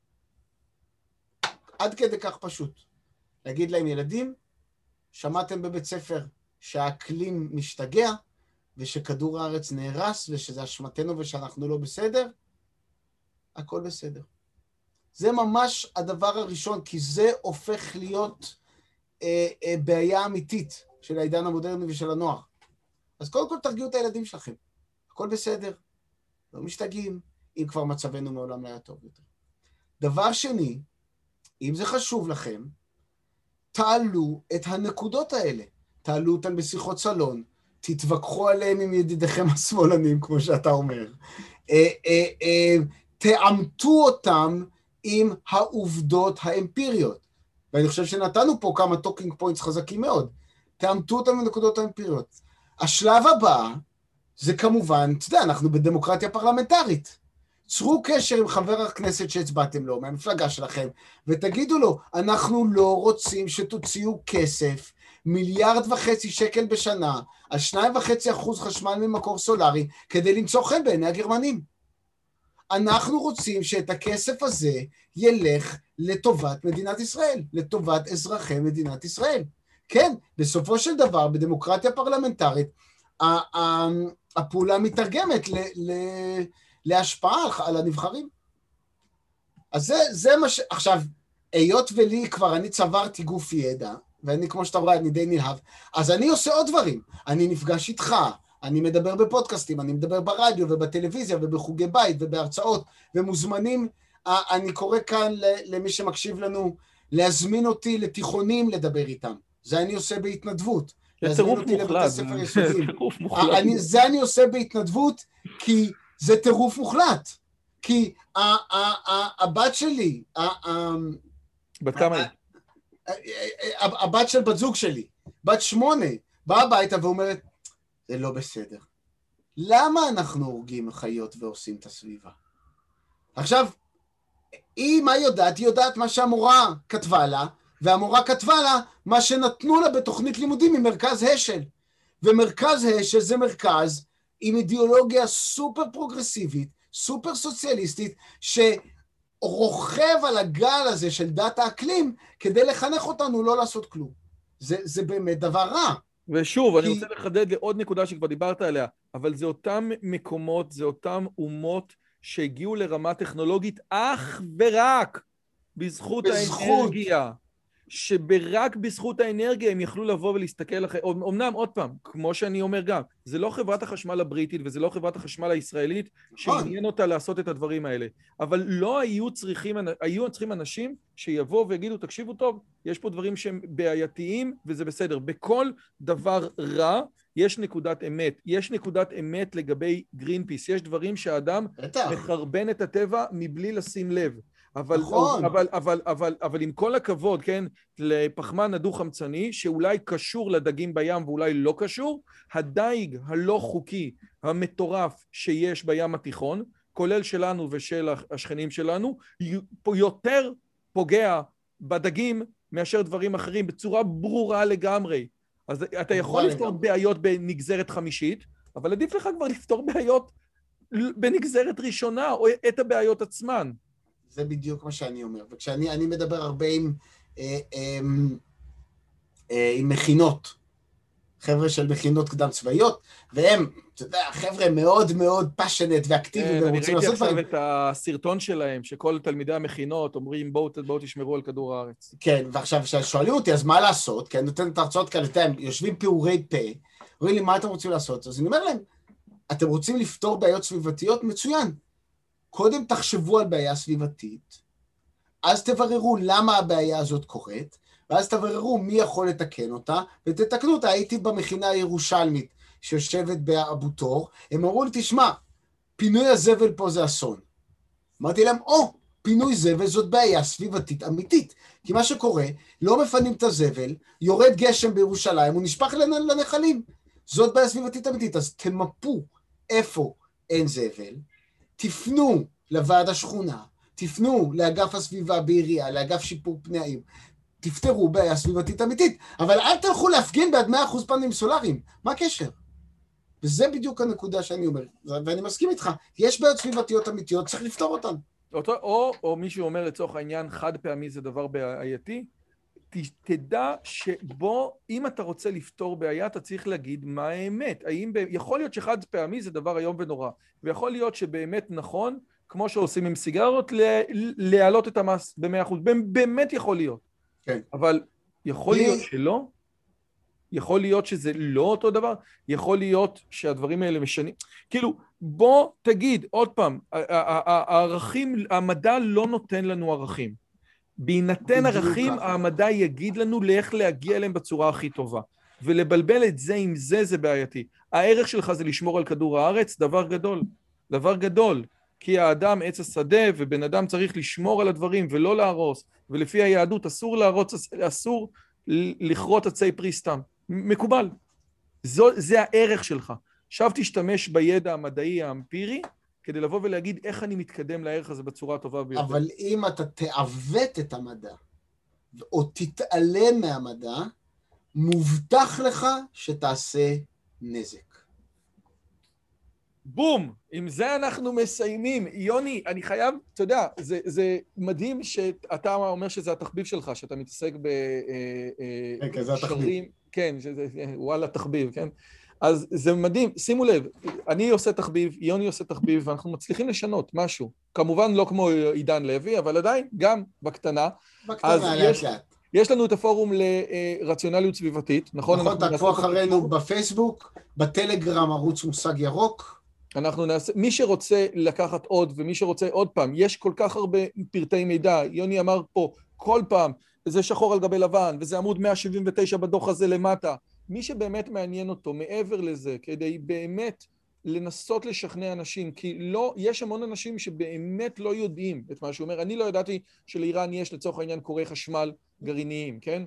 עד כדי כך פשוט. להגיד להם, ילדים, שמעתם בבית ספר שהאקלים משתגע, ושכדור הארץ נהרס, ושזה אשמתנו ושאנחנו לא בסדר? הכל בסדר. זה ממש הדבר הראשון, כי זה הופך להיות בעיה אמיתית של העידן המודרני ושל הנוער. אז קודם כל תרגיעו את הילדים שלכם. הכל בסדר, לא משתגעים, אם כבר מצבנו מעולם היה טוב יותר. דבר שני, אם זה חשוב לכם, תעלו את הנקודות האלה. תעלו אותן בשיחות סלון, תתווכחו עליהם עם ידידיכם השמאלנים, כמו שאתה אומר. תעמתו אותם עם העובדות האמפיריות. ואני חושב שנתנו פה כמה טוקינג פוינטס חזקים מאוד. תעמתו אותם עם הנקודות האמפיריות. השלב הבא, זה כמובן, אתה יודע, אנחנו בדמוקרטיה פרלמנטרית. צרו קשר עם חבר הכנסת שהצבעתם לו, מהמפלגה שלכם, ותגידו לו, אנחנו לא רוצים שתוציאו כסף, 1.5 מיליארד שקל בשנה, על 2.5% חשמל ממקור סולרי, כדי למצוא חן בעיני הגרמנים. אנחנו רוצים שאת הכסף הזה ילך לטובת מדינת ישראל, לטובת אזרחי מדינת ישראל. כן, בסופו של דבר, בדמוקרטיה פרלמנטרית, הפעולה מתרגמת להשפעה על הנבחרים. אז זה מה ש... עכשיו, היות ולי כבר אני צברתי גוף ידע, ואני כמו שאתה רואה, אני די נלהב, אז אני עושה עוד דברים. אני נפגש איתך, אני מדבר בפודקאסטים, אני מדבר ברדיו ובטלוויזיה ובחוגי בית ובהרצאות, ומוזמנים, אני קורא כאן למי שמקשיב לנו, להזמין אותי לתיכונים לדבר איתם. זה אני עושה בהתנדבות. זה טירוף מוחלט. זה אני עושה בהתנדבות, כי זה טירוף מוחלט. כי הבת שלי, בת כמה היא? הבת של בת זוג שלי, בת 8, באה הביתה ואומרת, זה לא בסדר. למה אנחנו הורגים חיות ועושים את הסביבה? עכשיו, היא מה יודעת? היא יודעת מה שהמורה כתבה לה, והמורה כתבה לה מה שנתנו לה בתוכנית לימודים ממרכז השל. ומרכז השל זה מרכז עם אידיאולוגיה סופר פרוגרסיבית, סופר סוציאליסטית, שרוכב על הגל הזה של דת האקלים, כדי לחנך אותנו לא לעשות כלום. זה באמת דבר רע. ושוב, אני רוצה לחדד לעוד נקודה שכבר דיברת עליה, אבל זה אותם מקומות, זה אותם אומות שהגיעו לרמה טכנולוגית אך ורק בזכות האנרגיה. שברק בזכות האנרגיה הם יכלו לבוא ולהסתכל אחרי, אמנם עוד פעם, כמו שאני אומר גם, זה לא חברת החשמל הבריטית וזה לא חברת החשמל הישראלית שעניין אותה לעשות את הדברים האלה, אבל לא היו צריכים אנשים שיבואו ויגידו, תקשיבו טוב, יש פה דברים שהם בעייתיים וזה בסדר, בכל דבר רע יש נקודת אמת, יש נקודת אמת לגבי גרינפיס, יש דברים שהאדם מחרבן את הטבע מבלי לשים לב, אבל עם כל הכבוד, כן, לפחמן הדו-חמצני, שאולי קשור לדגים בים ואולי לא קשור, הדייג הלא חוקי, המטורף שיש בים התיכון, כולל שלנו ושל השכנים שלנו, יותר פוגע בדגים מאשר דברים אחרים, בצורה ברורה לגמרי. אז אתה יכול לפתור בעיות בנגזרת חמישית, אבל עדיף לך כבר לפתור בעיות בנגזרת ראשונה, או את הבעיות עצמן. זה בדיוק מה שאני אומר, וכשאני מדבר הרבה עם מכינות, חבר'ה של מכינות קדם צבאיות, והם, אתה יודע, חבר'ה מאוד מאוד פאשנט ואקטיביים, אני ראיתי עכשיו את הסרטון שלהם, שכל תלמידי המכינות אומרים, בואו תשמרו על כדור הארץ. כן, ועכשיו שואלים אותי, אז מה לעשות? כי אני נותן את ההרצאות כאלה, יושבים פעורי פה, אומרים לי, מה אתם רוצים לעשות? אז אני אומר להם, אתם רוצים לפתור בעיות סביבתיות? מצוין. קודם תחשבו על בעיה סביבתית, אז תבררו למה הבעיה הזאת קורית, ואז תבררו מי יכול לתקן אותה, ותתקנו אותה. הייתי במכינה הירושלמית שיושבת באבו תור, הם אמרו לי, תשמע, פינוי הזבל פה זה אסון. אמרתי להם, פינוי זבל זאת בעיה סביבתית אמיתית, כי מה שקורה, לא מפנים את הזבל, יורד גשם בירושלים, הוא נשפך לנחלים. זאת בעיה סביבתית אמיתית, אז תמפו איפה אין זבל, תפנו לוועד השכונה, תפנו לאגף הסביבה בעירייה, לאגף שיפור פני העיר, תפתרו בעיה סביבתית אמיתית, אבל אל תלכו להפגין בעד 100% פאנלים סולריים, מה הקשר? וזה בדיוק הנקודה שאני אומר, ואני מסכים איתך, יש בעיות סביבתיות אמיתיות, צריך לפתור אותן. או מישהו אומר לצורך העניין, חד פעמי זה דבר בעייתי, תדע שבו, אם אתה רוצה לפתור בעיה, אתה צריך להגיד מה האמת. יכול להיות שחד פעמי זה דבר איום ונורא, ויכול להיות שבאמת נכון כמו שעושים עם סיגרות, להעלות את המס ב100%. באמת יכול להיות. כן. אבל יכול להיות שלא? יכול להיות שזה לא אותו דבר? יכול להיות שהדברים האלה משנים? כאילו, בוא תגיד, עוד פעם, הערכים, המדע לא נותן לנו ערכים. בהינתן ערכים, המדע יגיד לנו לאיך להגיע אליהם בצורה הכי טובה. ולבלבל את זה עם זה בעייתי. הערך שלך זה לשמור על כדור הארץ, דבר גדול. דבר גדול. כי האדם עץ השדה, ובן אדם צריך לשמור על הדברים ולא להרוס. ולפי היהדות אסור להרוס, אסור לכרות עצי פרי סתם. מקובל. זה הערך שלך. עכשיו תשתמש בידע המדעי האמפירי, כדי לבוא ולהגיד איך אני מתקדם לערך הזה בצורה הטובה ביותר. אבל אם אתה תעוות את המדע, או תתעלם מהמדע, מובטח לך שתעשה נזק. בום! עם זה אנחנו מסיימים. יוני, אני חייב, אתה יודע, זה מדהים שאתה אומר שזה התחביב שלך, שאתה מתעסק בשרים. כן, וואלה תחביב, כן? אז זה מדהים, שימו לב, אני עושה תחביב, יוני עושה תחביב, ואנחנו מצליחים לשנות משהו. כמובן לא כמו עידן לוי, אבל עדיין, גם בקטנה. בקטנה, לאט לאט. יש לנו את הפורום לרציונליות סביבתית, נכון? נכון, תעקבו אחרינו בפייסבוק, בטלגרם ערוץ מושג ירוק. אנחנו נעשה, מי שרוצה לקחת עוד, ומי שרוצה עוד פעם, יש כל כך הרבה פרטי מידע, יוני אמר פה, כל פעם, זה שחור על גבי לבן, וזה עמוד 179 בדוח הזה למטה, מי שבאמת מעניין אותו, מעבר לזה, כדי באמת לנסות לשכנע אנשים, כי לא, יש המון אנשים שבאמת לא יודעים את מה שהוא אומר, אני לא ידעתי שלאיראן יש לצורך העניין קורי חשמל גרעיניים, כן?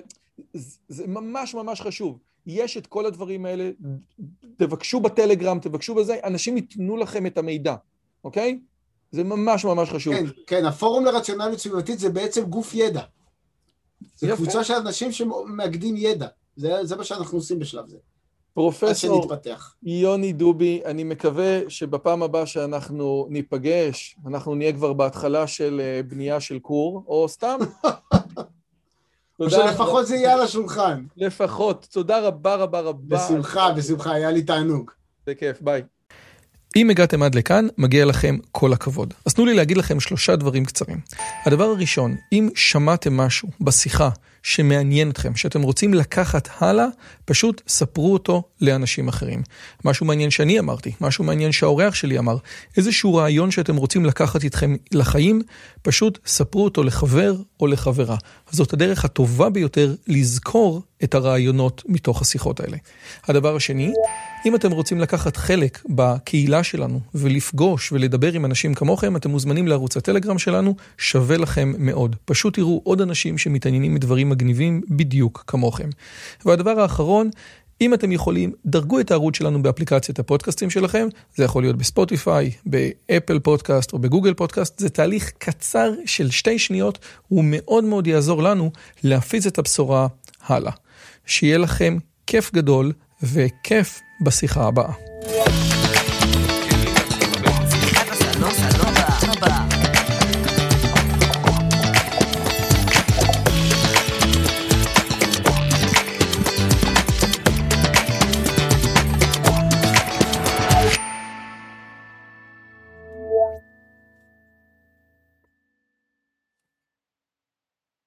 זה ממש ממש חשוב. יש את כל הדברים האלה, תבקשו בטלגרם, תבקשו בזה, אנשים ייתנו לכם את המידע, אוקיי? זה ממש ממש חשוב. כן, כן, הפורום לרציונליות סביבתית זה בעצם גוף ידע. זה קבוצה של אנשים שמאגדים ידע. זה מה שאנחנו עושים בשלב זה. פרופסור יוני דובי, אני מקווה שבפעם הבאה שאנחנו ניפגש, אנחנו נהיה כבר בהתחלה של בנייה של קור, או סתם. או שלפחות זה יהיה על השולחן. לפחות, תודה רבה רבה רבה. בשמחה, היה לי תענוג. בכיף, ביי. אם הגעתם עד לכאן, מגיע לכם כל הכבוד. אז תנו לי להגיד לכם 3 דברים קצרים. הדבר הראשון, אם שמעתם משהו בשיחה שמעניין אתכם, שאתם רוצים לקחת הלאה, פשוט ספרו אותו לאנשים אחרים. משהו מעניין שאני אמרתי, משהו מעניין שהאורח שלי אמר, איזשהו רעיון שאתם רוצים לקחת איתכם לחיים, פשוט ספרו אותו לחבר או לחברה. אז זאת הדרך הטובה ביותר לזכור את הרעיונות מתוך השיחות האלה. הדבר השני, אם אתם רוצים לקחת חלק בקהילה שלנו ולפגוש ולדבר עם אנשים כמוכם, אתם מוזמנים לערוץ הטלגרם שלנו, שווה לכם מאוד. פשוט תראו עוד אנשים שמתעניינים מדברים מגניבים בדיוק כמוכם. והדבר האחרון, אם אתם יכולים, דרגו את הערוץ שלנו באפליקציית הפודקאסטים שלכם, זה יכול להיות בספוטיפיי, באפל פודקאסט או בגוגל פודקאסט, זה תהליך קצר של 2 שניות, הוא מאוד מאוד יעזור לנו להפיץ את הבשורה הלאה. שיהיה לכם כיף גדול וכיף בשיחה הבאה.